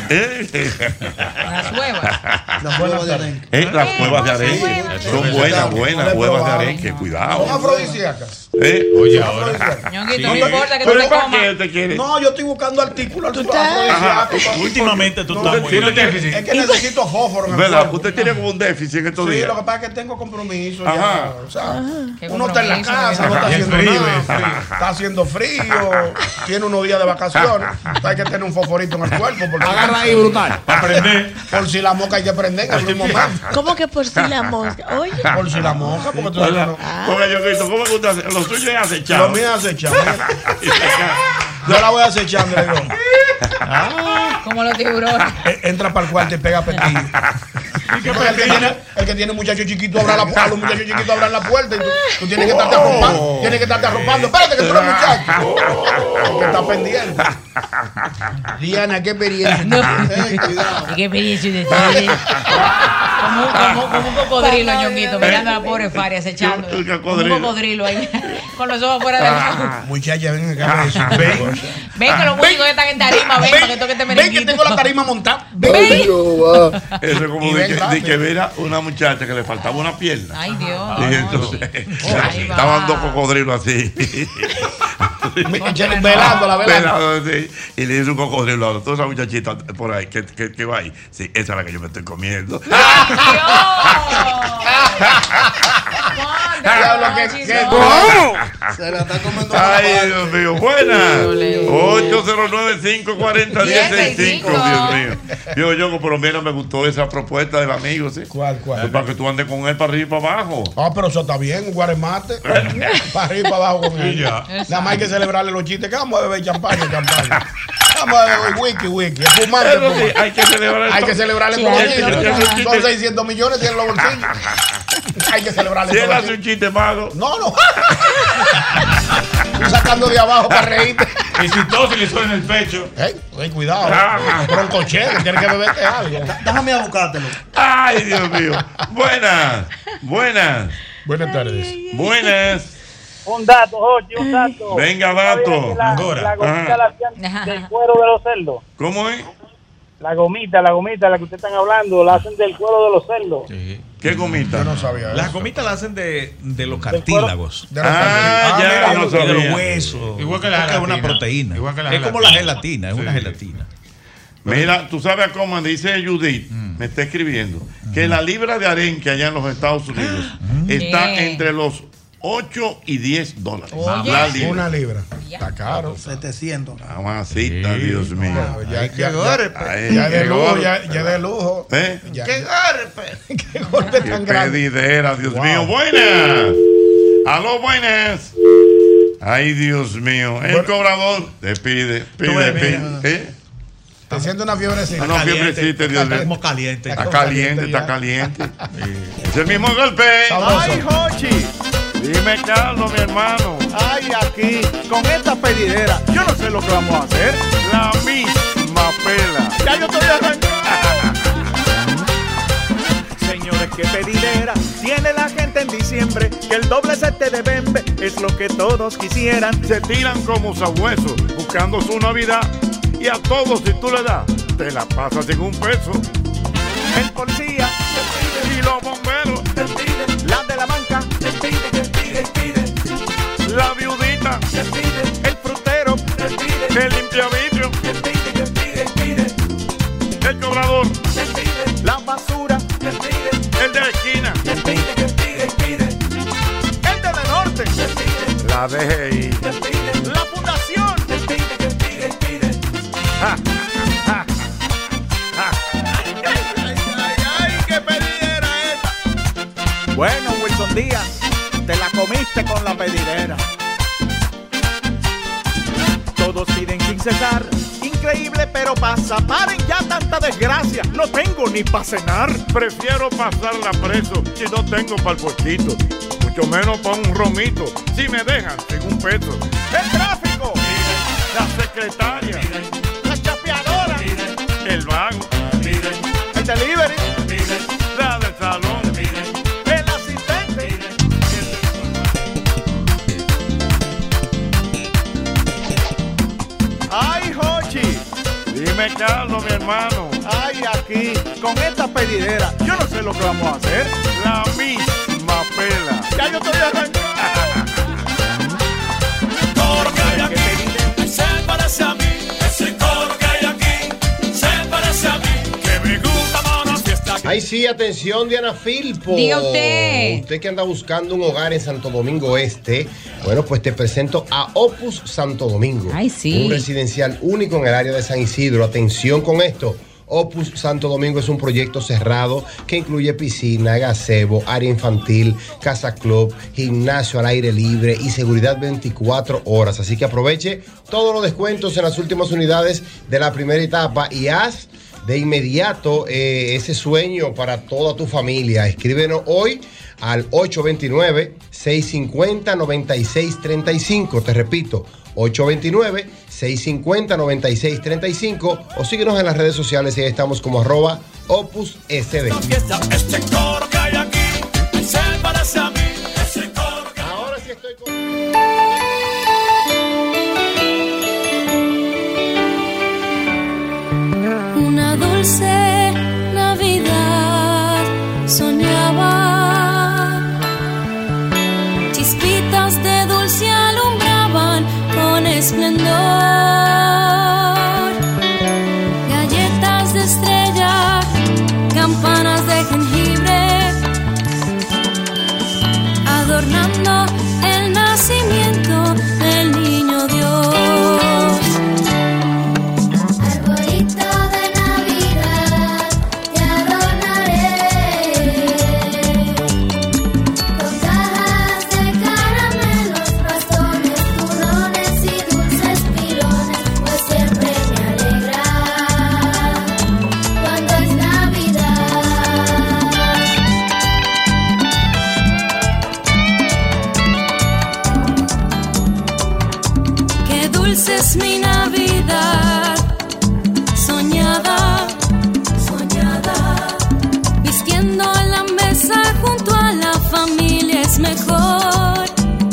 Las huevas. Las huevas de arenque. Eh, las huevas de arenque. Son buenas, buenas huevas de arenque. Cuidado. Son afrodisíacas. Eh, oye, ahora. Ñonguito, no me importa que tú te comas. No, yo estoy buscando artículos afrodisíacos. Últimamente tú estás muy déficit. Es que necesito fósforo. ¿Verdad? Usted tiene como un déficit en estos días. Sí, lo que pasa es que tengo compromiso. Ajá. Ya, o sea, uno está en la casa, no está haciendo nada. Está haciendo frío, tiene unos días de vacaciones. Hay que tener un fosforito en el cuerpo. Agarra ahí, brutal. Para aprender. Por si la mosca hay que prender en algún momento. ¿Cómo que por si la mosca? Oye. Por si la mosca, porque tú no. Oiga, yo grito, ¿cómo que usted hace? Lo suyo es acechado. Lo mío es acechado. Yo la voy acechando, le digo. Ah, como los tiburones. Entra para el cuarto y pega petillo. El que tiene, el que tiene muchacho chiquito abra la puerta, los muchachos chiquitos abran la puerta y tú, tú tienes que estarte arropando. Tienes que estarte arropando. Espérate que tú eres muchacho. El que está pendiente. Diana, qué experiencia. No. Eh, cuidado. Qué experiencia de ustedes. Como, como, como un cocodrilo, Ñonguito, mirando a la pobre Faria, acechando. Un cocodrilo ahí, con los ojos fuera del agua. Muchacha, ven acá. Ven. Ven que los músicos están en tarima, ven, para que toque este merenguito. Ven que tengo la tarima montada. Ven. Eso es como de que, de que ver a una muchacha que le faltaba una pierna. Ay, Dios. Y entonces estaban dos cocodrilos así. Velándola, velándola. Sí. Y le dice un cocodrilo a toda esa muchachita por ahí que, que, que va ahí. Sí, esa es la que yo me estoy comiendo. Diablo, que, que, ¿Cómo? Se la está comiendo. Ay, Dios mío. Buenas. ocho cero nueve, cinco cuatro cero, uno cero seis cinco. Dios mío. Yo, yo, por lo menos me gustó esa propuesta del amigo, ¿sí? ¿Cuál, cuál? Para que tú andes con él para arriba y para abajo. Ah, pero eso está bien, un guaremate. Para arriba y para abajo con él. Nada más hay que celebrarle los chistes. Que vamos a beber champaña, champaña. Vamos a beber wiki, wiki. Fumante, Pero sí, hay que celebrar Hay que celebrarle claro, todos los claro, chistes. Son seiscientos millones, tienen los bolsillos. Hay que celebrarle si todo. Si él hace un chiste malo. No, no. Tú sacando de abajo para reírte. Y si todo se le suena en el pecho. Hey, hey, cuidado. Broncochero, tienes que beberte algo. Déjame a buscártelo. Ay, Dios mío. Buenas. Buenas. Buenas tardes. Buenas. Un dato, Jochi, un dato. Venga, dato. La, la gomita la hacían del cuero de los cerdos. ¿Cómo es? La gomita, la gomita, la que ustedes están hablando, la hacen del cuero de los cerdos. Sí. ¿Qué gomita? Yo no sabía Las eso. gomitas las hacen de, de los cartílagos. De los ah, ah, ya, mira, no de los sabía. huesos. Igual que la gelatina. Es una proteína. Igual que la es gelatina. como la gelatina, es Sí. una gelatina. Mira, tú sabes cómo dice Judith, mm. me está escribiendo, mm. que la libra de arenque allá en los Estados Unidos mm. está yeah. entre los ocho y diez dólares. Oye. La libra. Una libra. Está caro. setecientos. Mamacita, sí. Dios mío. No, ya, ya, ya, ya de lujo, ya, ya de lujo. ¿Eh? Ya, ¡Qué golpe! ¡Qué golpe tan Qué grande! pedidera, Dios Wow. mío. Buenas. Aló, buenas. Ay, Dios mío. El bueno, cobrador te pide, pide, pide. ¿Eh? Te siente una fiebrecita. Una fiebrecita, Dios mío. Está caliente. Está caliente, está caliente. Es el mismo golpe. ¡Ay, Jochi! Dime, Carlos, mi hermano. Ay, aquí, con esta pedidera, yo no sé lo que vamos a hacer. La misma pela. Ya yo estoy arrancando. Señores, qué pedidera tiene la gente en diciembre, que el doble sete de Bembe es lo que todos quisieran. Se tiran como sabuesos buscando su Navidad y a todos si tú le das te la pasas en un peso. El policía y los bomberos, la de la banca, la viudita, el frutero, el limpiavidrio, el cobrador, la basura, el de la esquina, el de la norte, la D G I, la fundación. Ja, ja, ja. ¿Qué pedidera esta? Bueno, Wilson Díaz, te la comiste con la pedidera. Todos piden sin cesar, increíble pero pasa. Paren ya tanta desgracia, no tengo ni para cenar. Prefiero pasarla preso si no tengo para el puestito, mucho menos para un romito, si me dejan sin un peso. El tráfico, La secretaria, la chapeadora, el vago, el delivery, la del salón, el asistente. Ay, Jochi, dime Carlos, mi hermano, ay, aquí, con esta pedidera, yo no sé lo que vamos a hacer. la misma pela. Ya yo estoy arrancado. Coro que hay aquí se parece a mí. Ese coro que hay aquí se parece a mí. Que me gusta más la fiesta. Ay, sí, atención, Diana Filpo. Diga usted. Usted que anda buscando un hogar en Santo Domingo Este, bueno, pues te presento a Opus Santo Domingo. Ay, sí. Un residencial único en el área de San Isidro. Atención con esto. Opus Santo Domingo es un proyecto cerrado que incluye piscina, gazebo, área infantil, casa club, gimnasio al aire libre y seguridad veinticuatro horas. Así que aproveche todos los descuentos en las últimas unidades de la primera etapa y haz de inmediato eh, ese sueño para toda tu familia. Escríbenos hoy al ocho dos nueve, seis cinco cero, nueve seis tres cinco. Te repito, ocho dos nueve, seis cinco cero, nueve seis tres cinco o síguenos en las redes sociales y ahí estamos como arroba Opus S D. Este coro que hay aquí se parece a mí. Ese coro que Ahora sí estoy con... Una dulce Navidad soñaba, chispitas de dulce alumbraban con esplendor, galletas de estrella, campanas de jengibre, adornando el nacimiento del niño Dios. Arbolito de Navidad, te adornaré con cajas de caramelos, bastones, turrones y dulces pilones, pues siempre me alegra cuando es Navidad. Qué dulce es mi Navidad, soñada, soñada, vistiendo en la mesa junto a la familia es mejor,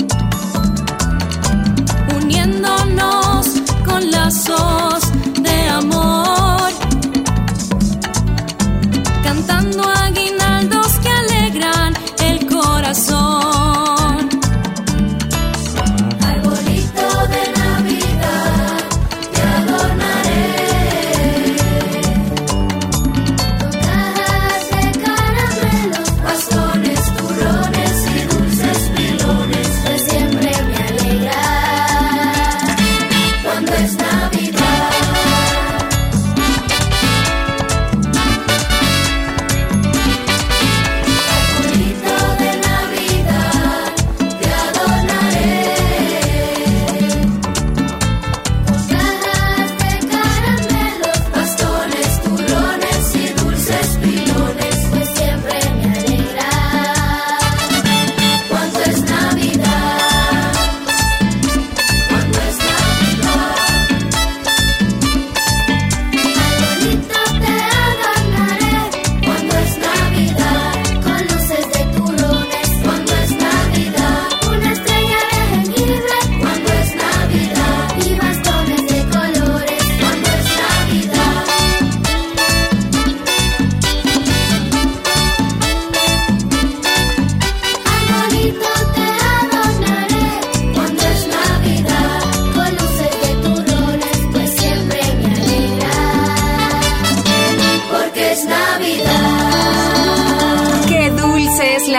uniéndonos con lazos de amor, cantando aguinaldos que alegran el corazón. Arbolito de Navidad, te adornaré con cajas de caramelos, bastones, turrones y dulces pilones, pues siempre me alegra cuando es Navidad.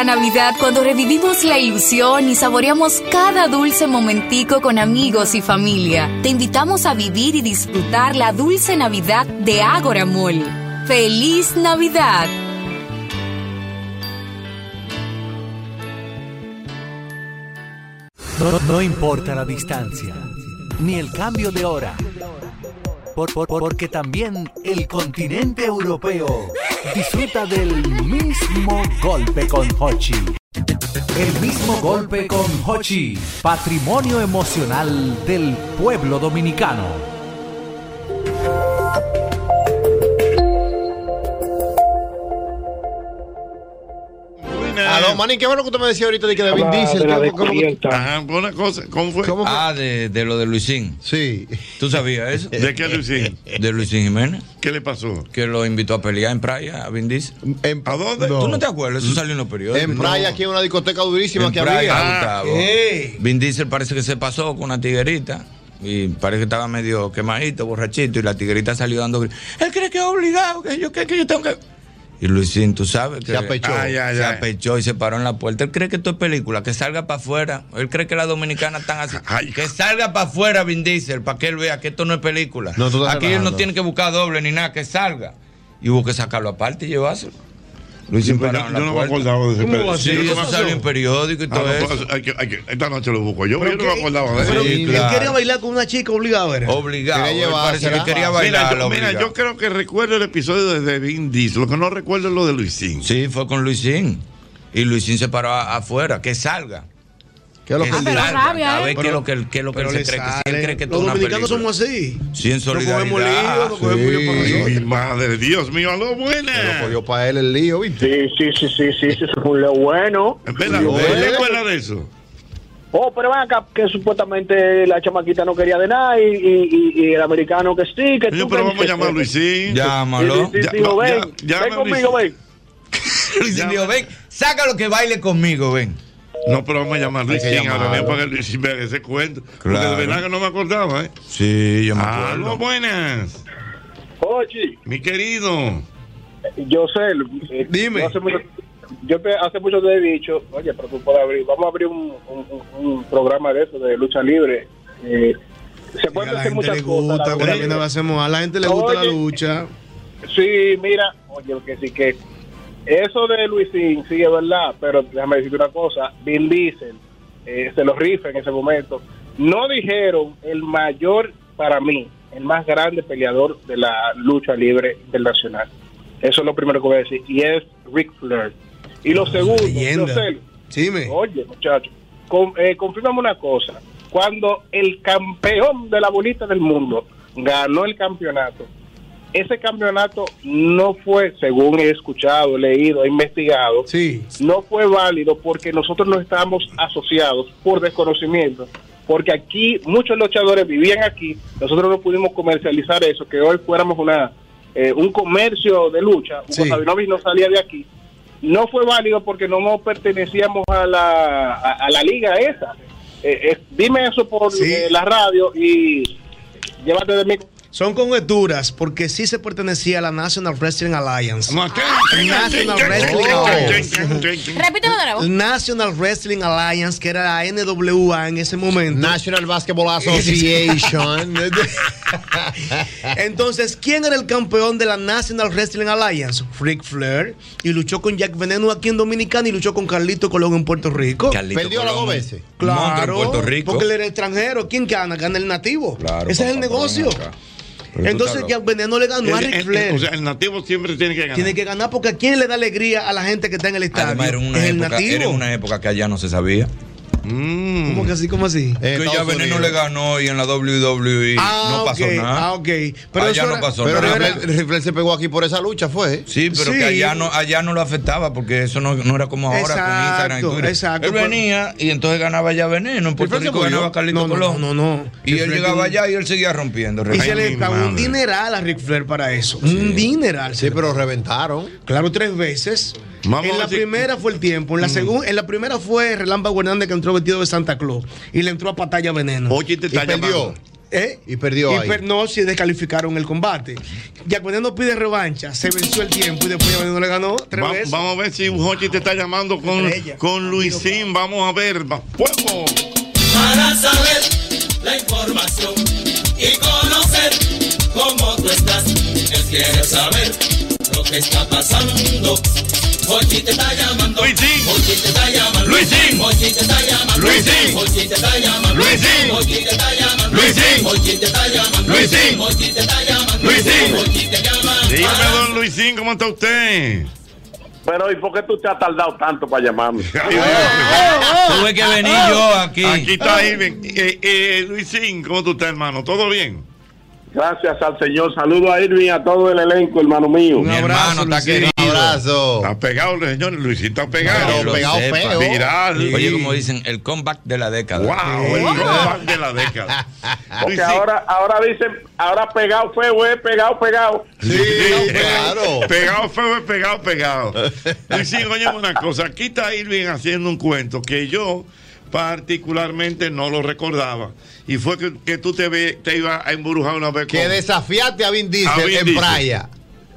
la Navidad cuando revivimos la ilusión y saboreamos cada dulce momentico con amigos y familia. Te invitamos a vivir y disfrutar la dulce Navidad de Ágora Mall. ¡Feliz Navidad! No, no importa la distancia, ni el cambio de hora, por, por- porque también el continente europeo disfruta del mismo golpe con Hochi. El mismo golpe con Hochi, patrimonio emocional del pueblo dominicano. Aló, Manín, ¿qué fue lo que usted me decía ahorita de que de Vin Ah, Diesel? de la ¿Cómo- cómo- Ajá, una cosa, ¿cómo fue? Ah, de, de lo de Luisín. Sí. ¿Tú sabías eso? ¿De qué Luisín? De Luisín Jiménez. ¿Qué le pasó? Que lo invitó a pelear en Praia, a Vin Diesel. ¿A dónde? ¿Tú no te acuerdas? Eso salió en los periódicos. En Praia, aquí en una discoteca durísima En que Praia, había. Gustavo. Ey. Vin Diesel parece que se pasó con una tiguerita. Y parece que estaba medio quemadito, borrachito. Y la tiguerita salió dando gritos. Él cree que es obligado, que yo, que, que yo tengo que. Y Luisín, tú sabes que Se apechó. Ah, Ay, ay, se ay. apechó y se paró en la puerta. Él cree que esto es película, que salga para afuera. Él cree que las dominicanas están así. Que salga para afuera Vin Diesel, para que él vea que esto no es película. No, tú estás Aquí él no relajando. tiene que buscar doble ni nada, que salga. Y hubo que sacarlo aparte y llevárselo. Luisín Yo- parado en yo la no me puerta. acordaba de ese ¿Cómo pedo. va a ser? Sí, Sí, ¿qué eso pasó? salió en periódico y Ah, todo no, eso. pues, hay que- hay que- esta noche lo busco yo. Yo Pero no me que- acordaba de pero eso. él quería bailar con una chica obligado, ¿era? Obligado. Quería él parece que llevársela. quería Mira, bailar. yo, mira, yo creo que recuerdo el episodio de Vin Diesel. Lo que no recuerdo es lo de Luisín. Sí, fue con Luisín. Y Luisín se paró a- afuera. Que salga. ¿Qué es lo que que él salga. dice? A ver qué Pero- es lo que él, qué es lo que él pero se le cree. Que si sale. él cree que esto Los es una dominicanos película. somos así. Sí, en No cogemos solidaridad. lío, no cogemos lío para nosotros. Mi madre, Dios mío, aló, buena. Lo cogió para él el lío, ¿viste? Sí, sí, sí, sí, sí, sí, eso fue un leo bueno. Espera, Yo- ¿usted le acuerda de eso? Oh, pero van acá, que supuestamente la chamaquita no quería de nada y, y, y- y el americano que sí, que Coño, tú... pero que- vamos a llamar a Luisín. Llámalo. Sí, sí, sí, Ya- dijo, ven, ya- llama ven a conmigo, Luisín. ven. Luisín dijo, ven, sácalo que baile conmigo, ven. No, pero vamos a llamar a Hay que Luisín ahora llamarlo. mismo para que Luisín vea ese cuento. Porque Claro. de verdad que no me acordaba, ¿eh? Sí, yo me Aló, acuerdo. buenas. Ochi, Mi querido. yo sé, eh, Dime. Yo hace mucho, yo te- hace mucho te he dicho, oye, pero tú puedes abrir, vamos a abrir un, un, un- un programa de eso, de lucha libre. Eh, se Y a pueden la hacer gente muchas le cosas. gusta, la porque verdad. también lo hacemos. A la gente le gusta la Oye. lucha. Sí, mira, oye, que sí que eso de Luisín sí es verdad, pero déjame decirte una cosa, Vin Diesel eh, se lo rifa en ese momento. No dijeron el mayor, para mí, el más grande peleador de la lucha libre internacional. Eso es lo primero que voy a decir, y es Ric Flair. Y lo segundo, leyenda. yo sé, Dime. oye, muchacho, con, eh, confírmame una cosa, cuando el campeón de la bolita del mundo ganó el campeonato, ese campeonato no fue, según he escuchado, leído, he investigado, no fue válido porque nosotros no estábamos asociados por desconocimiento, porque aquí muchos luchadores vivían aquí, nosotros no pudimos comercializar eso, que hoy fuéramos una eh, un comercio de lucha, Hugo Sabinovich no salía de aquí, no fue válido porque no nos pertenecíamos a la, a, a la liga esa. Eh, eh, dime eso por Sí. eh, la radio y llévate de mí. Son conjeturas porque sí se pertenecía a la National Wrestling Alliance. National Wrestling Alliance. Repítelo de nuevo. National Wrestling Alliance, que era la N W A en ese momento. National Basketball Association. Entonces, ¿quién era el campeón de la National Wrestling Alliance? Ric Flair. Y luchó con Jack Veneno aquí en Dominicana y luchó con Carlito Colón en Puerto Rico. Carlito Perdió las Colón, dos veces. Claro. monstruo en Puerto Rico. Porque él era extranjero. ¿Quién gana? Gana el nativo. Claro, Ese es el papá, negocio. pero ven acá. Pero tú Entonces estás Jack Veneno le ganó a El- Ric el- Flair. O sea, el nativo siempre tiene que ganar. Tiene que ganar porque ¿a quién le da alegría a la gente que está en el estadio? Además, era una, es el época, nativo. era una época que allá no se sabía. ¿Cómo que así? ¿Cómo así? Que ya Veneno le ganó y en la W W E Ah, no pasó ok, nada. Ah, ok. Pero allá no pasó pero nada. Ric Flair- Ric Flair se pegó aquí por esa lucha, fue. Sí, pero Sí. que allá no, allá no lo afectaba porque eso no, no era como ahora Exacto, con Instagram y Twitter. exacto, Él pero- venía y entonces ganaba ya Veneno. En Puerto Ric Flair Rico se murió. ganaba Carlito No, no, Colón. no, no, no. Y Ric él Flair llegaba tiene- allá y él seguía rompiendo. Y se Ay, le mi pagó un madre. dineral a Ric Flair para eso. Un dineral. Sí, pero reventaron. Claro, tres veces. Vamos en a la ver si- primera fue el tiempo. En la, segun- en la primera fue Relámpago Hernández que entró vestido de Santa Claus. Y le entró a Patalla Veneno. Oye, te está Y perdió. llamando. ¿Eh? Y perdió Y ahí. per- no, si descalificaron el combate. Jack Veneno pide revancha, se venció el tiempo y después Jack Veneno le ganó tres Va- veces. vamos a ver si un Jochi te está llamando con, con Luisín. Vamos a ver. Va- ¡Fuego! Para saber la información y conocer cómo tú estás. Él quiere saber lo que está pasando. Jochi te está llamando. Luisín. Jochi te está llamando. Luisín. Jochi te está llamando. Luisín. Jochi te está llamando. Luisín. Jochi te está llamando. Luisín. Jochi te está llamando. Luisín. Jochi te está llamando. Luisín. Jochi te llama. Dígame, don Luisín, ¿cómo está usted? Pero ¿y por qué tú te has tardado tanto para llamarme? Tuve que venir yo aquí. Aquí está Irving. Eh, eh, Luisín, ¿cómo tú estás, hermano? ¿Todo bien? Gracias al Señor. Saludo a Irving y a todo el elenco, hermano mío. Mi hermano está querido. Un abrazo. Está pegado, señor. Luisín está pegado. Que lo pegado sepa. feo. Viral. Oye, como dicen, el comeback de la década. Wow, el comeback de la década. Porque Luisín. ahora, ahora dicen, ahora pegado feo, es pegado, pegado. Sí, claro. Pegado, feo, pegado, pegado. Luisín, oye una cosa. Aquí está Irving haciendo un cuento que yo particularmente no lo recordaba. Y fue que, que tú te, ve, te ibas a embrujar una vez Que con... desafiaste a Vin Diesel A Vin en Diesel. playa.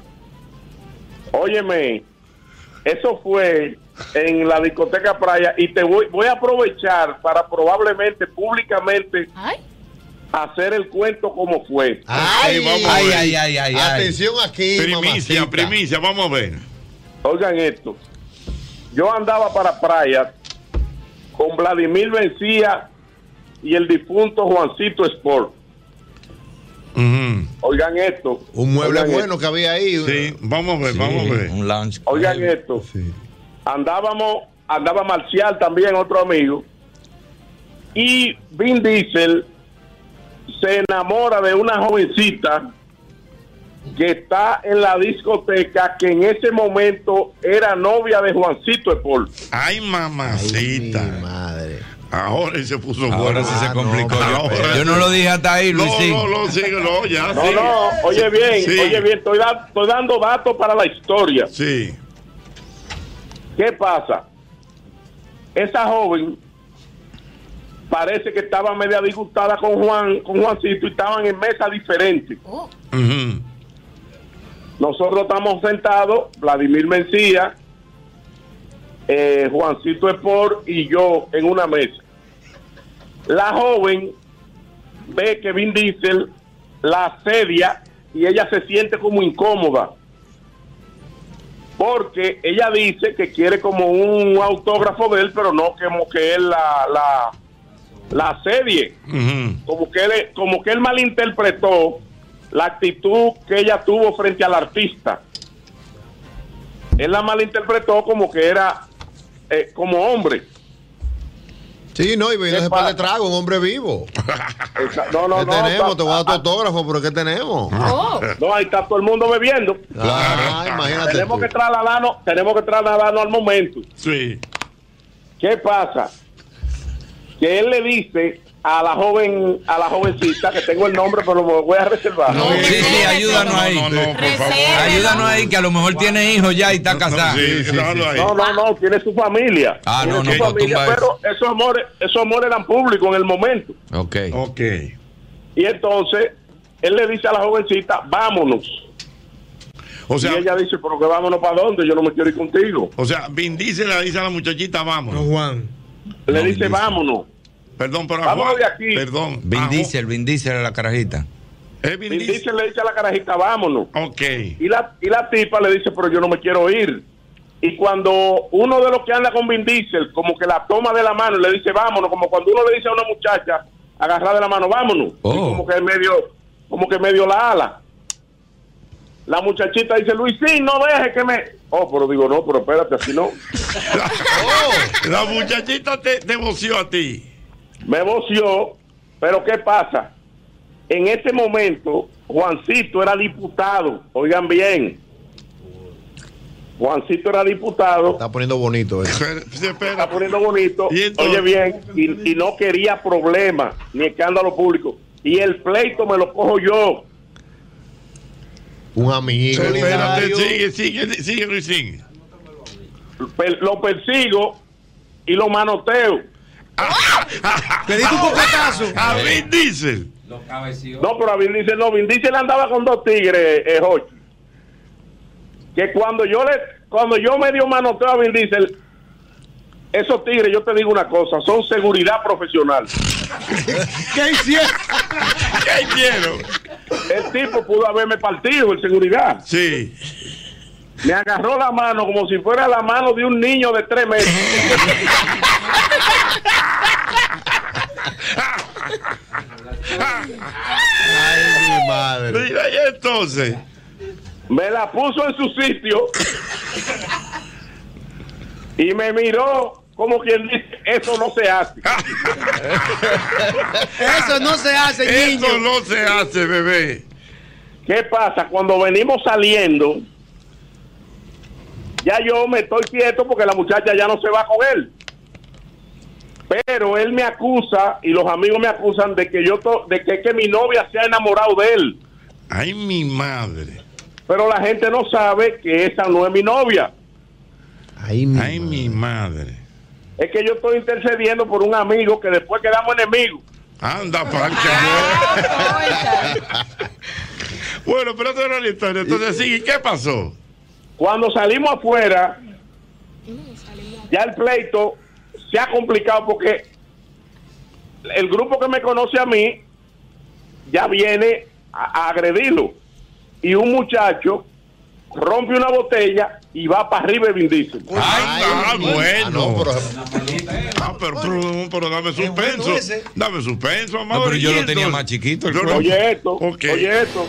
Óyeme, eso fue en la discoteca Playa y te voy, voy a aprovechar para probablemente públicamente hacer el cuento como fue. Ay, vamos a Ay, ver. ay, ay, ay, ay. Atención aquí, Primicia, mamacita. primicia, vamos a ver. Oigan esto, yo andaba para Playa con Vladimir Vencía y el difunto Juancito Sport. Ujú. Oigan esto. Un mueble oigan bueno que había ahí. Sí, vamos a ver, Sí, vamos a ver. un lounge. esto, Oigan esto. Andábamos, andaba Marcial también, otro amigo. Y Vin Diesel se enamora de una jovencita que está en la discoteca, que en ese momento era novia de Juancito Sport. Ay, mamacita. Ay, mi madre. Ahora se puso Ahora bueno. sí se Ah, complicó. no, yo, ahora yo no sí. lo dije hasta ahí, No, Luisín. no, no, síguelo, ya, No, sigue. no, oye bien, Sí. oye bien, estoy, da- estoy dando datos para la historia. Sí. ¿Qué pasa? Esa joven parece que estaba media disgustada con Juan, con Juancito, y estaban en mesas diferentes. Ujú. Nosotros estamos sentados, Vladimir Mencía, eh, Juancito Sport y yo en una mesa. La joven ve que Vin Diesel la asedia y ella se siente como incómoda, porque ella dice que quiere como un autógrafo de él, pero no como que él la, la, la asedie. Ujú. Como que él, como que él malinterpretó la actitud que ella tuvo frente al artista. Él la malinterpretó como que era eh, como hombre. Sí, no, y vino ese par de trago, un hombre vivo. Esa- no, no, ¿Qué no. tenemos? está- Te voy a dar tu autógrafo, pero ¿qué tenemos? No, ahí está todo el mundo bebiendo. Ah, imagínate Tenemos tú. que trasladarnos, tenemos que trasladarnos al momento. Sí. ¿Qué pasa? Que él le dice a la joven, a la jovencita, que tengo el nombre, pero me lo voy a reservar. Sí, sí, ayúdanos ahí. No, no, por favor. Ayúdanos ahí, que a lo mejor tiene hijos ya y está casada. Sí, déjalo ahí. No, no, no, tiene su familia. Ah, Tiene no, su no, pues familia, tumba pero esos amores, esos amores eran públicos en el momento. Ok. Ok. Y entonces, él le dice a la jovencita, vámonos. O sea, y ella dice, pero que vámonos para dónde, yo no me quiero ir contigo. o sea, Vin Diesel le dice a la muchachita, vamos. No, Juan. Le No, dice, dice. vámonos. Perdón, pero a Vámonos Juan- de aquí. Perdón. Vin a Ju- Diesel, Vin Diesel a la carajita. ¿Es Vin Vin Diesel? Diesel le dice a la carajita, vámonos. Ok. Y la, y la tipa le dice, pero yo no me quiero ir. Y cuando uno de los que anda con Vin Diesel, como que la toma de la mano y le dice, vámonos, como cuando uno le dice a una muchacha, agarrar de la mano, vámonos. Oh. Y como que medio, como que medio la ala. La muchachita dice, Luisín, no deje que me... Oh, pero digo, no, pero espérate, así no. La muchachita te, te voció a ti. Me voció, pero ¿qué pasa? En ese momento, Juancito era diputado, oigan bien. Juancito era diputado. Está poniendo bonito eso. Espera, espera. Está poniendo bonito, Y entonces- oye bien, y, y no quería problemas ni escándalo público. Y el pleito me lo cojo yo. Un amigo. Espérate, solidario. sigue, sigue, sigue, Luisín. Per- lo persigo y lo manoteo. Le diste un cocotazo. A Vin Diesel. Los cabecillos. No, pero a Vin Diesel no. Vin Diesel andaba con dos tigres, eh, Jochi. Que cuando yo le, cuando yo medio manoteo a Vin Diesel, esos tigres, yo te digo una cosa, son seguridad profesional. ¿Qué hicieron? ¿Qué hicieron? El tipo pudo haberme partido, el seguridad. Sí. Me agarró la mano como si fuera la mano de un niño de tres meses. Ay, mi madre. Mira, y entonces. Me la puso en su sitio y me miró como quien dice, eso no se hace. Eso no se hace, niño. Eso no se hace, bebé. ¿Qué pasa? Cuando venimos saliendo, ya yo me estoy quieto porque la muchacha ya no se va con él. Pero él me acusa y los amigos me acusan de que yo to de que, que mi novia se ha enamorado de él. Ay, mi madre. Pero la gente no sabe que esa no es mi novia. Ay, mi, Ay, mi madre. Es que yo estoy intercediendo por un amigo que después quedamos enemigos. Anda, pancha. Bueno, pero esto era la historia. Entonces, sí, ¿qué pasó? Cuando salimos afuera, ya el pleito se ha complicado porque el grupo que me conoce a mí ya viene a, a agredirlo. Y un muchacho rompe una botella y va para arriba de Vin Diesel. Ay, ah, bueno. Ah, no, pero- Ah, pero, pero, pero dame suspenso. bueno ese. Dame suspenso, amado. No, pero yo lo Y tenía entonces- más chiquito. el Yo no- cuerpo. Oye esto, Ok. oye esto.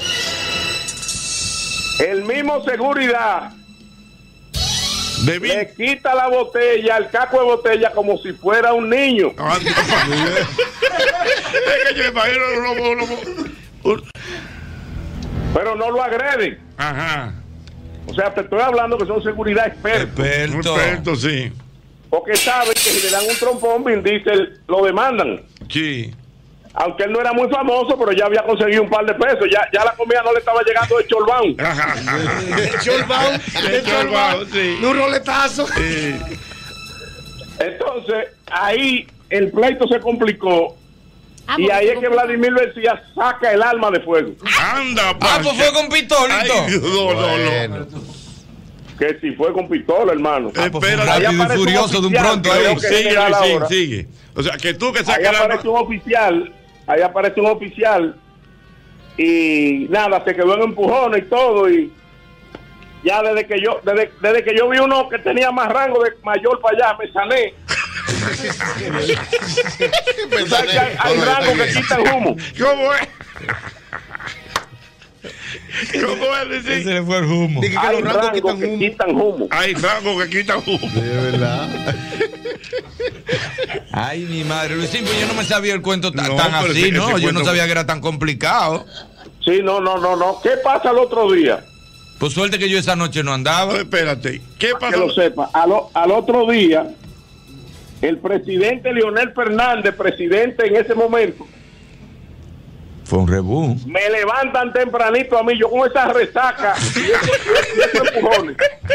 El mismo seguridad De Vin- le quita la botella, el caco de botella como si fuera un niño. Anda, pa- es que yo imagino uno- uno- uno- Pero no lo agreden. Ajá. O sea, te estoy hablando que son seguridad expertos. Experto. Perfecto, sí. Porque saben que si le dan un trompón, Vin Diesel lo demandan. Sí. Aunque él no era muy famoso, pero ya había conseguido un par de pesos. Ya, ya la comida no le estaba llegando de chorbán. El chorbao, el chorbao, sí. un roletazo. Sí. Entonces, ahí el pleito se complicó. Ah, Y porque ahí se es que Vladimir García saca el arma de fuego. Anda, Ah, pancha. pues fue con pistola y Ay, todo. no, no, no. Bueno. Que si fue con pistola, hermano. Ah, pues fue Espera, Ahí rápido y aparece un furioso de un oficial, pronto creo ahí. que- Sigue, general Luisín, ahora. sigue. O sea, que tú que Ahí sacas el aparece arma. un oficial, ahí aparece un oficial y nada, se quedó en empujones y todo y ya desde que yo desde, desde que yo vi uno que tenía más rango de mayor para allá, me sané. Tú sabes que hay, hay rangos que quitan humo. ¿Cómo es? ¿Cómo es Ese decir? le fue el humo. Dije que Hay los rangos rangos quitan que humo. quitan humo. Hay rangos que quitan humo. De verdad. Ay, mi madre. Luisín, pues yo no me sabía el cuento tan, No, tan pero así, ese- ¿no? ese Yo no cuento- sabía que era tan complicado. Sí, no, no, no, no. ¿Qué pasa el otro día? Por suerte que yo esa noche no andaba. No, espérate. ¿Qué Que lo pasó? sepa. Al, o- al otro día, el presidente Leonel Fernández, presidente en ese momento, Fue un rebú. me levantan tempranito a mí, yo con esa resaca y esos, y esos empujones.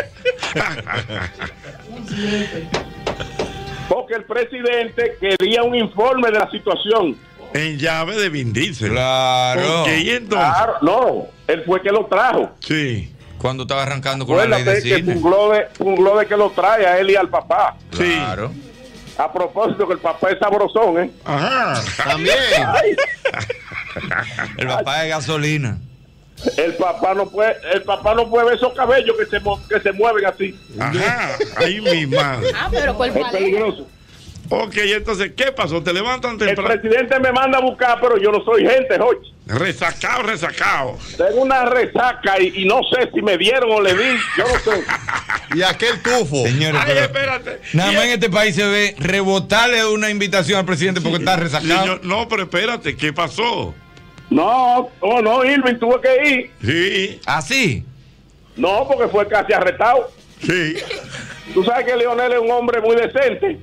Porque el presidente quería un informe de la situación. En llave de Vin Diesel. Claro. Ok, y entonces. Claro, no, él fue que lo trajo. Sí. Cuando estaba arrancando con la ley de Acuérdate que cine. fue un globe, fue un globe que lo trae a él y al papá. Sí. Claro. A propósito que el papá es sabrosón, ¿eh? Ajá. También. Ay, El papá de gasolina. el papá no puede, el papá no puede ver esos cabellos que se, mo- que se mueven así. Ajá. Ay, mi madre. Ah, pero cuerpo Es alegre. peligroso. Ok, entonces, ¿qué pasó? Te levantan El temprano. presidente me manda a buscar, pero yo no soy gente, Jochi. Resacado, resacado. Tengo una resaca y, y no sé si me dieron o le di, yo no sé. Y aquel tufo. Señores, Ay, pero espérate. nada Y más el- en este país se ve rebotarle una invitación al presidente porque está resacado. Señor, no, pero espérate, ¿qué pasó? No, no, no, Irving, tuve que ir. Sí, ¿Así? No, porque fue casi arrestado. sí. Tú sabes que Leonel es un hombre muy decente.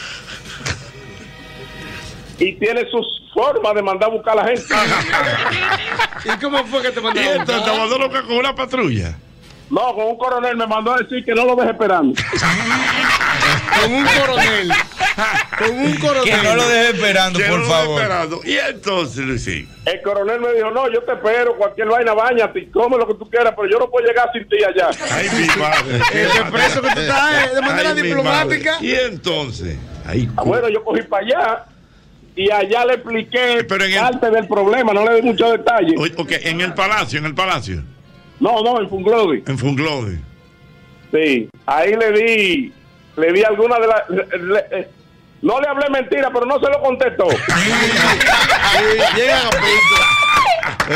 Y tiene sus formas de mandar a buscar a la gente. ¿Y cómo fue que te Y mandaron? entonces te mandó loca con una patrulla. No, con un coronel me mandó a decir que no lo deje esperando. Con un coronel. Con un coronel. Que no lo deje esperando, Que por no lo deje favor. esperando. Y entonces, Luisín. El coronel me dijo, no, yo te espero, cualquier vaina, bañate, come lo que tú quieras, pero yo no puedo llegar sin ti allá. Ay, mi madre. El expreso que tú estás de manera Ay, mi diplomática. madre. Y entonces, ahí. Ah, bueno, yo cogí para allá y allá le expliqué Pero en el- parte del problema, no le di muchos detalles. Ok, en el palacio, en el palacio. No, no, en Funglode. En Funglode. Sí, ahí le di, le di alguna de las... le- le- eh, no le hablé mentira, pero no se lo contestó. Llegan a pito.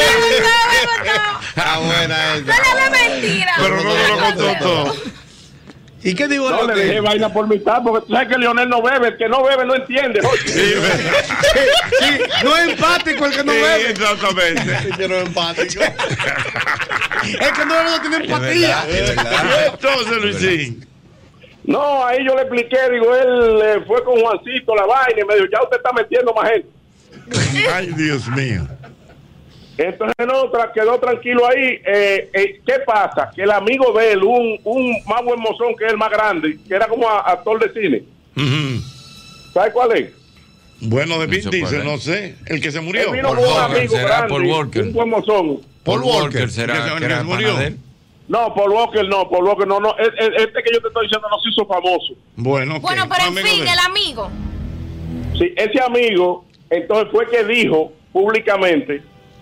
Está buena esa. No le hablé mentira. Pero no se lo contestó. ¿Y qué digo? No, le dejé vaina por mitad, porque tú sabes que Leonel no bebe, el que no bebe no entiende. Sí, no es empático el que no Sí, bebe. exactamente. El que no es empático. El que no bebe no tiene empatía. Y entonces, Luisín. No, ahí yo le expliqué, digo, él eh, fue con Juancito la vaina y me dijo, ya usted está metiendo más gente. Ay, Dios mío. Entonces no, tra- quedó tranquilo ahí. Eh, eh, ¿Qué pasa? Que el amigo de él, un, un más buen mozón que él, más grande, que era como a- actor de cine, Ujú. ¿sabe cuál es? Bueno, de Vin Eso Diesel, puede. no sé. El que se Él murió. vino Paul con un Walker, amigo será grande, Paul Walker. un buen mozón. Paul Walker Que se- será que que era se murió. pana de él. No, Paul Walker no, Paul Walker no, no. El- el- Este que yo te estoy diciendo no se hizo famoso. Bueno, ok. Bueno, pero en Amigo fin, de- el amigo. Sí, ese amigo, entonces fue que dijo públicamente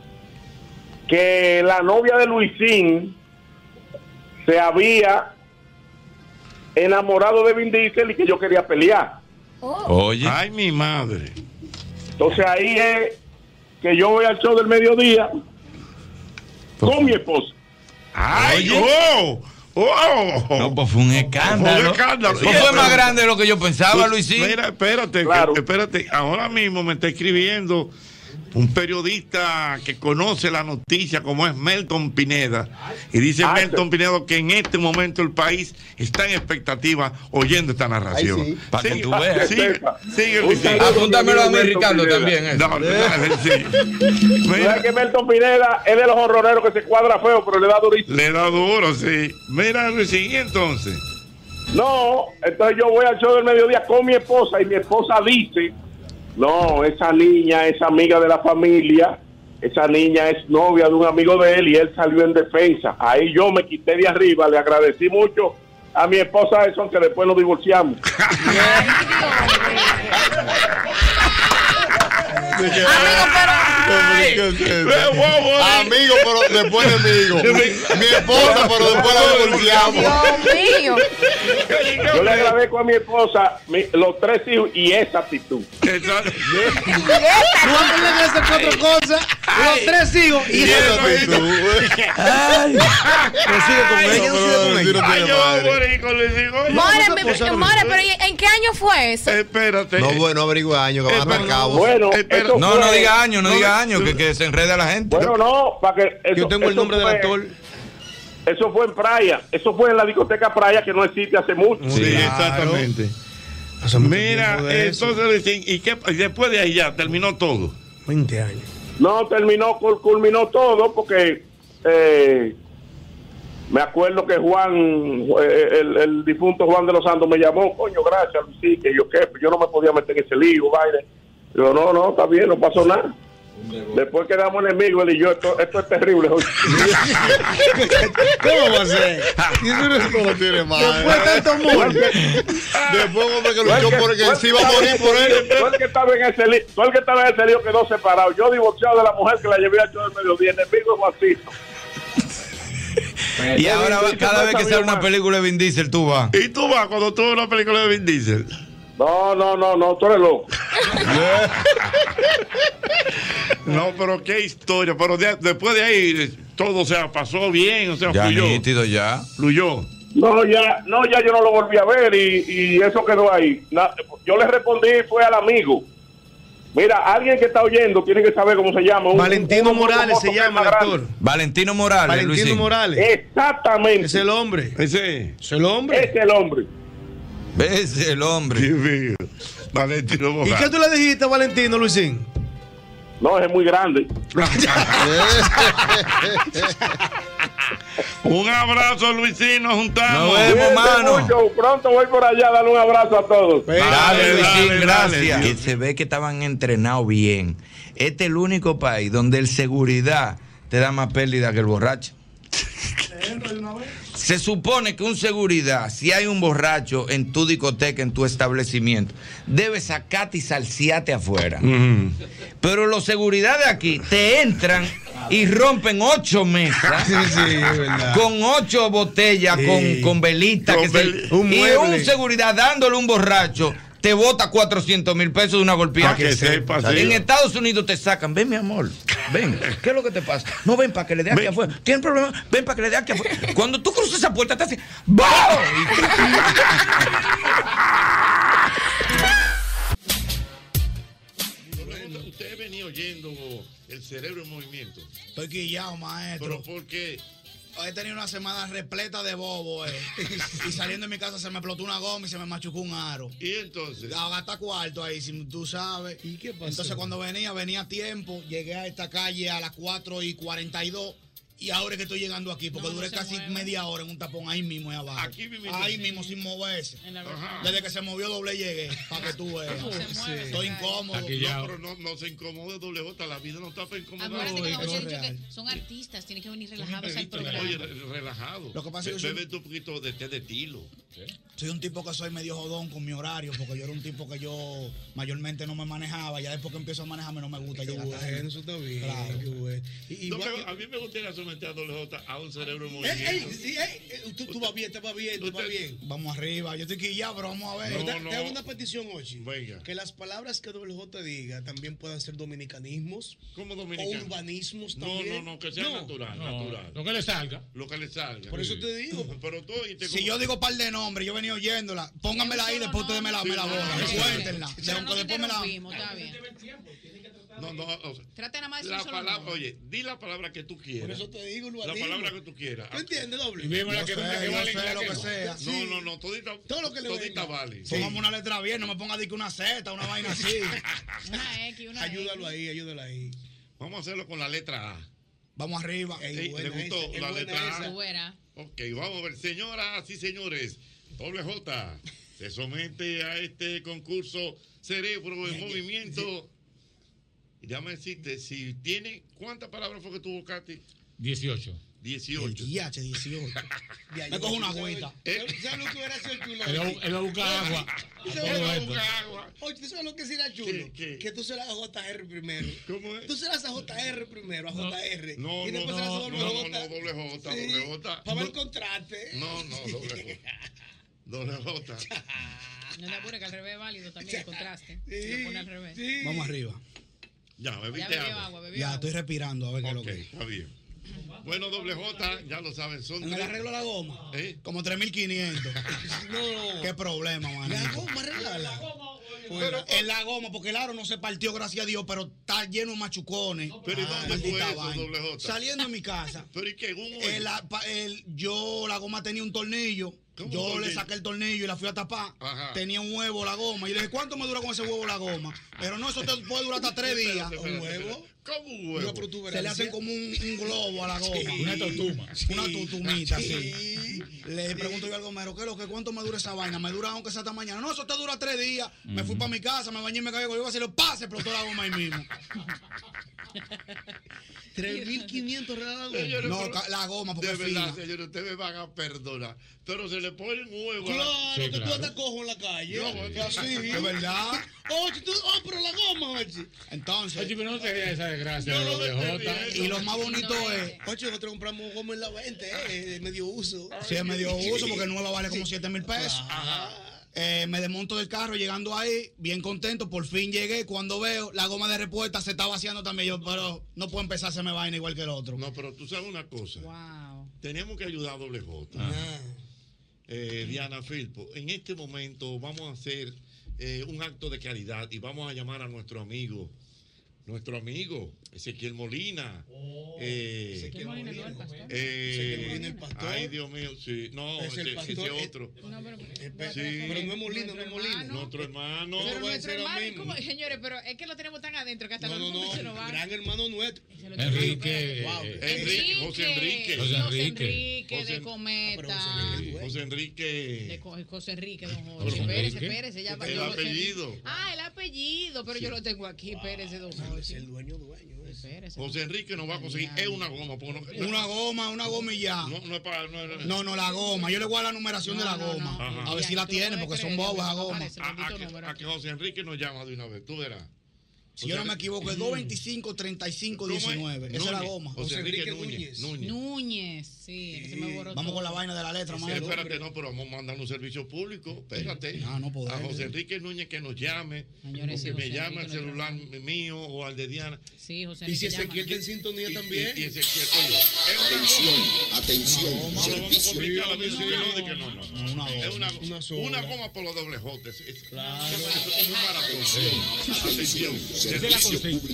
que la novia de Luisín se había enamorado de Vin Diesel y que yo quería pelear. Oye. Ay, mi madre. Entonces ahí es que yo voy al show del mediodía con mi esposa. Ay, Oye. oh, oh. No, pues fue un escándalo. Fue un escándalo. Eso fue más grande de lo que yo pensaba, Luisín. Mira, espérate, Claro. que- espérate. Ahora mismo me está escribiendo un periodista que conoce la noticia, como es Melton Pineda. Y dice Ay, Melton Pineda que en este momento el país está en expectativa oyendo esta narración. Ay, sí. Para que Sigue, tú veas. Sigue, sigue, Un Luisín. saludo. Apúntamelo a mí, Melton Ricardo, Pineda. también. eso. No, no, sí. ¿Sabes Mira, que Melton Pineda es de los horroreros que se cuadra feo, pero le da durísimo? le da duro, sí. Mira, Luisín, y entonces. No, entonces yo voy al show del mediodía con mi esposa y mi esposa dice, no, esa niña es amiga de la familia, esa niña es novia de un amigo de él y él salió en defensa. Ahí yo me quité de arriba, le agradecí mucho a mi esposa eso, aunque después nos divorciamos. Amigo, Amigo, pero después enemigo. Mi esposa, pero después la divorciamos. Dios mío. Yo le agradezco a mi esposa mi- los tres hijos y esa actitud. Exacto. Tú vas a tener que hacer cuatro cosas. Los tres hijos. Y eso. Ay. Pero sigue con ella, no sigue con ella. Ay, yo voy a morir con Luisín. Oye, More, vamos a mi- posar- More, pero ¿y- ¿en qué año fue eso? espérate. No, bueno, averigüe años que van a estar cabos. Bueno, Espera, eso No, fue- no diga años, no no, diga años, que, que se enreda la gente. Bueno, no, para que eso- Yo tengo el eso nombre del fue- actor. Eso fue en Praia, eso fue en la discoteca Praia que no existe hace mucho. Sí, Claro. exactamente. Hace mucho Mira, tiempo de eso. entonces Luisín, ¿y qué? Y después de ahí ya terminó todo. veinte años. No, terminó, cul- culminó todo porque eh, me acuerdo que Juan, eh, el, el difunto Juan de los Santos me llamó, coño, gracias, Luisín, que yo qué, yo no me podía meter en ese lío, vaina. Yo, no, no, está bien, no pasó nada. Después quedamos enemigos, él y yo, esto, esto es terrible. ¿Cómo va a ser? Y eso no es como tiene madre. Después de tanto amor. Después un hombre que Tú el luchó que- por el tú que el se iba a que morir estaba por en ese él. lío, tú el que estaba en ese lío, tú el que estaba en ese lío quedó separado. Yo divorciado de la mujer que la llevé al show del mediodía, enemigo es Juancito. Y ahora va- cada vez que sale una película de Vin Diesel, tú vas. ¿Y tú vas cuando tú ves una película de Vin Diesel? No, no, no, no, tú eres loco. No, pero qué historia. Pero de- después de ahí todo, o sea, pasó bien, o sea, Ya fluyó. nítido, ya. Fluyó. No, ya, no, ya yo no lo volví a ver y, y eso quedó ahí. Na- yo le respondí, fue al amigo. Mira, alguien que está oyendo tiene que saber cómo se llama. Un- Valentino un- un Morales famoso se que es llama más el grande. actor. Valentino Morales, Valentino Luisín. Morales. Exactamente. Es el hombre. Ese. Es el hombre. Es el hombre. ¿Ves el hombre? Dios mío. Valentino ¿Y Morales. qué tú le dijiste a Valentino, Luisín? No, es muy grande. Un abrazo, Luisino, juntamos. Nos vemos, mano. Mucho. Pronto voy por allá, darle un abrazo a todos. Dale, Dale, Luisín, dale, gracias. dale. Que se ve que estaban entrenados bien. Este es el único país donde el seguridad te da más pérdida que el borracho. Se supone que un seguridad, si hay un borracho en tu discoteca, en tu establecimiento, debe sacarte y salciarte afuera. Mm. Pero los seguridad de aquí te entran y rompen ocho mesas Sí, sí, es verdad. con ocho botellas, Sí. con, con velitas. Con que se- veli- un y mueble. un seguridad dándole un borracho te bota cuatrocientos mil pesos de una golpeada. Pa' que sepa, sí. En Estados Unidos te sacan. Ven, mi amor. Ven. ¿Qué es lo que te pasa? No, ven para que le dé aquí Ven. afuera. ¿Tienen problema? Ven para que le dé aquí afuera. Cuando tú cruzas esa puerta, te hace ¡Bah! Usted venía oyendo el cerebro en movimiento. Estoy quillado, maestro. ¿Pero por qué? He tenido una semana repleta de bobo, eh. Y saliendo de mi casa se me explotó una goma y se me machucó un aro. ¿Y entonces? A gastar cuarto ahí, si tú sabes. ¿Y qué pasó? Entonces cuando venía, venía a tiempo. Llegué a esta calle a las cuatro y cuarenta y dos. Y ahora es que estoy llegando aquí, porque No, no duré se casi mueve. media hora en un tapón ahí mismo, ahí abajo. Aquí mismo. Ahí mismo, sin moverse. En la Ajá. Desde que se movió doble llegué, para que tú veas. No se mueve, Estoy se cae. incómodo. Aquí ya. No, pero no, no se incomode, doble J. La vida no está para incomodar. Acuérdate que Uy, los qué muchachos real. que son artistas tienen que venir relajados al programa. Oye, re- relajado. Lo que pasa es que Be- yo- Bebe un poquito de té de tilo. Soy un tipo que soy medio jodón con mi horario, porque yo era un tipo que yo mayormente no me manejaba. Ya después que empiezo a manejarme no me gusta llegar Bueno, tarde. eso está bien. Claro. Qué bueno. Y, y No, va- pero a mí me gustaría someter a doble J a un cerebro en Ey, movimiento. ey, sí, ey, eh, tú, tú vas bien, te vas bien, te vas bien. Vamos arriba, yo estoy quillado, pero vamos a ver. Pero No, te, no. te hago una petición, Ochi. Venga. Que las palabras que doble J diga también puedan ser dominicanismos ¿Cómo o dominicano? urbanismos No, también. no, no, que sea natural, No, natural. lo que le salga. Lo que le salga. Por eso te digo. Pero tú oíste Si cómo- yo digo par de nombres, yo venía oyéndola, pónganmela ahí, después ustedes me la, me la borran. Sí, Cuéntenla. Pero Aunque no te después me la. interrumpimos, está bien. No, no, o sea, Trata nada más de la decir un solo palabra, nombre. oye, di la palabra que tú quieras. Por eso te digo La urbanismo. palabra que tú quieras. ¿Tú entiendes, doble? Y vimos la Yo que sé, que yo vale y sé la lo que que no. sea. No, no, no, todita, Todo lo que le todita venga. vale. Pongamos una letra bien, no me ponga de que una Z, una vaina así. Una X, una Ayúdalo X. ahí, ayúdalo ahí. Vamos a hacerlo con la letra A. Vamos arriba. Ey, Ey, buena ¿le gustó esa, es la buena letra esa. A? Tú verás. Ok, vamos a ver, señoras y señores, doble J se somete a este concurso Cerebro en Movimiento. Y déjame decirte, si tiene, ¿cuántas palabras fue que tuvo Katy? dieciocho. dieciocho. Y H dieciocho. Ya, Me yo- cojo una ¿sabes- agüita. ¿Sabes lo que hubiera sido chulo? Él va- él va a buscar agua. ¿Tú A sabes todo lo que- esto. agua. Oye, ¿tú sabes lo que sería chulo? ¿Qué, qué? Que tú serás a J R primero. ¿Cómo es? Tú serás a J R primero, a J R. No, y no, después no, serás a no, doble no, J. no, doble J, Sí, doble J. Para ver el contraste. No, no, doble J. Doble J. No te apures que al revés es válido también el contraste. Sí, Si lo pone al revés. sí. Vamos arriba. Ya, Ya bebiste bebió agua. agua, bebió Ya, agua. estoy respirando a ver qué es lo Ok, que es. está bien. Bueno, doble J, ya lo saben, son En el tres- arreglo de la goma, ¿Eh? como tres mil quinientos. No. Qué problema, La manito. goma, regala. Pero en la goma, porque el aro no se partió, gracias a Dios, pero está lleno de machucones. Pero ¿y Ah, dónde maldita fue eso, vaina. doble J? Saliendo de mi casa. Pero ¿y qué? Un hoyo. El, pa- el- yo, la goma tenía un tornillo. ¿Cómo Yo un le tornillo? saqué el tornillo y la fui a tapar. Ajá. Tenía un huevo la goma. Y le dije, ¿cuánto me dura con ese huevo la goma? Pero no, eso te puede durar hasta tres días. Espérate, espérate, ¿Un huevo? espérate. ¿Cómo un Una huevo? protuberancia. Se le hacen como un, un globo a la goma. Sí. Una tortuma. Una tutumita, Sí. sí. Le pregunto yo al gomero, ¿qué es lo que cuánto me dura esa vaina? Me dura aunque sea hasta mañana. No, eso te dura tres días. Me fui para mi casa, me bañé y me cagué con el y pase, explotó la goma ahí mismo. tres mil quinientos regalos. Señores, No, pero- ca- la goma, porque de es verdad, fina. señores, ustedes me van a perdonar. Pero se le ponen un huevo. a la- Claro, Sí, que claro. tú andas cojo en la calle. No, bueno, que así. Es verdad. Oye, tú, oh, pero la goma, oye. Entonces, Oye, pero no te digas esa desgracia No, de no doble me J. estés y lo más bonito es, Oye, nosotros compramos goma en la veinte, eh, de medio uso. si es medio uso, porque nueva vale como siete mil pesos. Eh, me desmonto del carro llegando ahí, bien contento, por fin llegué. Cuando veo la goma de respuesta se está vaciando también. Yo, pero no puedo empezar a hacerme vaina igual que el otro. No, pero tú sabes una cosa. Wow. Teníamos que ayudar a doble J. Eh, Diana Filpo, en este momento vamos a hacer eh, un acto de caridad y vamos a llamar a nuestro amigo nuestro amigo Ezequiel Molina. Oh, eh, Ezequiel Molina, no el pastor. Eh, Ezequiel Molina, el pastor. Ay, Dios mío, sí. No, Es el ese, pastor, ese eh, otro. No, pero, sí. pero no es Molina, no es Molina. Nuestro hermano. Pero voy a nuestro decir lo hermano, mismo. ¿cómo? Señores, pero es que lo tenemos tan adentro que hasta No, los no, nombres se no, nos van. gran hermano nuestro. Enrique. Wow. Enrique, José Enrique. José José Enrique, Enrique. de José- Cometa. José Enrique. De Co- José Enrique, don Jorge. José Espérese, Enrique. espérese. Ya va, El yo lo sé. apellido. Ah, el apellido, pero yo lo tengo aquí. Espérese, don Jorge. El dueño, dueño. Espérese. José Enrique nos va a conseguir es una goma. porque no- Una goma, una goma y ya. No, no es para. No, no, No, no, la goma. Yo le voy a dar la numeración de la goma. Ajá. A ver si la tiene, porque son bobas la goma. A, a que, a que José Enrique nos llama de una vez, tú verás. Si yo no me equivoco, es dos veinticinco, treinta y cinco, diecinueve. Esa es la goma. José Enrique Núñez. Núñez. Núñez, sí, se me borró Vamos todo. con la vaina de la letra, Sí, maestro. espérate, no, pero vamos mandando un servicio público. Espérate. Ah, no podemos. A José Enrique Núñez que nos llame. Señores, o sí, que me José llame al Enrique lo celular mío o al de Diana. Sí, José Y si Enrique Ezequiel está en sintonía Y- también. Y, y Ezequiel, oye, Atención, atención, no lo vamos a servicio complicar, a mí público. sí, no, de que no, no. Una Es una, Una una, sola. goma por los doble J. Es, es, Claro. eso es un maratón. Atención. Servicio público.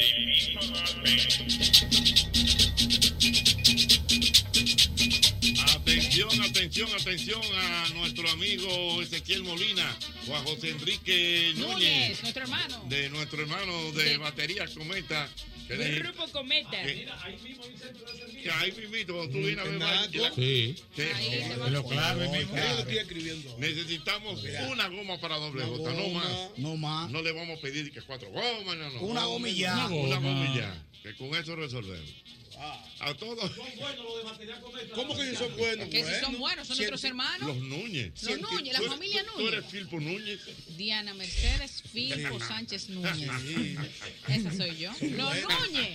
Atención, atención, atención a nuestro amigo Ezequiel Molina o a José Enrique Núñez, Núñez, nuestro hermano. de nuestro hermano de De- Baterías Cometa. Que Del le- grupo Cometa. que- que ahí mismito, cuando tú vienes a ver más, que la- Sí. que- Ahí se va. Lo clave, mi Yo lo estoy escribiendo. necesitamos una goma para doble J, no más. No más. No le vamos a pedir que cuatro gomas, no, no. Una goma y ya. Una goma. goma y ya. Que con eso resolvemos. A todos ¿Cómo que ellos son buenos? Que si son buenos, son nuestros hermanos. los Núñez. Los Núñez, la Tú eres- familia tú- Tú Núñez. eres Filpo Núñez. Diana Mercedes Filpo Sánchez Núñez. Esa soy yo. Los Núñez.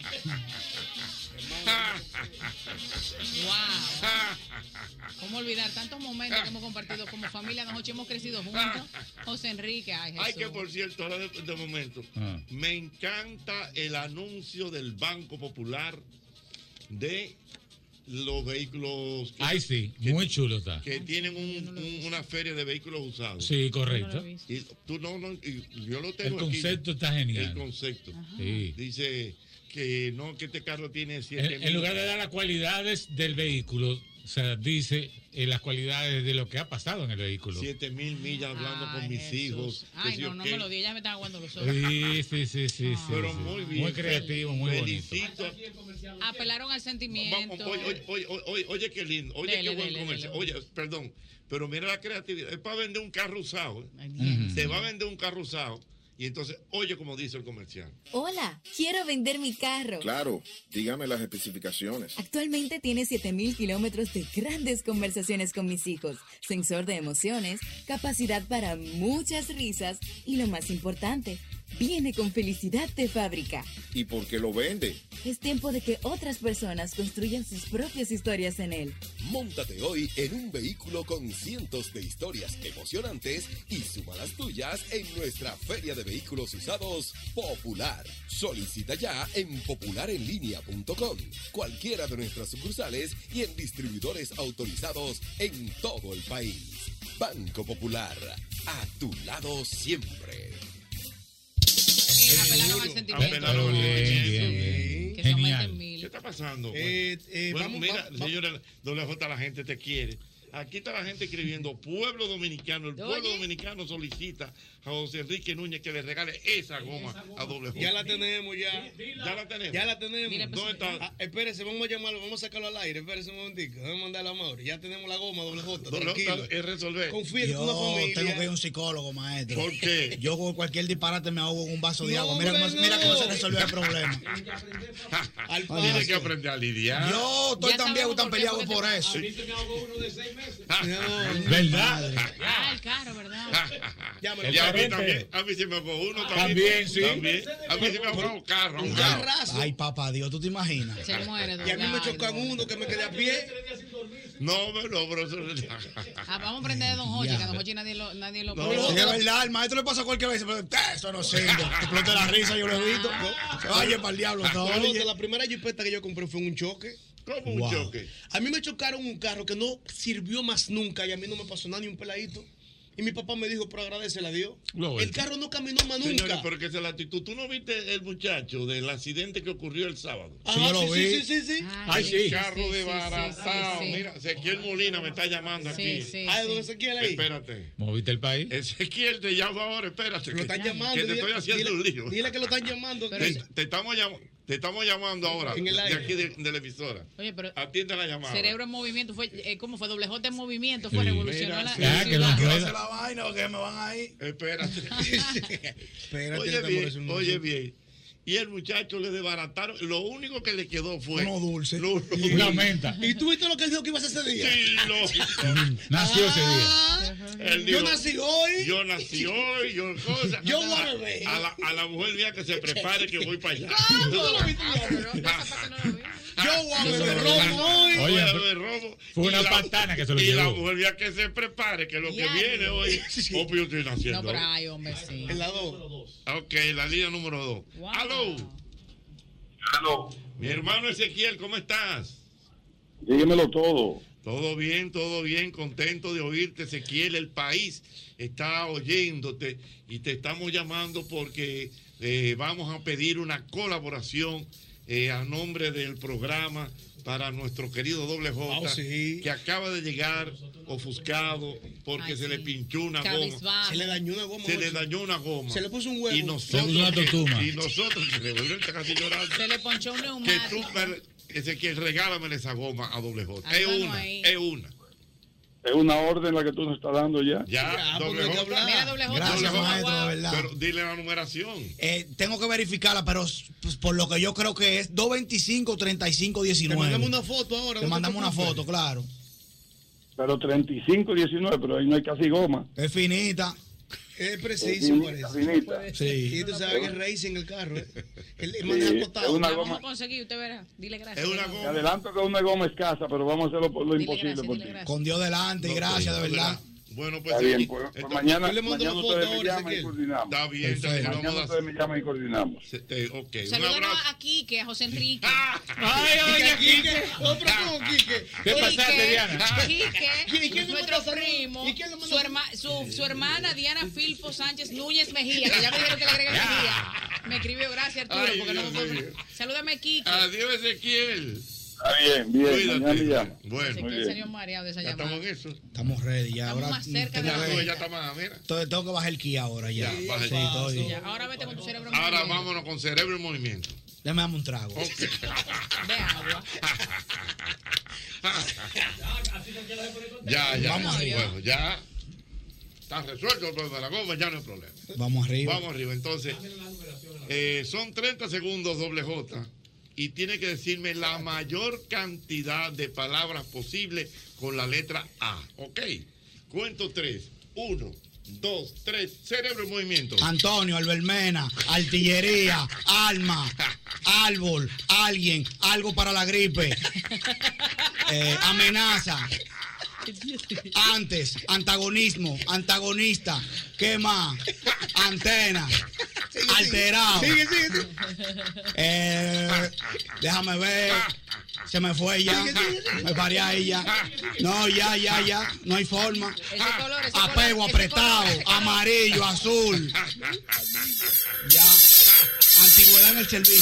Wow. ¿Cómo olvidar tantos momentos que hemos compartido como familia? Nosotros hemos crecido juntos. José Enrique, ay Jesús. Ay, que por cierto, ahora de, de momento, Ah. me encanta el anuncio del Banco Popular de los vehículos que, Ay, sí, muy chulo está. que tienen un- un- una feria de vehículos usados. Sí, correcto. Y tú no, no, y yo lo El tengo aquí. concepto está genial. El concepto. Sí. Dice que no, que este carro tiene siete En, en lugar de dar las cualidades del vehículo, o sea, dice eh, las cualidades de lo que ha pasado en el vehículo. siete mil millas hablando Ay, con mis Jesús. hijos. que Ay, sí no, o no qué. me lo di, ya me están aguando los ojos. Sí, sí, sí, sí, sí. Pero sí. muy bien. Muy creativo, muy Felicito. bonito. Apelaron al sentimiento. Vamos, oye, oye, oye, oye, oye, qué lindo. Oye, Dele, qué buen dele, comercio. dele. Oye, perdón. Pero mira la creatividad. Es para vender un carro usado. ¿eh? Ay, bien. Se va a vender un carro usado. Y entonces, oye, como dice el comercial. Hola, quiero vender mi carro. Claro, dígame las especificaciones. Actualmente tiene siete mil kilómetros de grandes conversaciones con mis hijos, sensor de emociones, capacidad para muchas risas y lo más importante, viene con felicidad de fábrica. ¿Y por qué lo vende? Es tiempo de que otras personas construyan sus propias historias en él. Móntate hoy en un vehículo con cientos de historias emocionantes y suma las tuyas en nuestra Feria de Vehículos Usados Popular. Solicita ya en popular en línea punto com, cualquiera de nuestras sucursales y en distribuidores autorizados en todo el país. Banco Popular, a tu lado siempre. Apelaron al sentimiento. Apelaron al Bien, sentimiento. bien, bien. Que se aumenten Genial. mil. ¿Qué está pasando? Eh, eh, bueno, vamos, mira, vamos, señores, doble J, la gente te quiere. Aquí está la gente escribiendo, pueblo dominicano, el pueblo Oye. dominicano solicita a José Enrique Núñez que le regale esa goma, a doble J. Ya la tenemos, ya. Ya la tenemos. Ya la tenemos. Dile, pues, ¿Dónde está? Ah, espérese, vamos a llamarlo, vamos a sacarlo al aire. Espérese un momentico. Vamos a mandarle a Mauri. Ya tenemos la goma, doble J. Doble Tranquilo. J es resolver. Confía en una Yo familia. tengo que ir a un psicólogo, maestro. ¿Por qué? Yo con cualquier disparate me ahogo en un vaso de No, agua. Mira cómo, hombre, mira no. cómo se resolvió el problema. Al Tiene paso. que aprender a lidiar. Yo estoy Ya tan viejo sabemos y tan por qué, peleado porque por te- eso. No, ¿Verdad? Ah, el carro, ¿verdad? llámalo. Y a mí Vente. también, a mí se me ahogó uno también. También, sí. También. A mí se me ahogó un carro. Un un carro. carrazo. Ay, papá Dios, ¿tú te imaginas? Se muere. Y a mí me Ay, chocan no. uno que me quedé a pie. No, pero no, pero eso Ah, vamos a aprender de Don Hochi, que a Don Hochi nadie lo, nadie lo No, Sí, puede- es verdad, el maestro le pasa cualquier vez, pero "Eh, eso no sirve. Explota la risa, yo lo he visto. Se vaya para el diablo. todo. No, no, la primera jipeta que yo compré fue un choque. ¿Cómo un Wow. choque? A mí me chocaron un carro que no sirvió más nunca y a mí no me pasó nada ni un peladito. Y mi papá me dijo, pero agradecele a Dios. No, el carro no caminó más nunca. Señores, porque esa es la actitud. ¿Tú no viste el muchacho del accidente que ocurrió el sábado? Sí, yo lo vi. Sí, sí, sí. Ay, sí. el carro Sí, sí, desbaratado. sí, sí, sí. Mira, Ezequiel Molina me está llamando Sí, aquí. sí, Ah, sí. ¿dónde Ezequiel ahí? Espérate. ¿Moviste el país? Ezequiel, te llamo ahora, espérate. Lo que- están llamando. Que te dile- estoy haciendo dile, un lío. Dile que lo están llamando. Te, te estamos llamando. Te estamos llamando ahora En el de aire. aquí de, de la emisora. Oye, pero Atiende la llamada. Cerebro en movimiento fue, eh, ¿cómo fue? Doble J en movimiento fue Sí. revolucionó Mira, la, sí. la Ah, que ciudad. la Que rueda. hace la vaina porque me van ahí. Espérate. Espérate, Oye estamos bien, haciendo oye eso. bien. Y el muchacho le desbarataron. Lo único que le quedó fue. Uno dulce. Lo- Y- Una menta. ¿Y tú viste lo que él dijo que iba a hacer ese día? Sí, lógico. Nació ese día. Ah, Él yo dijo, nací hoy. Yo nací hoy, yo cosa. Yo voy a beber. A la, a la mujer mía que se prepare que voy para allá. ¿Tú no lo viste? Yo voy a beber romo hoy. Voy Oye, a pero- beber romo. fue Y una la- patana que se lo Y la llevó. mujer mía que se prepare que lo que Diablo. viene hoy. Obvio, yo estoy naciendo. No, pero ay, hombre, sí. En la dos. Ok, la línea número dos. Wow. Aló. Aló. Mi hermano Ezequiel, ¿cómo estás? Dígamelo todo. Todo bien, todo bien, contento de oírte, Ezequiel. El país está oyéndote y te estamos llamando porque eh, vamos a pedir una colaboración eh, a nombre del programa para nuestro querido Doble J, Oh, sí. que acaba de llegar ofuscado porque Ay, se sí. le pinchó una Cabizbajo. goma. Se le dañó una goma. Se oye. le dañó una goma. Se le puso un huevo. Y Se nosotros, puso una totuma. y nosotros, que se volvió el casi llorando, Se le ponchó un que tú, neumático. me- Ezequiel, regálame esa goma a Doble J. Ay, Es bueno, una, ahí. es una. Es una orden la que tú nos estás dando ya. Ya, Ya, Doble porque hay que J. hablar. Mira, doble J. Gracias, doble J, maestro, de guau. verdad. Pero dile la numeración. Eh, tengo que verificarla, pero pues, por lo que yo creo que es dos veinticinco treinta y cinco Te diecinueve. mandamos una foto ahora. Te no mandamos una preocupes. foto, claro. Pero treinta y cinco diecinueve, pero ahí no hay casi goma. Es finita. Es preciso, Finita, parece. finita. Sí. Y tú sabes que es racing el carro. ¿eh? Él él Sí, maneja es acotado. una La goma. vamos a conseguir, usted verá. Dile gracias. Es una dile. Te goma. adelanto que es una goma escasa, pero vamos a hacerlo por lo Dile imposible gracias, por dile ti. gracias. Con Dios delante y gracias, de verdad. Bueno, pues Está bien, sí, pues, pues esto- mañana, yo le mando mañana una ustedes foto me ahora, llaman y Ezequiel. coordinamos. Está bien, está bien, Mañana vamos a ustedes me llaman y coordinamos. Se- te- ok, un Salúdanos abrazo. a Quique, a José Enrique. Ay, oye, Quique. Otro como Quique. ¿Qué pasaste, Diana? Quique, ¿Y quién le nuestro manda saludos? primo, ¿Y quién le manda su, herma- su, su hermana Diana Filpo Sánchez Núñez Mejía, que ya me dijeron que le agregue Mejía. Me escribió, gracias Arturo, Ay, porque no me Dios fue. mío. Salúdame, Quique. Adiós, Ezequiel. Está bien, bien. Cuídate. Mañana me llaman. Bueno, Sé muy que bien. salió mareado de esa ya llamada. estamos en eso. Estamos ready ya. Estamos Ahora más cerca de tengo la que- Ya, ya está más, mira. Entonces tengo que bajar el ki ahora ya. Ya, baja el Sí, ki. estoy- Ya, ahora vete con tu cerebro. en Ahora movimiento. vámonos con cerebro en movimiento. Déjame darme un trago. Ok. De agua. Ya, ya. Vamos arriba. Bueno, ya. Está resuelto el problema de la goma, ya no hay problema. Vamos arriba. Vamos arriba, entonces. eh, son treinta segundos doble J y tiene que decirme la mayor cantidad de palabras posible con la letra A. ¿Ok? Cuento tres. Uno, dos, tres. Cerebro en movimiento. Antonio, Albermena, artillería, arma, árbol, alguien, algo para la gripe, eh, amenaza, antes, antagonismo, antagonista, ¿qué más? Antena, alterado. Sigue, sigue, sigue. Eh, déjame ver. Se me fue ya. Me paré ahí ya. No, ya, ya, ya. No hay forma. Ese color, ese Apego color, ese apretado, color, ese color. amarillo, azul. Ya. Antigüedad en el servicio.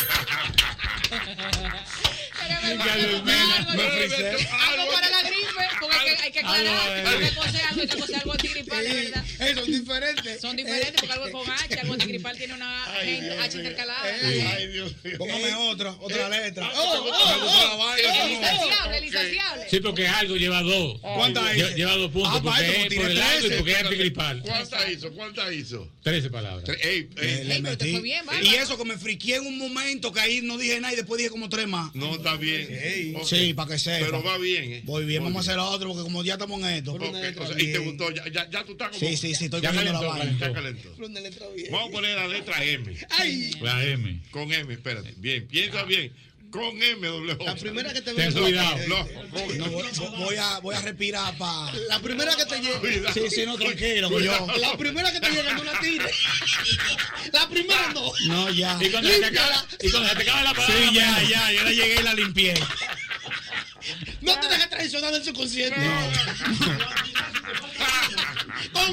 Pero me- Quique Albermena. algo, Me algo, frisé. algo para la gripe, porque hay que, hay que aclarar. Algo, Hay que coser algo, hay que coser algo antigripal, de verdad. Eh, son diferentes. Son diferentes porque algo es con H, algo antigripal tiene una Ay, Dios H mío. intercalada. Ay, Dios mío. Póngame otra, otra letra. Oh, Me oh, gustó la oh, vaina. Es oh, insaciable, es Ok. insaciable. Sí, porque algo lleva dos. ¿Cuántas Lle- hice? Lleva dos puntos, Ah, porque maestro, es tiene por el algo y trece. porque es antigripal. ¿Cuántas hizo? ¿Cuántas hizo? Trece palabras. Tre- ey, Le, ey. le Ey, pero te metí. fue bien, bárbaro. Y eso que me friqué en un momento que ahí no dije nada y después dije como tres más. No, está bien. Ok. Sí, para que sepa. Pero va bien, ¿eh? Voy bien, Muy vamos a hacer otro porque como ya estamos en esto. Ok, o sea, y te gustó, ya, ya, ya tú estás como. Sí, sí, sí, estoy Ya cogiendo la calentó, vaina. Ya calentó. Pero una letra bien. Vamos a poner la letra M. Ay, La M. Con M, espérate. Bien, piensa bien. Con M, doble J. la primera que te Ten venga. cuidado. No, con- No, voy, voy a, voy a respirar para. La primera que te llegue. Cuidado. Sí, sí, no, tranquilo, que yo. La primera que te llegue no la tires. La primera no. No, ya. Y cuando se te acaba, y cuando se te acaba la palabra. Sí, ya, menos. ya, yo la llegué y la limpié. No te dejes traicionar del subconsciente. No. Oh,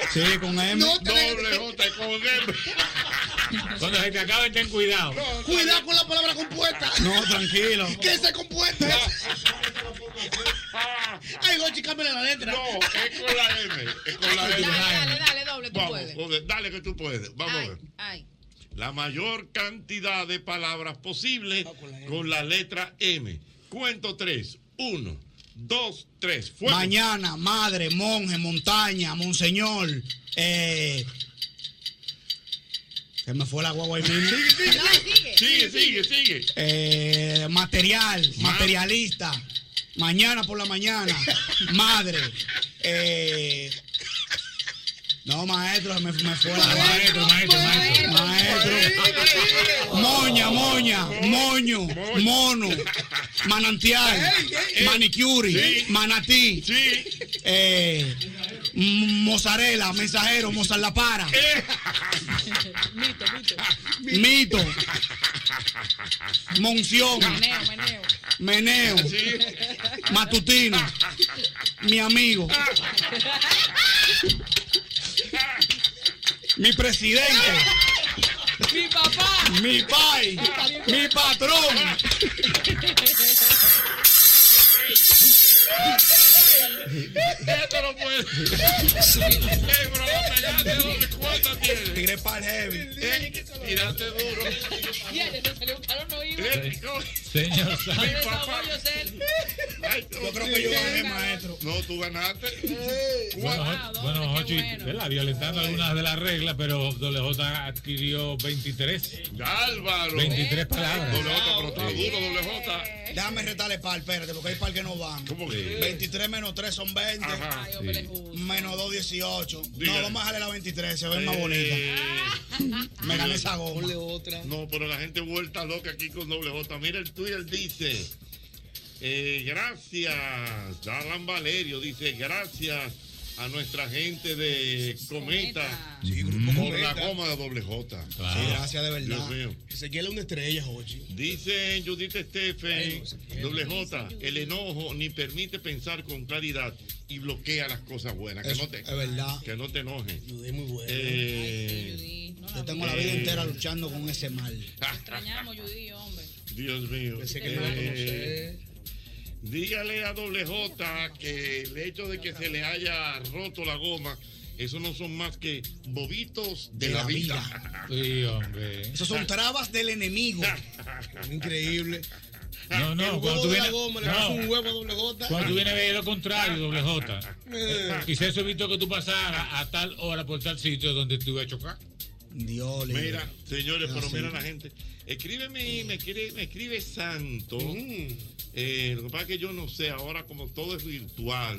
Sí, con M. No te Doble J con M. Cuando se te acaben, ten cuidado. Cuidado con la palabra compuesta. No, tranquilo. ¿Qué se compuesta? Ay, Gochi, cámbiale la letra. No, es con la M. Es con la M. Dale, dale, dale, doble, tú Vamos, puedes. joder, dale que tú puedes. Vamos a ver. Ay. La mayor cantidad de palabras posibles con la letra M. Cuento tres. Uno, dos, tres. Fuego. Mañana, madre, monje, montaña, monseñor. Eh, se me fue la guagua ahí mismo. Sigue, sigue, sigue, sigue. Eh, material, materialista. Mañana por la mañana. Madre. Eh, no, maestro, me, me fue la Maestro, maestro, maestro. Maestro. Moña, moña, moño, mono, manantial, manicure, manatí, eh, mozzarella, mensajero, Mozart la para. Mito, mito. Mito. Monción. Meneo, meneo. Meneo. Matutino. Mi amigo. Mi presidente. Mi papá. Mi pai. Mi patrón. Esto no puede. Eh, bro, pegaste doble. ¿Cuántas tienes? Tiré para el heavy. Eh, tiraste duro. Ya, te salió un caro no iba. Eh, Señor Mi Sánchez. papá. Ay, Yo creo que yo gané, maestro. No, tú ganaste. Bueno, Wow, Jo- bueno, doble, qué Jochi, bueno. ¿verdad? Violentando algunas de las reglas, pero doble J adquirió veintitrés. Álvaro. veintitrés palabras. Doble J, pero está Sí. duro, doble J. Déjame retarle par, espérate, porque hay par que no van. ¿Cómo que? veintitrés menos tres son veinte. Ajá. Ay, hombre, justo. Menos dos, dieciocho. Dígale. No, vamos a dejarle la veintitrés, se ven más Eh, bonitas. Me gané esa goma. Ponle otra. No, pero la gente vuelta loca aquí con doble J. Mira el Twitter, dice. Eh, gracias, Alan Valerio dice, gracias a nuestra gente de Cometa Sí, grupo por la Cometa. goma de doble J. Sí, gracias de verdad. Dios mío. Ezequiel es una estrella, Jochi. Dice Judith Stephen, Ay, no, doble J, el enojo ni permite pensar con claridad y bloquea las cosas buenas. Que Eso no te, es verdad. que no te enojes. Judith muy buena. Eh, Yo tengo la vida Eh. entera luchando con ese mal. Extrañamos, Judy, hombre. Dios mío. Pensé que Eh, me iba a conocer. Dígale a doble J que el hecho de que se le haya roto la goma, eso no son más que bobitos de, De la, la vida. Sí, hombre. Esos son trabas del enemigo. Increíble. No, El no, huevo cuando tú de la vienes. goma, le No, das un huevo a doble J. cuando tú vienes a ver lo contrario, doble J. Eh. Quizás he visto que tú pasaras a tal hora por tal sitio donde te iba a chocar. Dios libre. Mira, señores, Ah, pero sí. mira la gente. Escríbeme, me escribe, me escribe Santo. Eh, lo que pasa es que yo no sé, ahora como todo es virtual,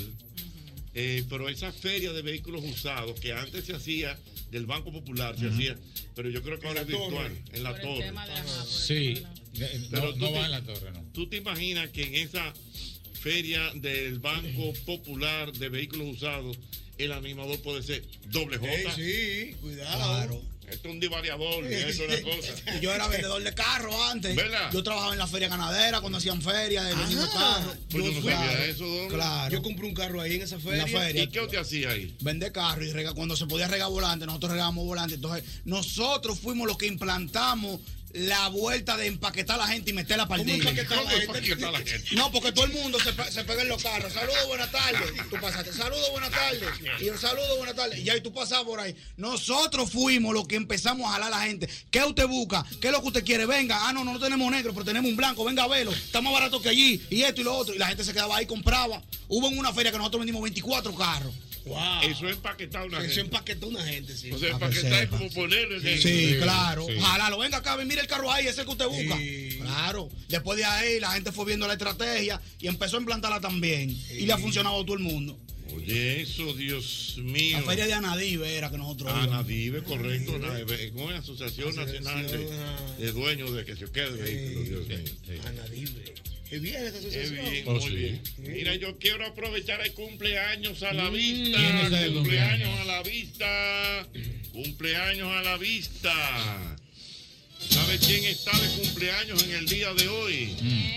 eh, pero esa feria de vehículos usados que antes se hacía del Banco Popular, se hacía, pero yo creo que ahora es virtual, en la Por el torre. tema de la mapa, por el Sí. tema Eh, Pero No, tú no te- va en la torre, no. ¿Tú te imaginas que en esa feria del Banco Popular de vehículos usados el animador puede ser doble J? Ey, sí, cuidado. Claro. Esto es un divariador, y eso es una cosa. Y yo era vendedor de carros antes. ¿Verdad? Yo trabajaba en la feria ganadera cuando hacían feria de vendiendo carros. Pues yo no fui- sabía eso, doble. Claro. Yo compré un carro ahí en esa En feria. la feria. ¿Y qué usted hacía ahí? Vender carros y rega, cuando se podía regar volante, nosotros regamos volante. Entonces, nosotros fuimos los que implantamos la vuelta de empaquetar a la gente y meterla para el ¿Cómo día. empaquetar a la ¿Cómo gente? empaquetar a la gente? No, porque todo el mundo se, pe- se pega en los carros. Saludos, buenas tardes. Tú pasaste, saludos, buenas tardes. Y el saludo, buenas tardes. Y ahí tú pasabas por ahí. Nosotros fuimos los que empezamos a jalar a la gente. ¿Qué usted busca? ¿Qué es lo que usted quiere? Venga. Ah, no, no, no tenemos negro, pero tenemos un blanco. Venga a verlo. Está más barato que allí. Y esto y lo otro. Y la gente se quedaba ahí, compraba. Hubo en una feria que nosotros vendimos veinticuatro carros. Wow. Eso es empaquetar una Eso gente. empaquetó una gente, sí. O sea, Ah, empaquetar pues es como ponerle. Sí, gente. claro. sí. Jalalo, venga acá, ven, mire el carro ahí, ese es el que usted busca. Sí. Claro. Después de ahí, la gente fue viendo la estrategia y empezó a implantarla también. Y le ha funcionado a todo el mundo. Oye, eso, Dios mío. La feria de Anadive era que nosotros Ah, íbamos. Nadive, correcto. Nadive, ¿cómo es? Asociación Nacional de, de Dueños de que se quede vehículos, Dios mío. Anadive. Qué bien esta Qué asociación. bien, Oh, muy sí. bien. Mira, yo quiero aprovechar el cumpleaños a la ¿Quién vista. es el Cumpleaños cumpleaños? a la vista. Cumpleaños a la vista. ¿Sabe quién está de cumpleaños en el día de hoy?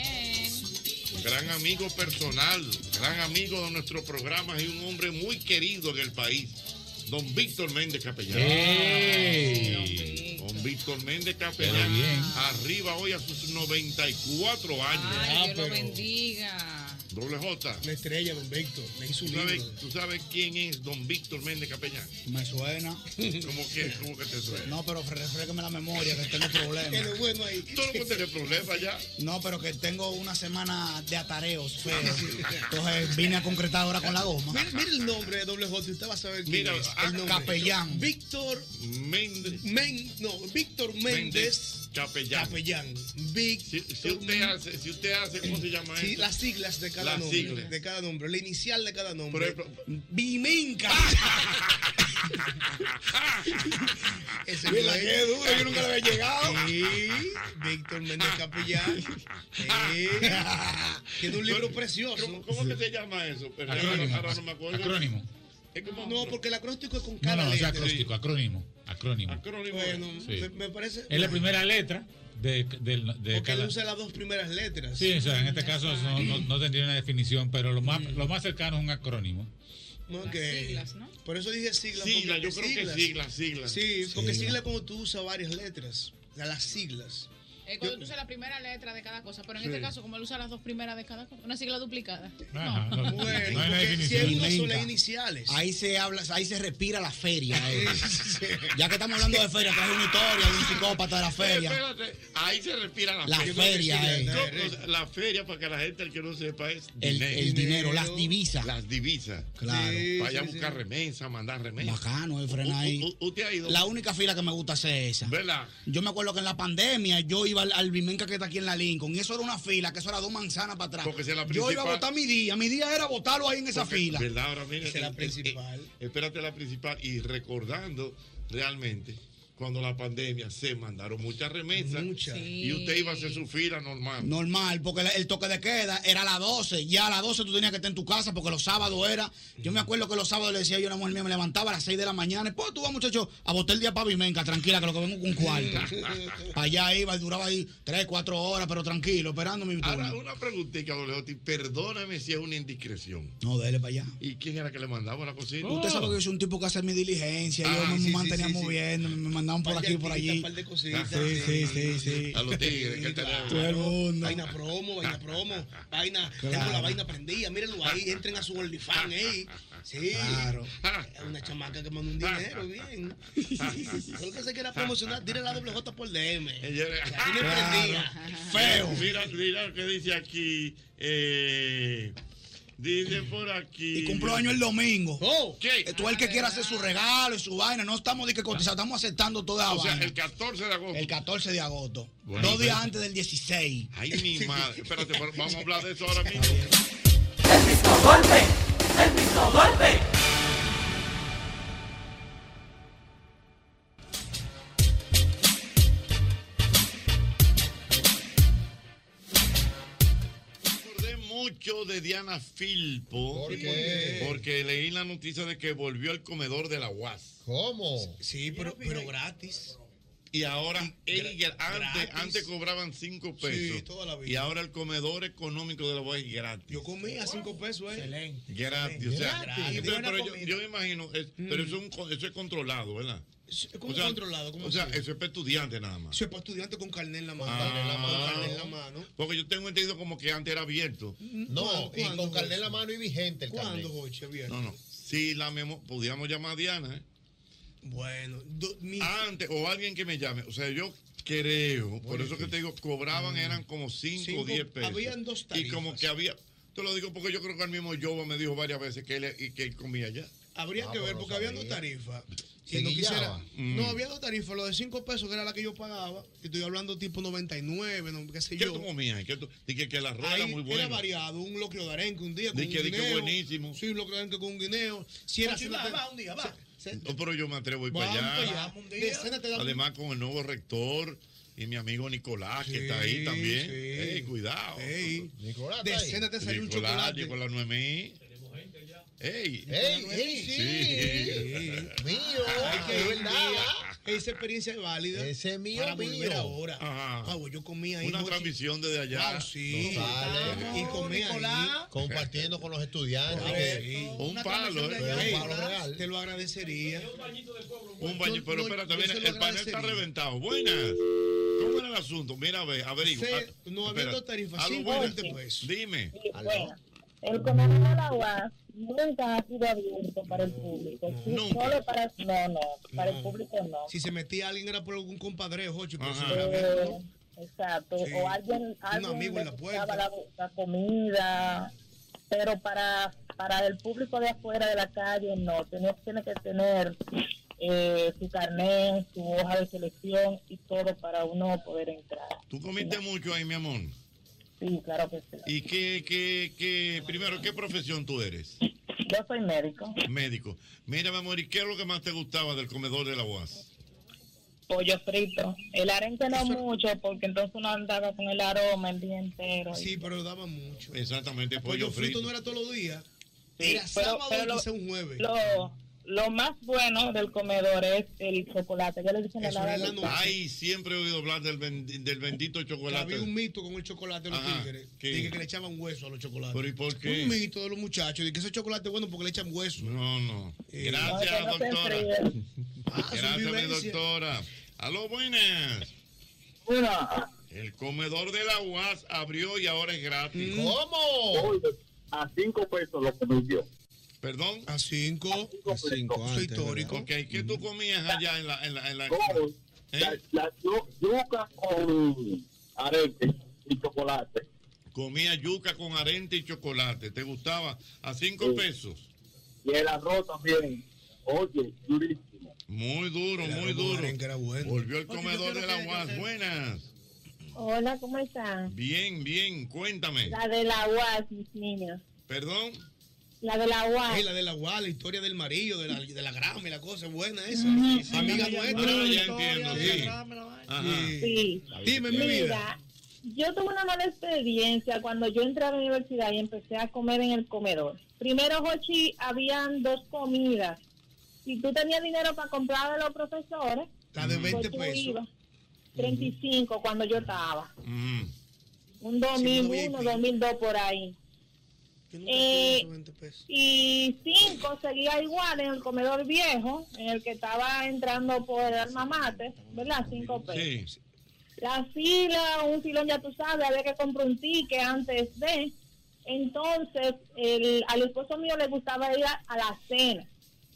Un gran amigo personal, gran amigo de nuestro programa y un hombre muy querido en el país. Don Víctor Méndez Capellán. ¡Ey! Don Víctor Méndez Capellán. Qué bien. Arriba hoy a sus noventa y cuatro años. Ay, Dios lo bendiga. Doble J. La estrella, don Víctor. Le hizo un ¿Tú sabes, libro. ¿Tú sabes quién es Don Víctor Méndez Capellán? Me suena. ¿Cómo que, cómo que te suena? No, pero refrescame la memoria, que tengo problemas. Que lo bueno ahí. Tú no puedes tener problemas ya. No, pero que tengo una semana de atareos feos. Entonces vine a concretar ahora con la goma. Mira, mira el nombre de doble J, usted va a saber quién Mira, es. ah, El nombre. Capellán. Víctor Méndez. Men, no, Víctor Méndez. Capellán. Capellán. Víctor. Si, si usted hace, si usted hace, ¿cómo se llama Sí, eso? las siglas de cada Las nombre. siglas. De cada nombre. La inicial de cada nombre. Por ejemplo, Bimenca. Ese Mira, fue- qué duro, yo nunca le había llegado. Sí, Víctor Méndez Capellán. Sí. Tiene un libro precioso. ¿Cómo, cómo que se llama eso? Pero Acrónimo. ahora no me acuerdo. Acrónimo. Es como, No, porque el acróstico es con No, cada no, es letra. acróstico, acrónimo. Acrónimo. Acrónimo. Bueno, Sí. me, me parece. Es la primera letra de, de, de Porque cada. él usa las dos primeras letras. Sí, o sea, en este caso no, no, no tendría una definición, pero lo más, lo más cercano es un acrónimo. Ok. Siglas, ¿no? Por eso dije siglas. Siglas, porque yo creo que siglas, siglas. Sí, porque Siglas. siglas es cuando tú usas varias letras. O sea, las siglas. Eh, cuando tú usas la primera letra de cada cosa, pero en Sí. este caso, como él usa las dos primeras de cada cosa, una sigla duplicada. Ajá, No. no, Bueno, no hay porque si definición. hay una sola Bimenca. iniciales. Ahí se habla, ahí se respira la feria. eh. Ya que estamos hablando de feria, traje una historia de un psicópata de la Eh, feria. espérate, ahí se respira la, La feria. feria, eh. No, no, la feria, para que la gente el que no sepa, es El, dinero. el dinero, las divisas. Las divisas. Claro. Sí, Vaya a sí, buscar sí. remesa, mandar remesa. Bacano, el frena ahí. U- u- ¿Usted ha ido? La única fila que me gusta hacer es esa. ¿Verdad? Yo me acuerdo que en la pandemia yo iba al, al Bimenca que está aquí en la Lincoln y eso era una fila, que eso era dos manzanas para atrás. Porque esa es la Yo iba a principal. votar mi día, mi día era votarlo ahí en esa Porque, fila. ¿verdad? Ahora mire, Esa es la eh, eh, principal. eh, espérate la principal y recordando realmente cuando la pandemia se mandaron muchas remesas Muchas. y usted iba a hacer su fila normal. Normal, porque la- el toque de queda era a las doce. Ya a las doce tú tenías que estar en tu casa porque los sábados era. Yo me acuerdo que los sábados le decía yo a una mujer mía, me levantaba a las seis de la mañana. Pues tú vas, muchacho, a botar el día para Bimenca, tranquila, que lo que vengo con un cuarto. Allá iba y duraba ahí tres, cuatro horas, pero tranquilo, esperando mi Ahora, turno. una preguntita, Doleoti, perdóname si es una indiscreción. No, dele para allá. ¿Y quién era que le mandaba a la cocina? Usted sabe que yo soy un tipo que hace mi diligencia. Ah, yo me sí, sí, mantenía sí, sí. moviendo, me mandaban por Par de aquí, por artistas, allí. par de cositas. Sí, sí, sí, sí. A los tigres, que él tenía- Todo el mundo. Vaina promo, vaina promo, vaina, Claro. tengo la vaina prendida, mírenlo ahí, entren a su OnlyFans, ey. Sí. Claro. Es una chamaca que manda un dinero, bien. Solo que se quiera promocionar, dile la doble J por D M. Ella- La tiene prendida. Feo. Mira, mira lo que dice aquí. Eh, dice por aquí. Y cumplo año el domingo. Oh, ¿Qué? Tú el que quiera hacer su regalo y su vaina. No estamos de que cotizar, estamos aceptando toda la O sea, vaina. el catorce de agosto. El catorce de agosto. Bueno, Dos días pero- antes del dieciséis. Ay, mi madre. Espérate, pero vamos a hablar de eso ahora mismo. El mismo golpe, el mismo golpe. Recordé mucho de Diana Filpo. ¿Por qué? Porque leí la noticia de que volvió al comedor de la U A S. ¿Cómo? sí, pero, pero gratis. Y ahora, ella- antes, gratis. antes cobraban cinco pesos. Sí, toda la vida. Y ahora el comedor económico de la U A S es gratis. Yo comía cinco pesos, eh. Excelente. Gratis, o sea, Gratis. entonces, Buena pero yo, comida. yo me imagino, es- pero eso es, un co- eso es controlado, ¿verdad? ¿Cómo O sea, controlado? ¿Cómo o sea, así? eso es para estudiantes nada más. Soy para estudiante con carnet en la mano. Ah. Carnet en la mano, carnet en la mano. Porque yo tengo entendido como que antes era abierto. No, y ¿Cuándo, con carnet en la Jorge? mano y vigente el ¿Cuándo, carnet. Jorge? Abierto. No, no. Si la memo, podíamos llamar a Diana, ¿eh? Bueno, do- mi- Antes, o alguien que me llame. O sea, yo creo, por eso que te digo, cobraban, eran como cinco Cinco- o diez pesos. habían dos Y tarifas. como que había, te lo digo porque yo creo que el mismo Yoba me dijo varias veces que él, y que él comía allá. habría Ah, que ver pero no porque había dos sabía. tarifas. ¿Se Y no guillaba? quisiera. Mm. No, había dos tarifas. Lo de cinco pesos, que era la que yo pagaba. Y estoy hablando tipo noventa y nueve, no, qué sé ¿Qué yo. tú comías? ¿Qué tú? Dije que el arroz Ahí era muy bueno. era variado, un locrio de arenque un día con Di un que- di que guineo. buenísimo. Sí, un locrio de arenque con un guineo. Si era Oye, cena, va, te- va, un día, va. se- No, pero yo me atrevo a ir Vamos para para allá. allá. Vamos un día. De cena te dan- Además, con el nuevo rector y mi amigo Nicolás, que Sí, está ahí también. sí. Ey, cuidado. Ey, Nicolás de está ahí. cena te salió un Nicolás, chocolate. Nicolás Noemí. Ey. ¡Ey, ey, sí! Sí. Mío, Hay que es ir un verdad. día. esa experiencia es válida. Ese es mío, para volver mío. ahora. Ajá. Ah, pues yo comía ahí. Una Mochi. transmisión desde allá. Wow, sí. No sale. Y comía ahí. Compartiendo con los estudiantes. Sí. Un palo, ¿eh? Ey, Un palo real. te lo agradecería. Un baño, Yo- pero no, espérate, yo mira, se lo el panel está agradecería. reventado. Buenas. ¿Cómo era el asunto? Mira, a ver, averigua. Se- Ah, no espera. habiendo tarifa, Aló, cinco, buenas. veinte pesos. Dime. Bueno, el comedor de la U A S nunca ha sido abierto para el público. Sí, Nunca. solo para, no, no, para No. el público no. Si se metía alguien era por algún compadreo, Jochi, pero Ajá. si era abierto, Eh, exacto, Sí. o alguien, alguien amigo en la le puerta. gustaba la, la comida, pero para para el público de afuera de la calle no, tiene, tiene que tener eh, su carnet, su hoja de selección y todo para uno poder entrar. ¿Tú comiste mucho ahí, mi amor? Sí, claro que sí. ¿Y qué, qué, qué, primero, qué profesión tú eres? Yo soy médico. Médico. Mira, mi amor, ¿y qué es lo que más te gustaba del comedor de la U A S? Pollo frito. El arenque no mucho, porque entonces uno andaba con el aroma el día entero. Sí, pero daba mucho. Exactamente, Pollo pollo frito frito. no era todos los días. Sí, Era pero- sábado pero y lo- quizá un jueves. Lo, lo más bueno del comedor es el chocolate. Ya le dicen Eso helado era en la de- noche. Ay, siempre he oído hablar del, bendi- del bendito Que chocolate. había un mito con el chocolate de los Ajá, tigres. ¿qué? Dije que le echaban hueso a los chocolates. ¿Pero y por qué? Un mito de los muchachos. De que ese chocolate es bueno porque le echan hueso. No, no. Eh, Gracias, No, que no se doctora. enfríe. Ah, son Gracias, mi vivencias. doctora. Aló, buenas. El comedor de la U A S abrió y ahora es gratis. ¿Cómo? A cinco pesos lo comí yo. ¿Perdón? A cinco. A cinco Eso antes, histórico. Ok, ¿qué tú comías allá en la... En la, en la Oh, ¿Eh? la, la yu- yuca con arenque y chocolate. Comía yuca con arente y chocolate. ¿Te gustaba? A cinco Sí. pesos. Y el arroz también. Oye, durísimo. Muy duro, El muy arroz con duro. arenque era bueno. Volvió el Oye, comedor yo de quiero la que- U A S. Buenas. Hola, ¿cómo están? Bien, bien. Cuéntame. La de la U A S, mis niños. ¿Perdón? La de la U A Ey, S. la de la U A, la historia del amarillo, de la, de la grama y la cosa, es buena esa. Ujú. Amiga Sí, nuestra. Ah, ya entiendo, Sí. sí. Ajá. Sí. Sí. Dime, mi vida. Mira, yo tuve una mala experiencia cuando yo entré a la universidad y empecé a comer en el comedor. Primero, Jochi, habían dos comidas. Si tú tenías dinero para comprar de los profesores, La de veinte pues tú pesos. ibas. treinta y cinco cuando yo estaba. Mm. Un dos mil uno, dos mil dos por ahí. Yo nunca Eh, tuve esos veinte pesos. Y cinco seguía igual en el comedor viejo, en el que estaba entrando por el alma mater, ¿verdad? Cinco pesos. Sí. La fila, un filón, ya tú sabes, había que comprar un ticket antes de. Entonces, el, al esposo mío le gustaba ir a, a la cena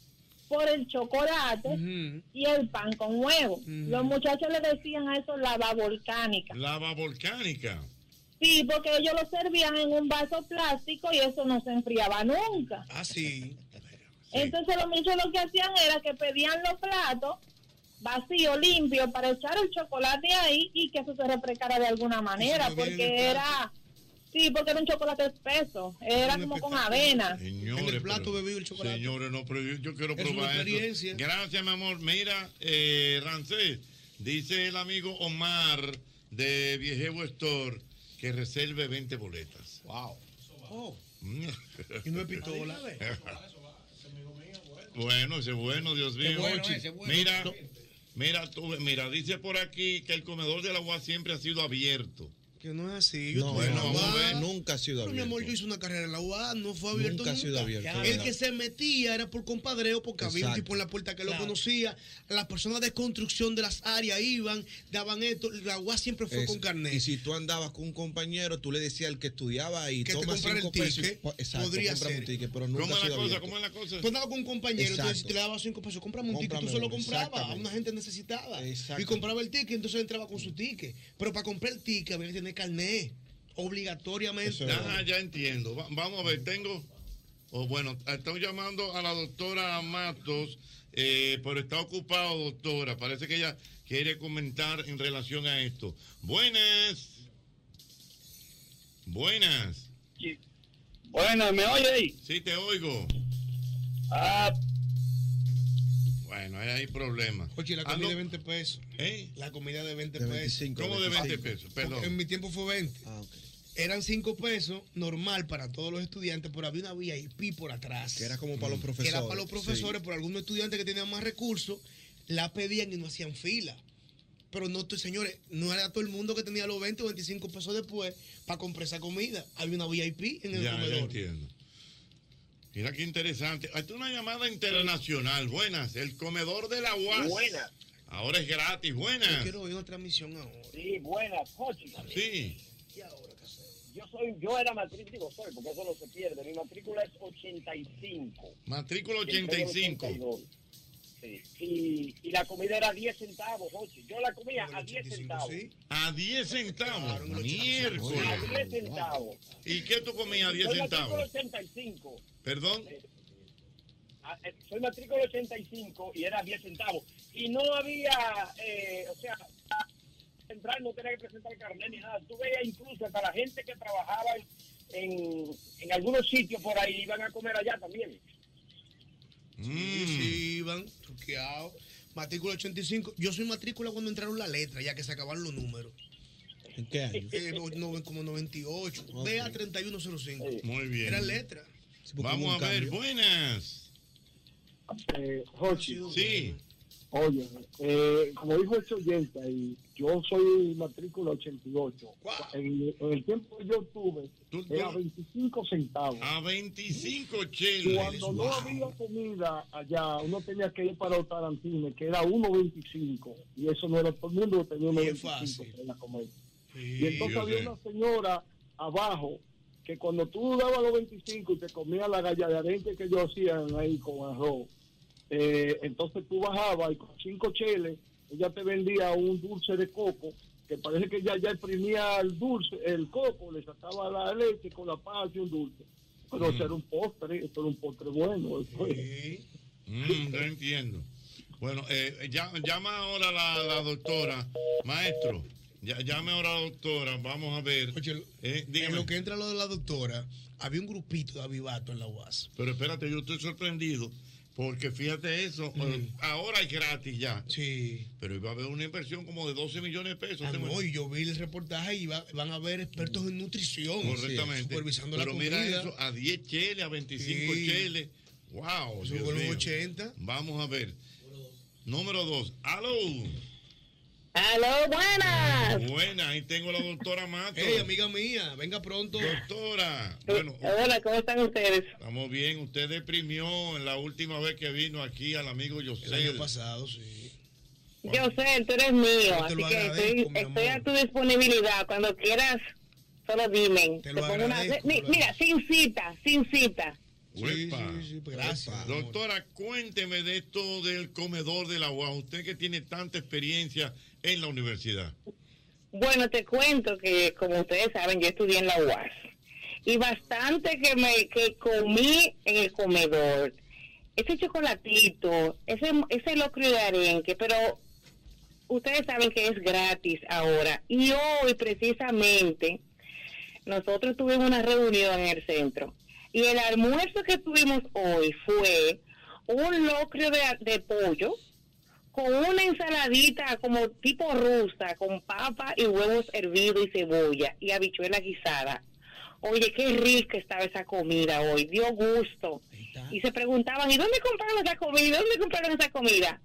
por el chocolate Ujú. y el pan con huevo. Ujú. Los muchachos le decían a eso lava volcánica. Lava volcánica. Sí, porque ellos lo servían en un vaso plástico y eso no se enfriaba nunca. Ah, sí. Entonces los muchachos lo que hacían era que pedían los platos vacíos, limpios, para echar el chocolate ahí y que eso se refrescara de alguna manera, Y se bebía en el porque plato. era, sí, porque era un chocolate espeso, era Un como con espectáculo. avena. Señores, En el plato pero- bebido el chocolate. Señores, no, pero yo, yo quiero Es probar una experiencia. eso. Gracias, mi amor. Mira, eh, Rancés, dice el amigo Omar de Viejevo Store que reserve veinte boletas. Wow. Oh, Mm. y no es pistola. Bueno, ese es bueno, Dios mío. bueno ese, es bueno. Mira, mira, tú, mira, dice por aquí que el comedor de la U A S siempre ha sido abierto. Que no es así. Yo No, tuve bueno, en la vamos a U A, ver. Nunca ha sido pero, mi abierto. amor, yo hice una carrera en la U A, no fue abierto Nunca ha sido abierto, El ¿verdad? que se metía era por compadreo, porque había un Exacto. tipo en la puerta que lo Claro. conocía. Las personas de construcción de las áreas iban, daban esto. La U A siempre fue Es- con carnet. Y si tú andabas con un compañero, tú le decías al que estudiaba ahí, Que te toma comprara cinco el pesos. y- ticket, po- exacto, podría cómprame ser. un ticket, pero nunca ¿Cómo ha es la sido cosa? abierto. ¿Cómo es la cosa? Tú andabas con un compañero, entonces si Exacto. te le dabas cinco pesos, cómprame un ticket, tú Cómprame se lo uno, comprabas a exactamente. una gente necesitada. Exacto. Y compraba el ticket, entonces entraba con su ticket. Pero para comprar el ticket había que tener carnet, obligatoriamente. Eso es Ah, ya entiendo. Va- vamos a ver, tengo. O bueno, estoy llamando a la doctora Matos, eh, pero está ocupado, doctora. Parece que ella quiere comentar en relación a esto. Buenas. Buenas. Bueno, ¿me oye ahí? Sí, te oigo. Ah, Bueno, ahí hay problemas. Oye, la Ah, comida no. de veinte pesos. ¿Eh? La comida de veinte De pesos. veinticinco, ¿Cómo de veinte veinticinco. pesos? Perdón. Porque en mi tiempo fue veinte. Ah, ok. Eran cinco pesos normal para todos los estudiantes, pero había una V I P por atrás. Que era como para los Que profesores. era para los profesores, Sí. por algunos estudiantes que tenían más recursos. la pedían y no hacían fila. Pero no, tú, señores, no era todo el mundo que tenía los veinte o veinticinco pesos después para comprar esa comida. Había una V I P en el ya, comedor. Ya entiendo. Mira qué interesante. Hay una llamada internacional. Buenas. El comedor de la U A S. Buenas. Ahora es gratis. Buenas. Yo quiero oír una transmisión ahora. Sí, buenas. Jochi. Sí. ¿Y ahora qué hacemos? Yo soy, yo era matrícula, digo soy, porque eso no se pierde. Mi matrícula es ochenta y cinco. Matrícula ochenta y cinco. Sí. Y, y la comida era diez centavos, Jochi. Yo la comía a diez centavos. ¿Sí? A diez centavos. Miércoles. A diez centavos. ¿Y qué tú comías a diez soy centavos? Matrícula ochenta y cinco. ¿Perdón? Eh, eh, soy matrícula ochenta y cinco y era diez centavos. Y no había, eh, o sea, central no tenía que presentar carnet ni nada. Tú veías incluso hasta la gente que trabajaba en, en algunos sitios por ahí iban a comer allá también. Sí, sí, iban truqueados. Matrícula ochenta y cinco. Yo soy matrícula cuando entraron la letra, ya que se acabaron los números. ¿En qué año? Eh, no, no, como noventa y ocho. Okay. B A treinta y uno cero cinco. Muy bien. Era letra. Sí, vamos a ver, cambio. Buenas. Eh, Jochi. Sí. Oye, eh, como dijo este oyente, y yo soy matrícula ochenta y ocho. En, en el tiempo que yo tuve, era veinticinco centavos. A veinticinco cheles. Cuando no había comida allá, uno tenía que ir para los tarantines, que era uno veinticinco. Y eso no era todo el mundo que tenía uno veinticinco para comer. Sí, y entonces había sé. una señora abajo que cuando tú dabas los veinticinco y te comías la galladerenque que ellos hacían ahí con arroz, Eh, entonces tú bajabas y con cinco cheles ella te vendía un dulce de coco que parece que ya ya imprimía el dulce, el coco, le sacaba la leche con la paz y un dulce, pero mm. eso era un postre, eso era un postre bueno. Sí. Mm, no entiendo. Bueno, eh, ya, llama ahora la, la doctora, maestro, ya, llame ahora la doctora, vamos a ver. Oye, eh, en lo que entra lo de la doctora, había un grupito de avivato en la U A S. Pero espérate, yo estoy sorprendido. Porque fíjate eso, mm. ahora es gratis ya. Sí. Pero iba a haber una inversión como de doce millones de pesos. Ah, no, y yo vi el reportaje y va, van a haber expertos en nutrición. Correctamente. Sí, supervisando Pero la comida. Pero mira eso, a diez cheles, a veinticinco sí. cheles. Wow. Eso fue los ochenta. Vamos a ver. Número dos. ¡Aló! ¡Aló, buenas! Buenas, ahí tengo a la doctora Mato. Hey, amiga mía, venga pronto. Doctora. Bueno, hola, ¿cómo están ustedes? Estamos bien. Usted deprimió en la última vez que vino aquí al amigo José. El año pasado, sí. José, tú eres mío, así que estoy, estoy a tu disponibilidad. Cuando quieras, solo dime. Te lo Te una, mi, mira, sin cita, sin cita. Sí, sí, sí, pues gracias. Doctora, cuénteme de esto del comedor de la U A S. Usted que tiene tanta experiencia en la universidad. Bueno, te cuento que, como ustedes saben, yo estudié en la U A S. Y bastante que me que comí en el comedor. Ese chocolatito, ese, ese locrio de arenque, pero ustedes saben que es gratis ahora. Y hoy, precisamente, nosotros tuvimos una reunión en el centro. Y el almuerzo que tuvimos hoy fue un locrio de, de pollo con una ensaladita como tipo rusa, con papa y huevos hervidos y cebolla y habichuela guisada. Oye, qué rica estaba esa comida hoy, dio gusto. Y se preguntaban, ¿y dónde compraron esa comida? ¿Dónde compraron esa comida?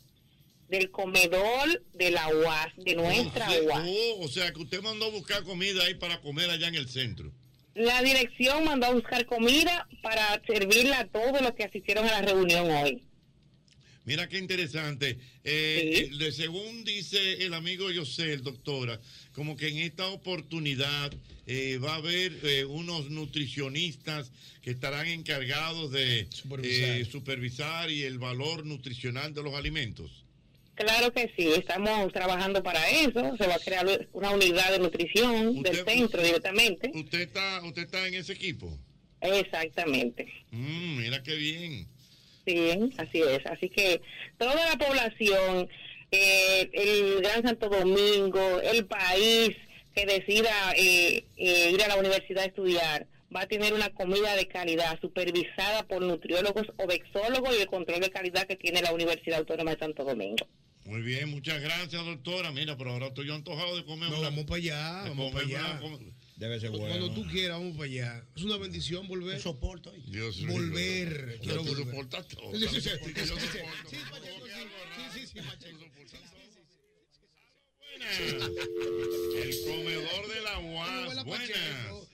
Del comedor de la U A S, de nuestra o sea, U A S. Oh, o sea, que usted mandó a buscar comida ahí para comer allá en el centro. La dirección mandó a buscar comida para servirla a todos los que asistieron a la reunión hoy. Mira qué interesante. Eh, ¿Sí? eh, según dice el amigo José, el doctora, como que en esta oportunidad eh, va a haber eh, unos nutricionistas que estarán encargados de supervisar. Eh, supervisar y el valor nutricional de los alimentos. Claro que sí, estamos trabajando para eso. Se va a crear una unidad de nutrición del centro directamente. ¿Usted está usted está en ese equipo? Exactamente. Mm, mira qué bien. Sí, así es. Así que toda la población, eh, el Gran Santo Domingo, el país que decida eh, eh, ir a la universidad a estudiar, va a tener una comida de calidad supervisada por nutriólogos o vexólogos y el control de calidad que tiene la Universidad Autónoma de Santo Domingo. Muy bien, muchas gracias, doctora. Mira, pero ahora estoy yo antojado de comer. No, una, vamos para allá, de vamos para allá. Una, Debe ser bueno. Cuando tú quieras, vamos para allá. Es una bendición volver. Yo soporto. Dios volver. Quiero volver. Soportas todo. Sí, sí, sí. El comedor de la U A S. Buenas.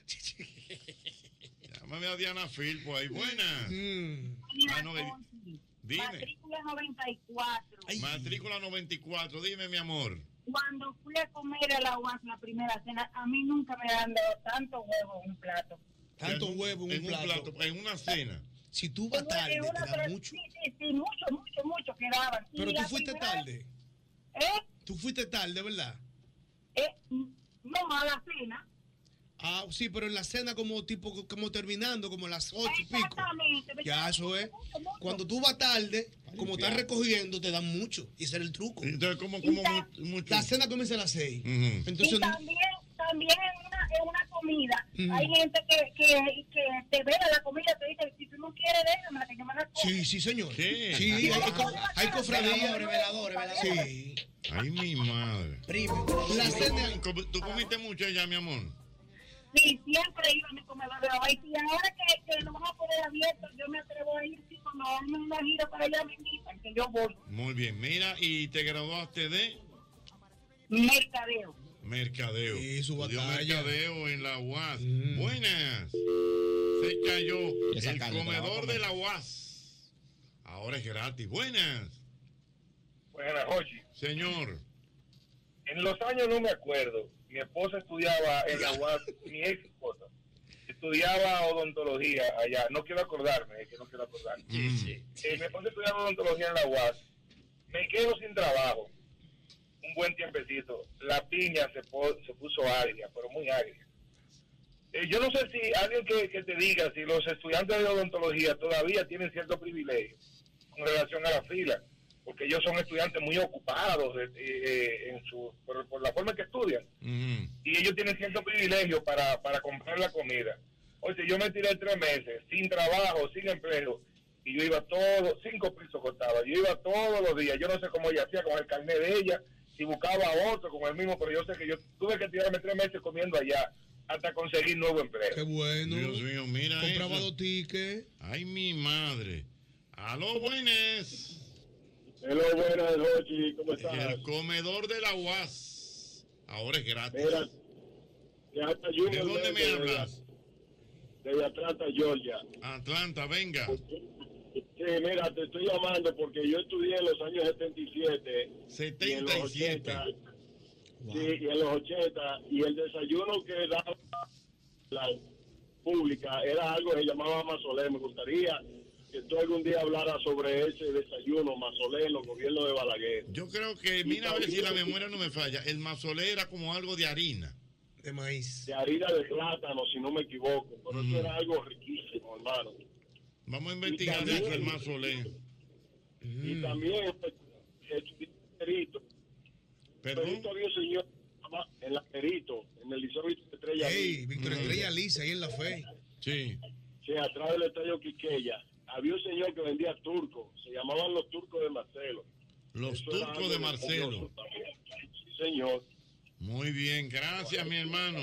Llámame a Diana Filpo ahí. Buenas. Ah, no, dime. Matrícula noventa y cuatro. Matrícula noventa y cuatro. Dime, mi amor. Cuando fui a comer a la U A S la primera cena, a mí nunca me han dado tanto huevo en un plato. Tanto huevo en un En un plato. plato, en una cena. Si tú vas tarde, En te una- dan mucho. Sí, sí, sí, mucho, mucho, mucho quedaban. Y Pero tú la fuiste primera- tarde. ¿Eh? Tú fuiste tarde, ¿verdad? Eh, no, a la cena. Ah, sí, pero en la cena como tipo, como terminando, como a las ocho y pico. Exactamente. me Ya, eso es. Cuando tú vas tarde, como estás recogiendo, te dan mucho. Y ese era el truco. Entonces, como, como mucho. La cena comienza a las seis. Ujú. Entonces, y también, también en una, en una comida, Ujú. hay gente que, que, que te vela la comida, te dice, si tú no quieres, déjame que yo me la como. sí, sí, señor. ¿Qué? Sí, hay, hay, co- hay cofradías. Veladores, veladores. Sí. Ay, mi madre. La cena. ¿Tú comiste mucho ya, mi amor? Sí, siempre iba a mi comedor de la U A S. Y ahora que, que no vamos a poder abierto, yo me atrevo a ir, sí, cuando hagan una gira para allá, me invitan, que yo voy. Muy bien. Mira, ¿y te graduaste de? Mercadeo. Mercadeo. Sí, su Estudió batalla. mercadeo en la U A S. Buenas. Se cayó Esa el carne te la va a comedor comer. de la U A S. Ahora es gratis. Buenas. Buenas, Jochi. Señor. En los años no me acuerdo. Mi esposa estudiaba en la U A S, mi ex esposa. Estudiaba odontología allá. No quiero acordarme, es que no quiero acordarme. Eh, mi esposa estudiaba odontología en la U A S. Me quedo sin trabajo. Un buen tiempecito. La piña se, po- se puso agria, pero muy agria. Eh, yo no sé si alguien que, que te diga si los estudiantes de odontología todavía tienen cierto privilegio con relación a la fila, porque ellos son estudiantes muy ocupados eh, eh, en su, por, por la forma en que estudian, y ellos tienen cierto privilegio para, para comprar la comida. Oye, yo me tiré tres meses sin trabajo, sin empleo, y yo iba todo, cinco pisos costaba, yo iba todos los días, yo no sé cómo ella hacía con el carnet de ella, si buscaba otro con el mismo, pero yo sé que yo tuve que tirarme tres meses comiendo allá hasta conseguir nuevo empleo. Qué bueno. Dios mío, mira Compraba eso. dos tickets. Ay, mi madre. Aló, buenas. Hello, buenas noches, ¿cómo estás? El comedor de la U A S. Ahora es gratis. Mira, ya está Junior ¿De dónde me desde- hablas? Desde Atlanta, Georgia. Atlanta, venga. Sí, mira, te estoy llamando porque yo estudié en los años setenta y siete. setenta y siete. Y en los ochenta, Sí, y en los ochenta. Y el desayuno que daba la pública era algo que se llamaba mazolé. Me gustaría que tú algún día hablaras sobre ese desayuno mazolé en los gobiernos de Balaguer. Yo creo que, mira a ver si la memoria no me falla. El mazolé era como algo de harina. De maíz. De harina de plátano, si no me equivoco. Pero eso era algo riquísimo, hermano. Vamos a investigar Y también- eso, el mazolé. Y también el perito. ¿Perdón? Perito había un señor en la Perito, en el Liceo Víctor Estrella. Ey, Víctor Estrella Lisa, ahí en la fe. Sí. Sí, atrás del Estadio Quiqueya. Había un señor que vendía turcos. Se llamaban los turcos de Marcelo. Los Eso era turcos algo de Marcelo. también. Sí, señor. Muy bien, gracias, mi hermano.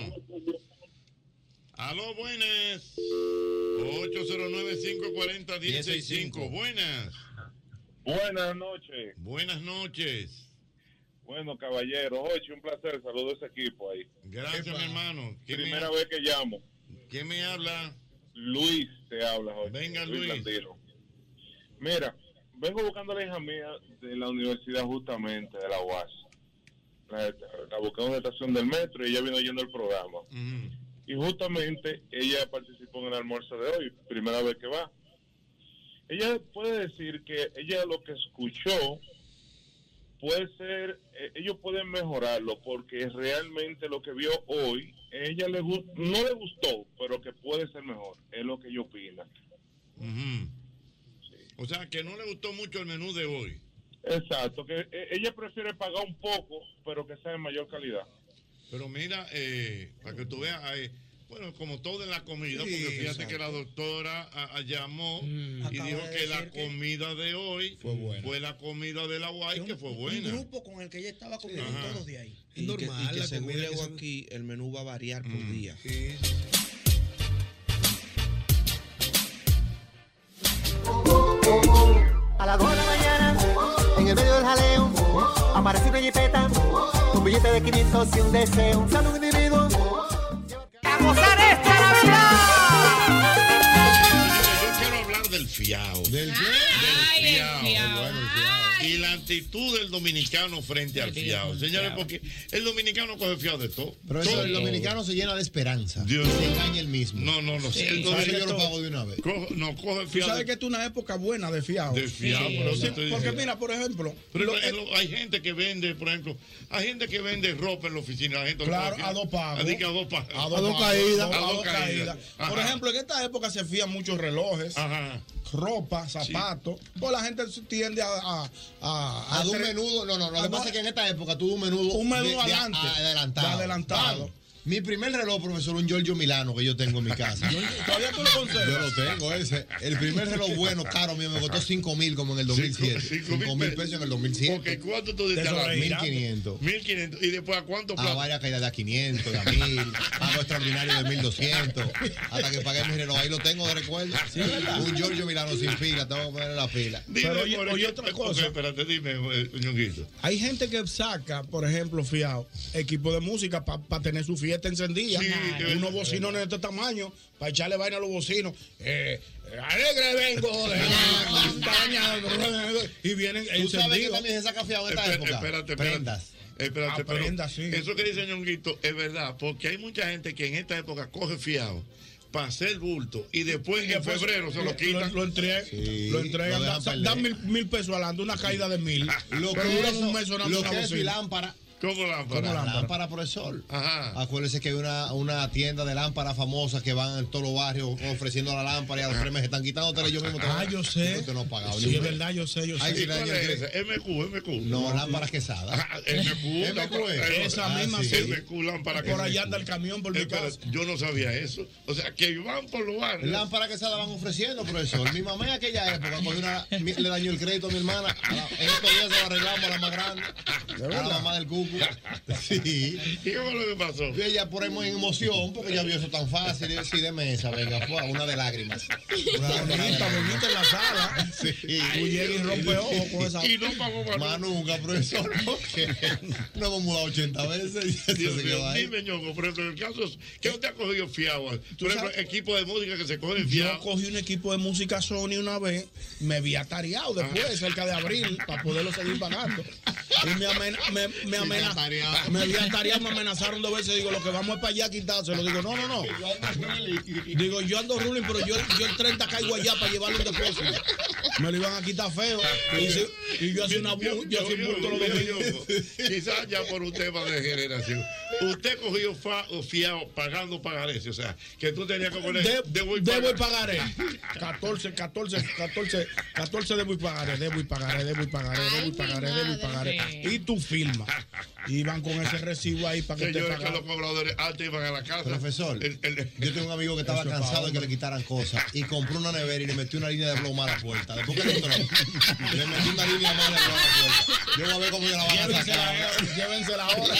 Aló, buenas. ocho cero nueve, cinco cuatro cero, uno cero seis cinco. Buenas. Buenas noches. Buenas noches. Bueno, caballero, Ochi, un placer. Saludo a ese equipo ahí. Gracias, mi hermano. ¿Quién Primera me- vez que llamo. ¿Quién me habla? Luis te habla, Ochi. Venga, Luis. Landino. Mira, vengo buscando a la hija mía de la universidad justamente, de la U A S. La, la busqué en una estación del metro y ella vino oyendo el programa. Y justamente ella participó en el almuerzo de hoy, primera vez que va. Ella puede decir que ella lo que escuchó puede ser, eh, ellos pueden mejorarlo porque realmente lo que vio hoy, ella le gu- no le gustó, pero que puede ser mejor, es lo que ella opina. Ujú. O sea, que no le gustó mucho el menú de hoy. Exacto, que eh, ella prefiere pagar un poco, pero que sea de mayor calidad. Pero mira, eh, para que tú veas, eh, bueno, como todo en la comida, Sí, porque fíjate exacto. que la doctora a- a llamó y Acaba dijo de que la decir que comida de hoy fue, buena. la comida de la U A S que fue Un buena. grupo con el que ella estaba comiendo Ajá. todos de ahí. Es Y que- normal, y que la según comida que leo se- aquí, el menú va a variar por día. A las dos de la mañana, en el medio del jaleo, una jipeta, un billete de quinientos y un deseo. Sale un individuo. ¡A gozar esta Navidad! Yo quiero hablar del fiao. ¿Del qué? Ay, Del el fiao. fiao. Bueno, el fiao. Y la actitud del dominicano frente al fiao. Señores, porque el dominicano coge fiao de todo. Pero eso, Todo. el dominicano se llena de esperanza. Dios se mío. engaña el mismo. No, no, no. Sí, El ¿sabes que dominicano yo lo pago de una vez? Coge, no, coge Tú fiao. sabes de- que esta es una época buena de fiado. De fiado, pero Sí, te estoy porque diciendo. mira, por ejemplo, Pero lo- en lo- hay gente que vende, por ejemplo, hay gente que vende ropa en la oficina. La gente Claro, lo- a dos pagos. Así que a dos pagos. a dos caídas, A a dos dos caídas. Por Ajá. ejemplo, en esta época se fían muchos relojes, ropa, zapatos. Pues la gente tiende a a, a, A de un tre- menudo, no, no, lo a que no- pasa es que en esta época tuve un menudo. Un menudo de- de- adelante. adelantado. De adelantado. Vamos. Mi primer reloj, profesor, un Giorgio Milano que yo tengo en mi casa. ¿Todavía tú lo conservas? Yo lo tengo, ese. El primer reloj bueno, caro mío, me costó cinco mil como en el dos mil siete. cinco mil pesos en el dos mil siete. Ok, ¿cuánto tú diste a la mil quinientos. mil quinientos. ¿Y después a cuánto A plata? varias caídas de a quinientos, de a mil, hago extraordinario de mil doscientos, hasta que pagué mi reloj. Ahí lo tengo de recuerdo. Un Giorgio Milano sin pila, tengo que ponerle la pila. Dime, Pero oye- por oye, ejemplo, otra cosa. ok, espérate, dime, eh, Ñonguito. Hay gente que saca, por ejemplo, fiado, equipo de música para tener su fiesta encendida. Sí, de unos verdad. bocinones de este tamaño para echarle vaina a los bocinos. Eh, alegre vengo de la montaña. Y vienen ¿Tú sabes que encendidos. también se saca fiado en esta Espera- época? Espérate, espérate. Prendas. Espérate, Ah, pero prendas, sí. eso que dice Ñonguito es verdad, porque hay mucha gente que en esta época coge fiado para hacer bulto y después en Después febrero se lo quitan. Lo, entregan, Sí, lo entregan, lo dejan dan, perder. dan mil, mil pesos adelante, una caída de mil. Lo pero que duran eso- un mes sonando lo una que es mi bocina. lámpara. ¿Cómo lámpara? Como lámpara, profesor. Ajá. Acuérdese que hay una, una tienda de lámparas famosa que van en todos los barrios ofreciendo la lámpara y a los tres meses están quitándotela ellos mismos. Ah, yo sé. Usted no ha pagado Sí, ni es un mes. verdad, yo sé, yo sé. Ay, sí, ¿Y cuál daño el es crédito. esa? M Q, M Q. No, lámparas quesadas. Ah, M Q. M Q es. Esa Ah, misma, sí. sí. M Q, lámpara Por allá quesada. anda el camión por mi Espera, casa. yo no sabía eso. O sea, que van por los barrios. Lámparas quesadas van ofreciendo, profesor. Mi mamá en aquella época cogió una, mi- le dañó el crédito a mi hermana. A la- en estos días se lo arreglamos a la más grande. A la mamá del cucu. Sí. ¿Y cómo lo que pasó? Y ella por emo- en emoción, porque ella vio eso tan fácil, y decía, de mesa, venga, fue una de lágrimas. Una lámpara de Bonita, lágrimas. bonita en la sala. Sí. Tú llegas y rompe ojos con esa. Y no pagó más. Más nunca, profesor, porque nos hemos mudado ochenta veces y eso Dios se mío, quedó ahí. dime, Ñongo, por ejemplo, en el caso, ¿qué usted ha cogido fiado? ¿Tú Por ejemplo, sabes? equipo de música que se coge Yo fiado. cogí un equipo de música Sony una vez, me había tareado después, cerca de abril, para poderlo seguir pagando. Y me, amen, me, me, amena- tareado. me había tareado, me amenazaron dos veces. Digo, lo que vamos es para allá a quitárselo. Digo, no, no, no. Digo, yo ando ruling, pero yo, yo el treinta caigo allá para llevarle un depósito. Me lo iban a quitar feo. Y, se- y yo hacía una bu- yo hacía un bulto los domingos. Quizás ya por un tema de generación. Usted cogió fa- o fiado pagando pagarés, o sea, que tú tenías que poner De- debo y debo y pagar. pagaré. catorce, catorce, catorce, catorce debo y pagaré, debo y pagaré, debo y pagaré, debo y pagaré, debo y pagaré. Y tú firmas. Y van con ese recibo ahí para que te Señores, que paguen. los cobradores antes iban a la casa. Profesor, El- el- yo tengo un amigo que estaba Eso es cansado pa' de que le quitaran cosas y compró una nevera y le metió una línea de blog más a la puerta. Después que le entró, le metió una línea más de blog a la puerta. Yo voy a ver cómo yo la van a Llévense la sacar. hora, llévense la hora.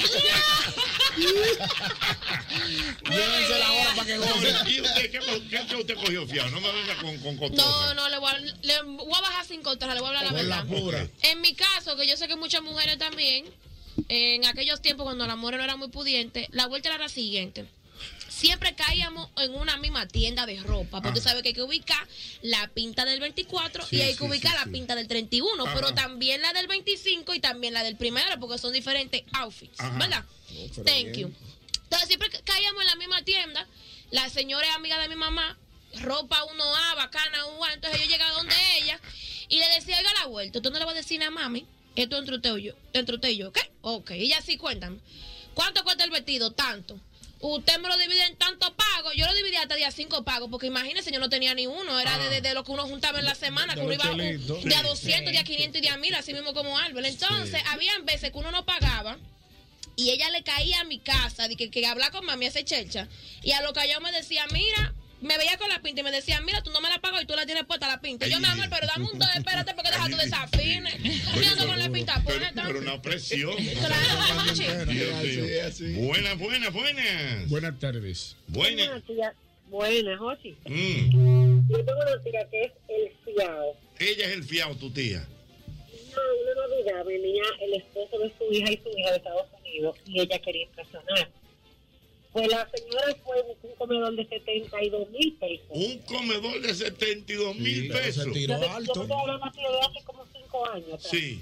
Llévense la hora para que gocen. ¿Y usted qué, qué, qué usted cogió fiado? No me venga con, con No, cotorra. no, le voy, a, le voy a bajar sin contra, le voy a hablar la Por verdad. la pura. En mi caso, que yo sé que muchas mujeres también, en aquellos tiempos cuando las mujeres no eran muy pudientes, la vuelta era la siguiente. Siempre caíamos en una misma tienda de ropa, porque tú sabes que hay que ubicar la pinta del veinticuatro Sí, y hay sí, que ubicar sí, la sí. pinta del treinta y uno, Ajá. pero también la del veinticinco y también la del primero, porque son diferentes outfits, Ajá. ¿verdad? Thank you. Entonces siempre ca- caíamos en la misma tienda, la señora es amiga de mi mamá, ropa uno A, bacana, uno A, entonces yo llegaba donde ella y le decía, oiga la vuelta, tú no le vas a decir a mami, esto entre usted y yo, entre usted y yo, ¿qué? Ok, y ella sí, cuéntame, ¿cuánto cuesta el vestido? Tanto. Usted me lo divide en tantos pagos, yo lo dividí hasta día cinco pagos, porque imagínese, yo no tenía ni uno, era de, de- de lo que uno juntaba en la semana, que De uno los iba un- chelitos. de a doscientos, de a quinientos y de a mil, así mismo como Albert. Entonces, habían veces que uno no pagaba, y ella le caía a mi casa, de que, que habla con mami, hace chelcha, y a lo que yo me decía, mira, me veía con la pinta y me decía, mira, tú no me la pagas y tú la tienes puesta la pinta. Y yo, mi amor, pero dame un dos, espérate, porque deja tu desafines. Yo ando con la pinta Pero, puesta. pero una presión. Claro, chico. Dios mío. Buenas, buenas, buenas. Buenas tardes. Buenas. Buenas, Josi. Mm. Yo tengo una tía que es el fiao. Ella es el fiado, tu tía. No, una ella venía el esposo de su hija y su hija de Estados Unidos y ella quería impresionar. Pues la señora fue buscó un comedor de setenta y dos mil pesos. Un comedor de setenta y dos mil Sí, pesos. se tiró Yo- alto. yo estoy hablando así de hace como cinco años atrás. Sí.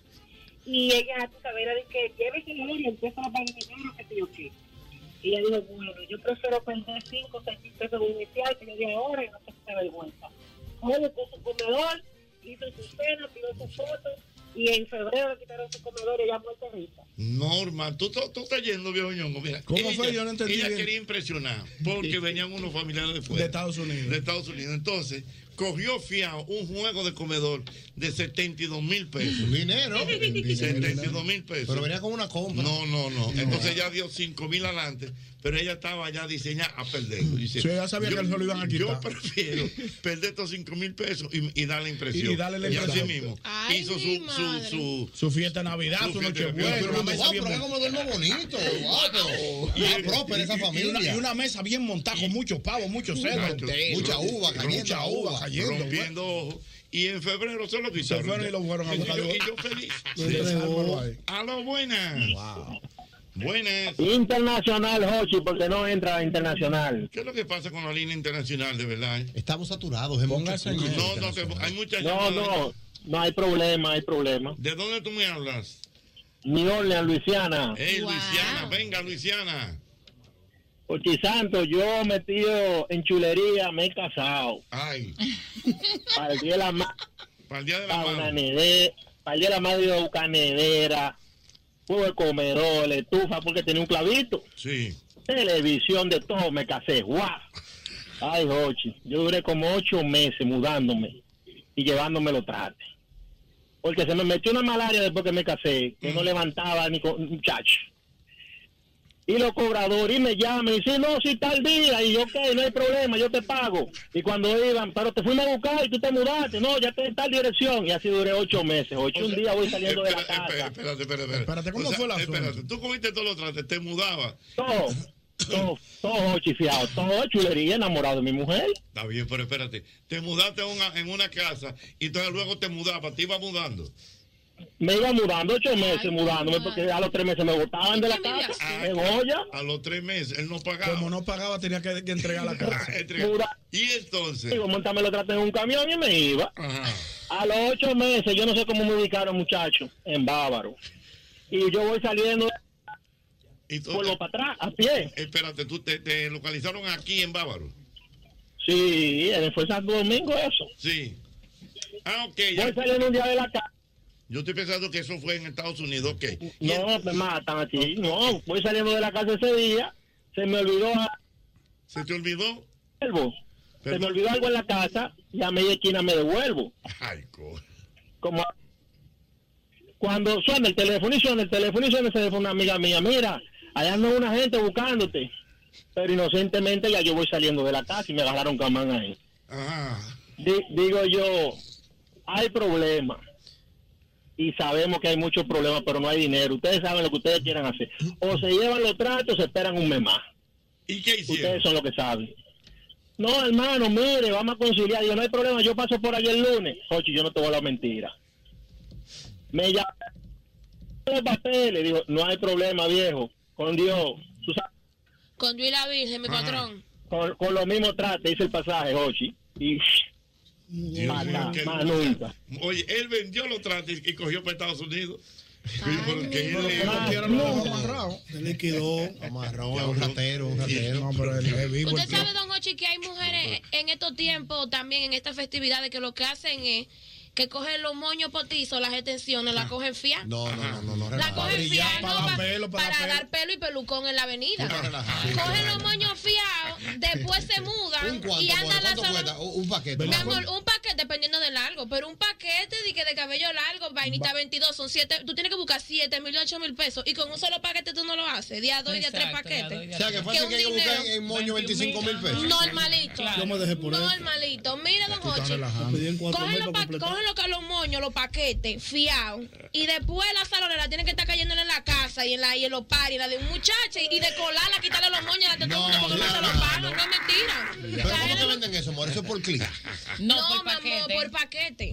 Y ella, tú sabes, era de que llévese el dinero y empieza a pagar dinero, que sé yo qué. Y ella dijo, bueno, yo prefiero perder cinco o seis mil pesos de inicial que yo di ahora y no se me vergüenza. Oye, con su comedor, hizo su cena, tiró su foto y en febrero le quitaron su comedor y ella muerta risa. Normal, tú, tú, tú estás yendo, viejo ñongo. Mira, ¿Cómo ella, fue? Yo no entendí Ella bien. quería impresionar porque venían unos familiares de fuera. De Estados Unidos. De Estados Unidos. Entonces, cogió fiado un juego de comedor de setenta y dos mil pesos. Dinero. setenta y dos mil pesos. Pero venía con una compra. No, no, no. Entonces ella dio cinco mil adelante, pero ella estaba ya diseñada a perderlo. Dice, Sí, ella sabía que se lo iban a quitar. Yo prefiero perder estos cinco mil pesos y, y darle impresión. Y darle la Y así impresión. mismo Ay, hizo mi su, su, su, Su fiesta de Navidad, Su su fiesta noche de buena. Navidad. Una mesa Guau, bien pero es como duermo bonito. Guau, Y ah, próspera esa y- y una- familia. Y una mesa bien montada con muchos pavos, muchos cerdos. Mucha uva cayendo. Mucha uva cayendo. rompiendo ojos. Y en febrero se lo quitaron. Se fueron y lo fueron a Y buscar. yo- Y yo feliz. Sí. A lo buenas. Buenas. Internacional, Jochi, porque no entra internacional. ¿Qué es lo que pasa con la línea internacional, de verdad? Estamos saturados. En muchas No, cosas. no, te- hay muchas No, llamadas. no, no hay problema, hay problema. ¿De dónde tú me hablas? New Orleans, Luisiana. Hey, Luisiana, venga, Luisiana. Jochi Santos, yo metido en chulería, me he casado. Ay. Para el día de la madre. Para el día de la Para madre. una nede- para el día de la madre de una nevera. Fue el comedor, la estufa, porque tenía un clavito. Sí. Televisión, de todo, me casé. ¡Guau! Ay, Jochi, yo duré como ocho meses mudándome y llevándome los trates. Porque se me metió una malaria después que me casé, que no levantaba ni con muchacho. Y los cobradores y me llaman y dicen, no, si tal día, y yo, ok, no hay problema, yo te pago. Y cuando iban, pero te fuimos a buscar y tú te mudaste, no, ya te en tal dirección. Y así duré ocho meses, ocho, un día voy saliendo de la Espera, casa. espera, espérate, espérate. Espérate, ¿cómo O sea, fue la Espérate, tú cogiste todos los trates, te mudabas. Todo, todo, todo chifiado, todo chulería, enamorado de mi mujer. Está bien, pero espérate. Te mudaste a una- en una casa y entonces luego te mudabas, te ibas mudando. Me iba mudando, ocho meses mudándome, porque a los tres meses me botaban de la casa, de Goya. A los tres meses, él no pagaba. Como no pagaba, tenía que, que entregar la casa. Entrega- Muda- Y entonces. Digo, montame lo traté en un camión y me iba. A los ocho meses, yo no sé cómo me ubicaron, muchachos, en Bávaro. Y yo voy saliendo, Y tú- vuelvo para atrás, a pie. Espérate, tú te, te localizaron aquí en Bávaro. Sí, fue Santo Domingo eso. Sí. Ah, ok. Voy saliendo un día de la casa. Yo estoy pensando que eso fue en Estados Unidos, ok. No, me matan aquí. No, voy saliendo de la casa ese día, se me olvidó ¿Se te olvidó? algo. Se me olvidó algo en la casa y a media esquina me devuelvo. Ay, co- Como cuando suena el teléfono y suena el teléfono y suena el teléfono, una amiga mía, mira, allá anda una gente buscándote. Pero inocentemente ya yo voy saliendo de la casa y me agarraron camán ahí. Di- digo yo, hay problemas. Y sabemos que hay muchos problemas, pero no hay dinero. Ustedes saben lo que ustedes quieran hacer. O se llevan los tratos o se esperan un mes más. ¿Y qué hicieron? Ustedes son los que saben. No, hermano, mire, vamos a conciliar. Digo, no hay problema, yo paso por ahí el lunes. Oye, yo no te voy a la mentira. Me llaman los papeles. Digo, no hay problema, viejo. Con Dios. Tú sabes, Con Dios y la Virgen, mi patrón. con, con lo mismo trate, dice el pasaje, Ochi. Y Dios mata, mío, qué más lucha. nunca. Oye, él vendió los trates y cogió para Estados Unidos. Porque él Pero es- como quiera lo dejó amarrado. Se liquidó. Amarrado, es un ratero, un ratero. No, pero él es vivo. Usted sabe, don Hochi, que hay mujeres en estos tiempos, también en estas festividades, que lo que hacen es que cogen los moños potizos, las extensiones, las cogen fiadas. No, no, no, no, no. La cogen brillar, fiadas para no, dar pa- pelo, para para dar dar pelo y pelucón en la avenida. Tú estás relajado. Cogen los moños fiados, después se mudan ¿Un cuánto, y andan amor? ¿Cuánto lanzando. cuesta? Un paquete. Mi amor, un paquete dependiendo del largo, pero un paquete de, que de cabello largo, vainita veintidós, son siete, tú tienes que buscar siete mil, ocho mil pesos y con un solo paquete tú no lo haces, día dos y día tres Exacto, paquetes. día dos y día O sea, que fácil un que hay que buscar dinero- en moño veinticinco mil pesos. Normalito. Yo me dejé por eso. Normalito. Mira, don Tú estás Jochi. relajando. Me pedían cuatro Cogen mil los, para pa- completar. cogen los, los moños, los paquetes, fiados. Y después la salonera tiene que estar cayéndole en la casa y en, la, y en los paris, la de un muchacho, y, y de colarla, quitarle los moños, la teta una porque no se los pagan. No es mentira. Pero ¿cómo te venden eso, amor? Eso es por clic. No, por paquete. por paquete. Pero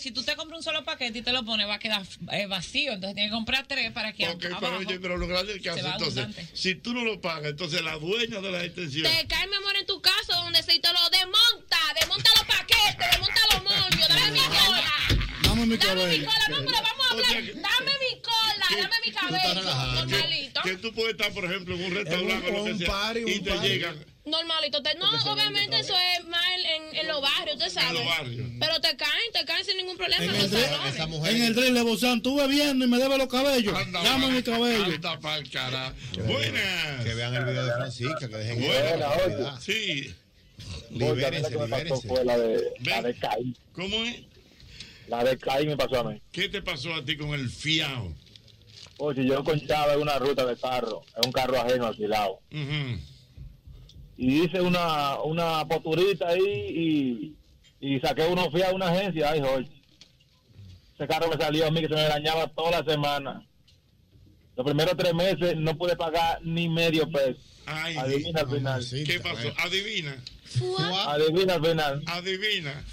si tú te compras un solo paquete y te lo pones, va a quedar eh, vacío. Entonces tienes que comprar tres para que Ok, abajo pero, oye, pero lo grande es que se hace va entonces, abundante. si tú no lo pagas, entonces la dueña de la extensión. Te cae, mi amor, en tu casa donde se te lo desmonta, desmonta los paquetes, desmonta los moños, dame mi cola. Dame mi Dame mi cabello. cola, no, pero vamos a hablar. Dame mi cola, dame mi cabello. Normalito. Que tú puedes estar, por ejemplo, en un restaurante o lo que sea, y te llegan. Normalito. Te- no, obviamente eso es más en, en, en los barrios, usted sabe. los barrios. Pero te caen, te caen sin ningún problema. En en el, los tren, salones. en el tren le bozan, tú bebiendo y me debes los cabellos. Dame mi cabello. Anda pa'l carajo. Buenas. Que vean el video de Francisca, que dejen Buenas. Sí. Libérense, libérense. Fue la de, la de Caín. ¿Cómo es? La de Caín me pasó a mí. ¿Qué te pasó a ti con el fiao? Oye, yo conchaba en una ruta de carro, en un carro ajeno alquilado. Ujú. Y hice una, una posturita ahí y, y saqué unos fiados a una agencia. Ay, Jorge. Ese carro me salió a mí que se me dañaba toda la semana. Los primeros tres meses no pude pagar ni medio peso. Ay, Adivina al final. ¿Qué pasó? Adivina. Adivina al final. Adivina.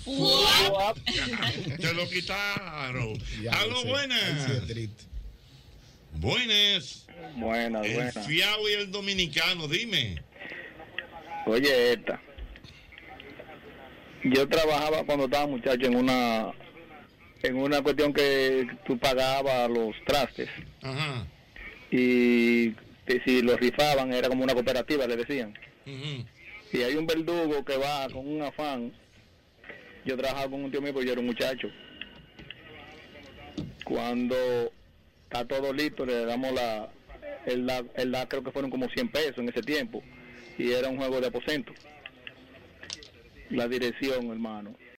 Te lo quitaron. Aló, buenas. Buenas. Buenas, El buenas. fiao y el dominicano, dime. Oye, esta. Yo trabajaba cuando estaba muchacho en una en una cuestión que tú pagabas los trastes. Ajá. Y que si los rifaban era como una cooperativa, le decían. Ujú. Y hay un verdugo que va con un afán. Yo trabajaba con un tío mío, porque yo era un muchacho. Cuando está todo listo, le damos la, él da, él da, creo que fueron como cien pesos en ese tiempo. Y era un juego de aposento. La dirección, hermano.